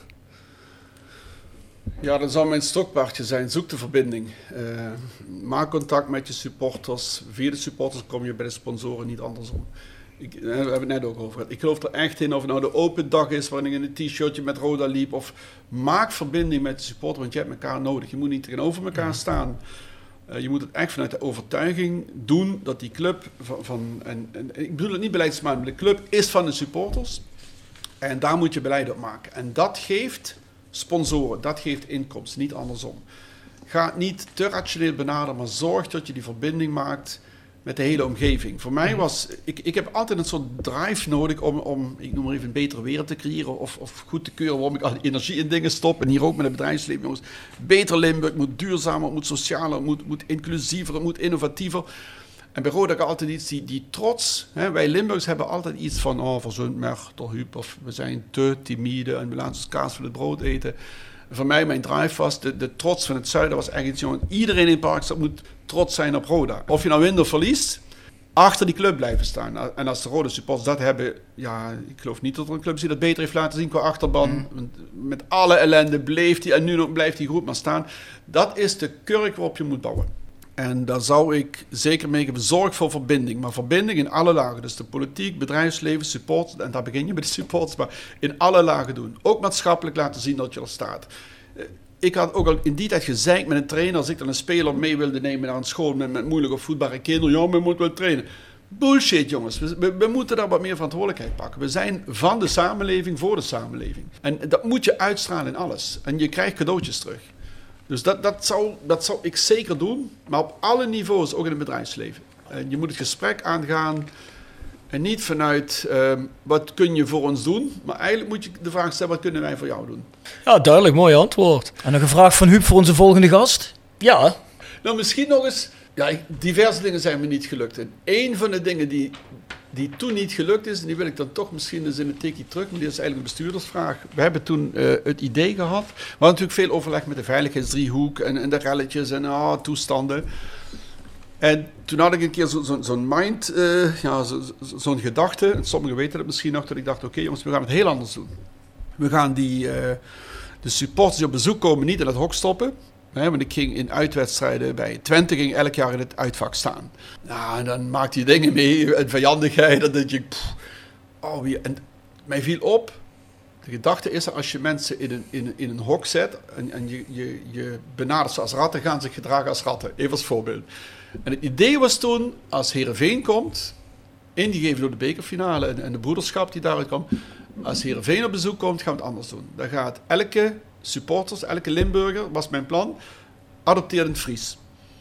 I: Ja, dat zou mijn stokpaardje zijn. Zoek de verbinding. Maak contact met je supporters. Via de supporters kom je bij de sponsoren, niet andersom. We hebben het net ook over gehad. Ik geloof er echt in of het nou de open dag is waarin ik in een t-shirtje met Roda liep. Of maak verbinding met de supporter, want je hebt elkaar nodig. Je moet niet tegenover elkaar staan. Je moet het echt vanuit de overtuiging doen dat die club en ik bedoel het niet beleidsmatig, maar de club is van de supporters. En daar moet je beleid op maken. En dat geeft sponsoren, dat geeft inkomsten, niet andersom. Ga het niet te rationeel benaderen, maar zorg dat je die verbinding maakt met de hele omgeving. Voor mij was, ik heb altijd een soort drive nodig om ik noem maar even, een betere wereld te creëren of goed te keuren waarom ik al die energie in dingen stop. En hier ook met het bedrijfsleven, jongens. Beter Limburg, moet duurzamer, het moet socialer, het moet inclusiever, het moet innovatiever. En bij Roda heb ik altijd iets, die trots. Hè, wij Limburgers hebben altijd iets van, verzund Merchter, Huub, of we zijn te timide en we laten ons kaas voor het brood eten. Voor mij, mijn drive was, de trots van het zuiden was echt iets, jongen. Iedereen in het park moet trots zijn op Roda. Of je nou wint of verliest, achter die club blijven staan. En als de Roda supporters dat hebben, ja, ik geloof niet dat er een club is die dat beter heeft laten zien qua achterban. Met alle ellende bleef die, en nu nog blijft die groep maar staan. Dat is de kurk waarop je moet bouwen. En daar zou ik zeker mee geven, zorg voor verbinding. Maar verbinding in alle lagen. Dus de politiek, bedrijfsleven, supporters. En daar begin je met de supporters, maar in alle lagen doen. Ook maatschappelijk laten zien dat je er staat. Ik had ook al in die tijd gezeikt met een trainer. Als ik dan een speler mee wilde nemen naar een school met moeilijk opvoedbare kinderen. Ja, we moeten wel trainen. Bullshit, jongens. We moeten daar wat meer verantwoordelijkheid pakken. We zijn van de samenleving voor de samenleving. En dat moet je uitstralen in alles. En je krijgt cadeautjes terug. Dus dat zou ik zeker doen, maar op alle niveaus, ook in het bedrijfsleven. En je moet het gesprek aangaan En niet vanuit wat kun je voor ons doen, maar eigenlijk moet je de vraag stellen, wat kunnen wij voor jou doen?
A: Ja, duidelijk, mooi antwoord.
H: En nog een vraag van Huub voor onze volgende gast.
A: Ja.
I: Nou, misschien nog eens, diverse dingen zijn me niet gelukt. En één van de dingen die toen niet gelukt is, en die wil ik dan toch misschien eens in een tikje terug, maar die is eigenlijk een bestuurdersvraag. We hebben toen het idee gehad, we hadden natuurlijk veel overleg met de veiligheidsdriehoek en de relletjes en toestanden. En toen had ik een keer zo'n mind, zo'n gedachte, en sommigen weten het misschien nog, dat ik dacht, oké, jongens, we gaan het heel anders doen. We gaan de supporters die op bezoek komen niet in het hok stoppen. Want ik ging in uitwedstrijden bij Twente ging elk jaar in het uitvak staan. Nou, en dan maakte je dingen mee, en vijandigheid, dan denk je, en mij viel op, de gedachte is dat als je mensen in een hok zet en je benadert ze als ratten, gaan ze zich gedragen als ratten. Even als voorbeeld. En het idee was toen, als Heerenveen komt, ingegeven door de bekerfinale en de broederschap die daaruit kwam, als Heerenveen op bezoek komt, gaan we het anders doen. Dan gaat elke supporters, elke Limburger, was mijn plan, adopteert een Fries.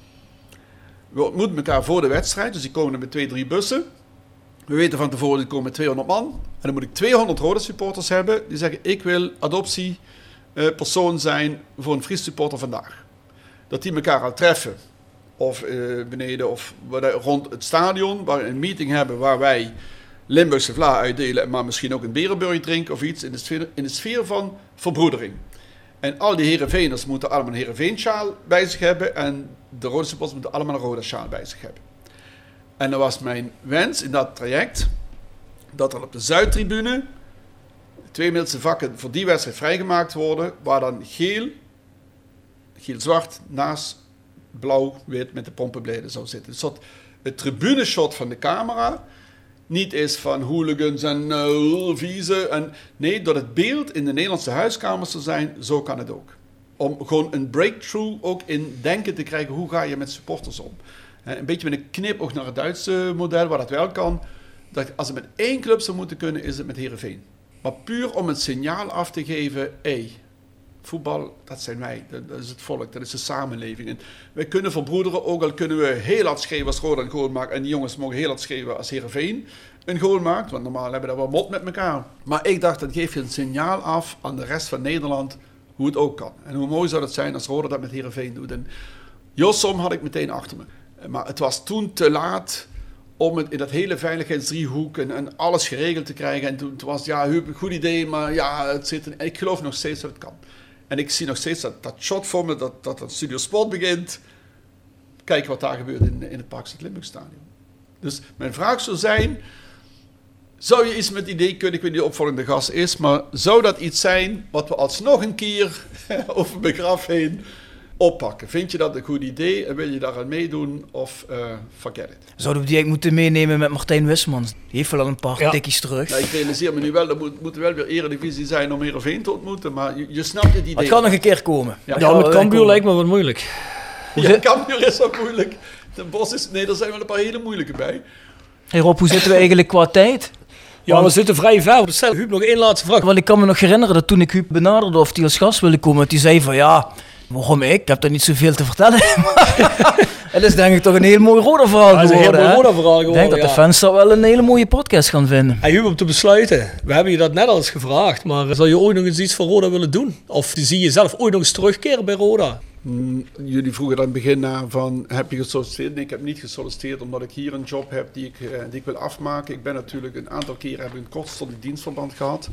I: We ontmoeten elkaar voor de wedstrijd, dus die komen er met 2-3 bussen. We weten van tevoren, die komen met 200 man. En dan moet ik 200 rode supporters hebben, die zeggen, ik wil adoptiepersoon zijn voor een Fries supporter vandaag. Dat die elkaar gaan treffen. Of beneden of rond het stadion, waar we een meeting hebben waar wij Limburgse vla uitdelen, maar misschien ook een berenburger drinken of iets in de sfeer van verbroedering. En al die Heerenveeners moeten allemaal een Heerenveen-sjaal bij zich hebben en de rode supporters moeten allemaal een rode sjaal bij zich hebben. En dan was mijn wens in dat traject dat er op de Zuidtribune 2 middelste vakken voor die wedstrijd vrijgemaakt worden, waar dan geel-zwart naast blauw-wit met de pompenbleden zou zitten. Dus dat het tribuneshot van de camera niet is van hooligans en vieze. Nee, dat het beeld in de Nederlandse huiskamers te zijn, zo kan het ook. Om gewoon een breakthrough ook in denken te krijgen, hoe ga je met supporters om? Een beetje met een knipoog naar het Duitse model, waar dat wel kan. Dat als het met 1 club zou moeten kunnen, is het met Heerenveen. Maar puur om het signaal af te geven, voetbal, dat zijn wij, dat is het volk, dat is de samenleving. En wij kunnen verbroederen, ook al kunnen we heel hard schreeuwen als Roda een goal maakt. En die jongens mogen heel hard schreeuwen als Heerenveen een goal maakt. Want normaal hebben we dat wel mot met elkaar. Maar ik dacht, dat geeft je een signaal af aan de rest van Nederland hoe het ook kan. En hoe mooi zou het zijn als Roda dat met Heerenveen doet. En Jossom had ik meteen achter me. Maar het was toen te laat om het in dat hele veiligheidsdriehoek en alles geregeld te krijgen. En toen was het, een goed idee, maar het zit en ik geloof nog steeds dat het kan. En ik zie nog steeds dat shot voor me, dat Studio Sport begint. Kijken wat daar gebeurt in het Parkstad Limburg Stadion. Dus mijn vraag zou zijn, zou je iets met het idee kunnen, ik weet niet of de opvolgende gast is, maar zou dat iets zijn wat we alsnog een keer over begraf heen oppakken? Vind je dat een goed idee en wil je daar aan meedoen of forget it? Zouden we
H: die eigenlijk moeten meenemen met Martijn Wismans? Die heeft wel al een paar tikjes terug.
I: Nou, ik realiseer me nu wel, dat moet wel weer Eredivisie zijn om Heerenveen te ontmoeten, maar je snapt het idee.
H: Het kan nog een keer komen.
A: Ja, met Cambuur lijkt me wat moeilijk.
I: Cambuur is ook moeilijk. Den Bosch er zijn wel een paar hele moeilijke bij.
H: Hey Rob, hoe zitten we eigenlijk qua tijd?
A: Ja, we zitten vrij ver. Stel Huub nog 1 laatste vraag.
H: Want ik kan me nog herinneren dat toen ik Huub benaderde of hij als gast wilde komen, dat hij zei van waarom ik? Ik heb daar niet zoveel te vertellen. Het is denk ik toch een heel mooi Roda-verhaal geworden. Ik denk dat de fans daar wel een hele mooie podcast gaan vinden.
A: En Huub, om te besluiten. We hebben je dat net al eens gevraagd. Maar zou je ooit nog eens iets voor Roda willen doen? Of zie je zelf ooit nog eens terugkeren bij Roda?
I: Jullie vroegen aan het begin naar van, heb je gesolliciteerd? Nee, ik heb niet gesolliciteerd omdat ik hier een job heb die ik wil afmaken. Ik ben natuurlijk een aantal keren heb ik een kortstondig dienstverband gehad.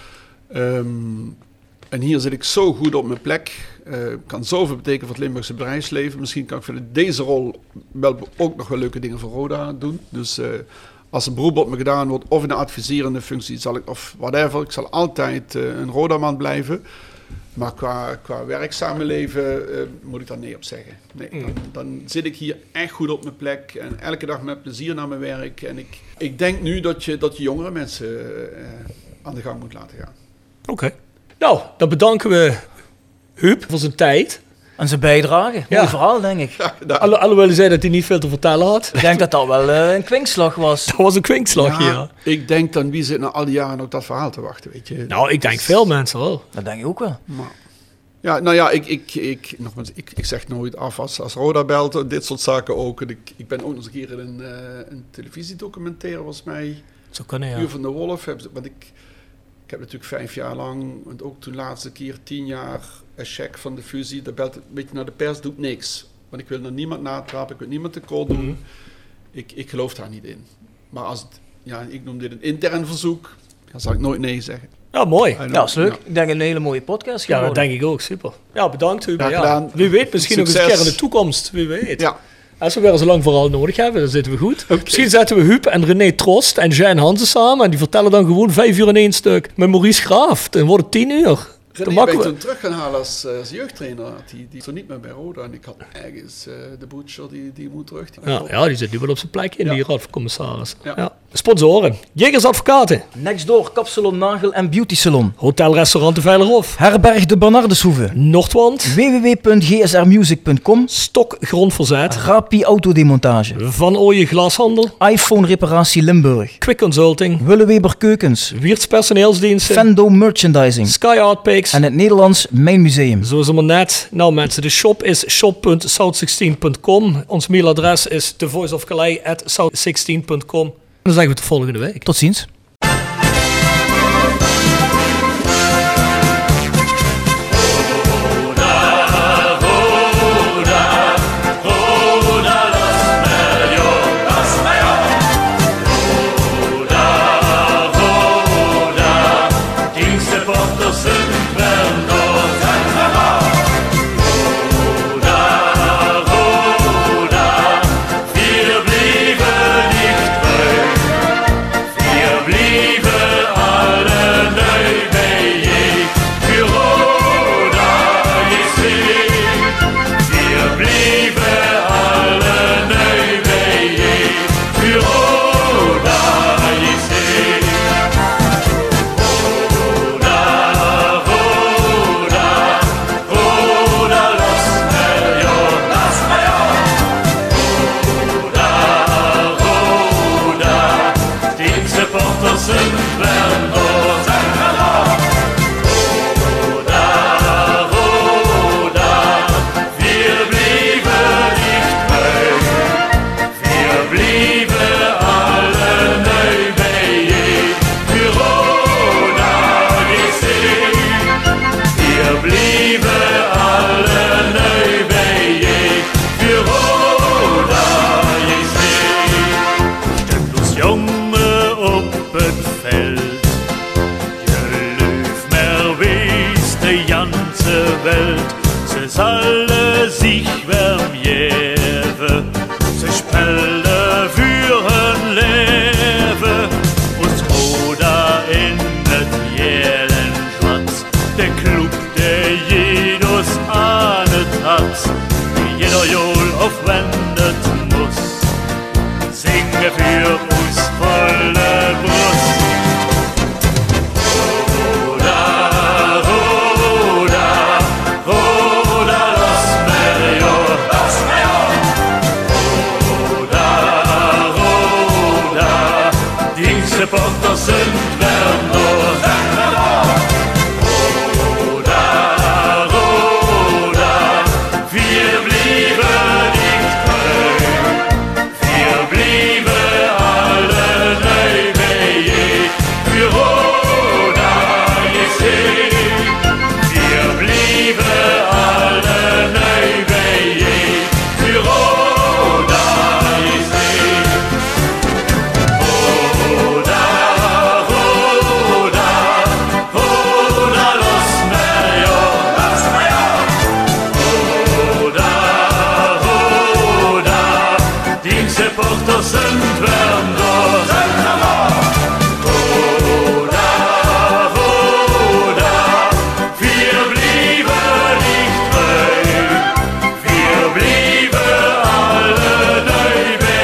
I: En hier zit ik zo goed op mijn plek. Kan zoveel betekenen voor het Limburgse bedrijfsleven. Misschien kan ik vanuit deze rol wel ook nog wel leuke dingen voor Roda doen. Dus als een beroep op me gedaan wordt of in een adviserende functie of whatever. Ik zal altijd een Roda-man blijven. Maar qua werkzame leven moet ik daar nee op zeggen. Nee, dan zit ik hier echt goed op mijn plek. En elke dag met plezier naar mijn werk. En ik denk nu dat je jongere mensen aan de gang moet laten gaan.
A: Oké. Nou, dan bedanken we Huub voor zijn tijd.
H: En zijn bijdrage. Mooi verhaal, denk ik.
A: Ja, alhoewel hij zei dat hij niet veel te vertellen had.
H: Ik denk dat dat wel een kwinkslag was.
A: Dat was een kwinkslag, ja.
I: Ik denk dan, wie zit na al die jaren op dat verhaal te wachten, weet je.
A: Nou, ik denk veel mensen wel.
H: Dat denk ik ook wel.
I: Maar Ja, nou ja, ik zeg nooit af als Roda belt en dit soort zaken ook. En ik ben ook nog eens een keer in een televisiedocumentaire, volgens mij.
A: Zo kunnen, ja.
I: Uur van de Wolf. Want ik heb natuurlijk 5 jaar lang, en ook toen laatste keer 10 jaar, een check van de fusie. Dat belt een beetje naar de pers, doet niks. Want ik wil naar niemand natrappen, ik wil niemand tekort doen.
A: Mm-hmm.
I: Ik geloof daar niet in. Maar als het, ik noem dit een intern verzoek, dan zal ik nooit nee zeggen.
A: Ja, mooi.
H: Ja, dat is leuk. Ja. Ik denk een hele mooie podcast geworden.
A: Ja, dat denk ik ook. Super. Ja, bedankt Huber.
I: Ja.
A: Wie weet, misschien nog eens een keer in de toekomst. Wie weet.
I: Ja.
A: Als we weer zo lang vooral nodig hebben, dan zitten we goed. Okay. Misschien zetten we Huub en René Trost en Jean Hansen samen. En die vertellen dan gewoon 5 uur in 1 stuk. Met Maurice Graaf. Dan wordt het 10 uur.
I: René ben ik toen terug gaan halen als jeugdtrainer. Die stond niet meer bij Roda. En ik had ergens de Butcher, die moet terug.
A: Die zit nu wel op zijn plek in die raad van commissaris. Ja. Sponsoren. Jegers Advocaten.
H: Nextdoor, Kapsalon, Nagel en Beauty Salon.
A: Hotel Restaurant de Veilerhof.
H: Herberg de Bernardeshoeve.
A: Noordwand.
H: www.gsrmusic.com.
A: Stok Grondverzet.
H: Rapi Autodemontage.
A: Van Ooyen Glashandel.
H: iPhone Reparatie Limburg.
A: Quick Consulting.
H: Willeweber Keukens.
A: Wiertz Personeelsdiensten.
H: Fendo Merchandising.
A: Sky Art Picks.
H: En het Nederlands Mijn Museum.
A: Zo is het maar net. Nou mensen, de shop is shop.south16.com. Ons mailadres is thevoiceofcalais@south16.com. En dan zeggen we tot volgende week.
H: Tot ziens.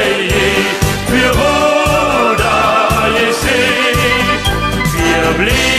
K: Bleed.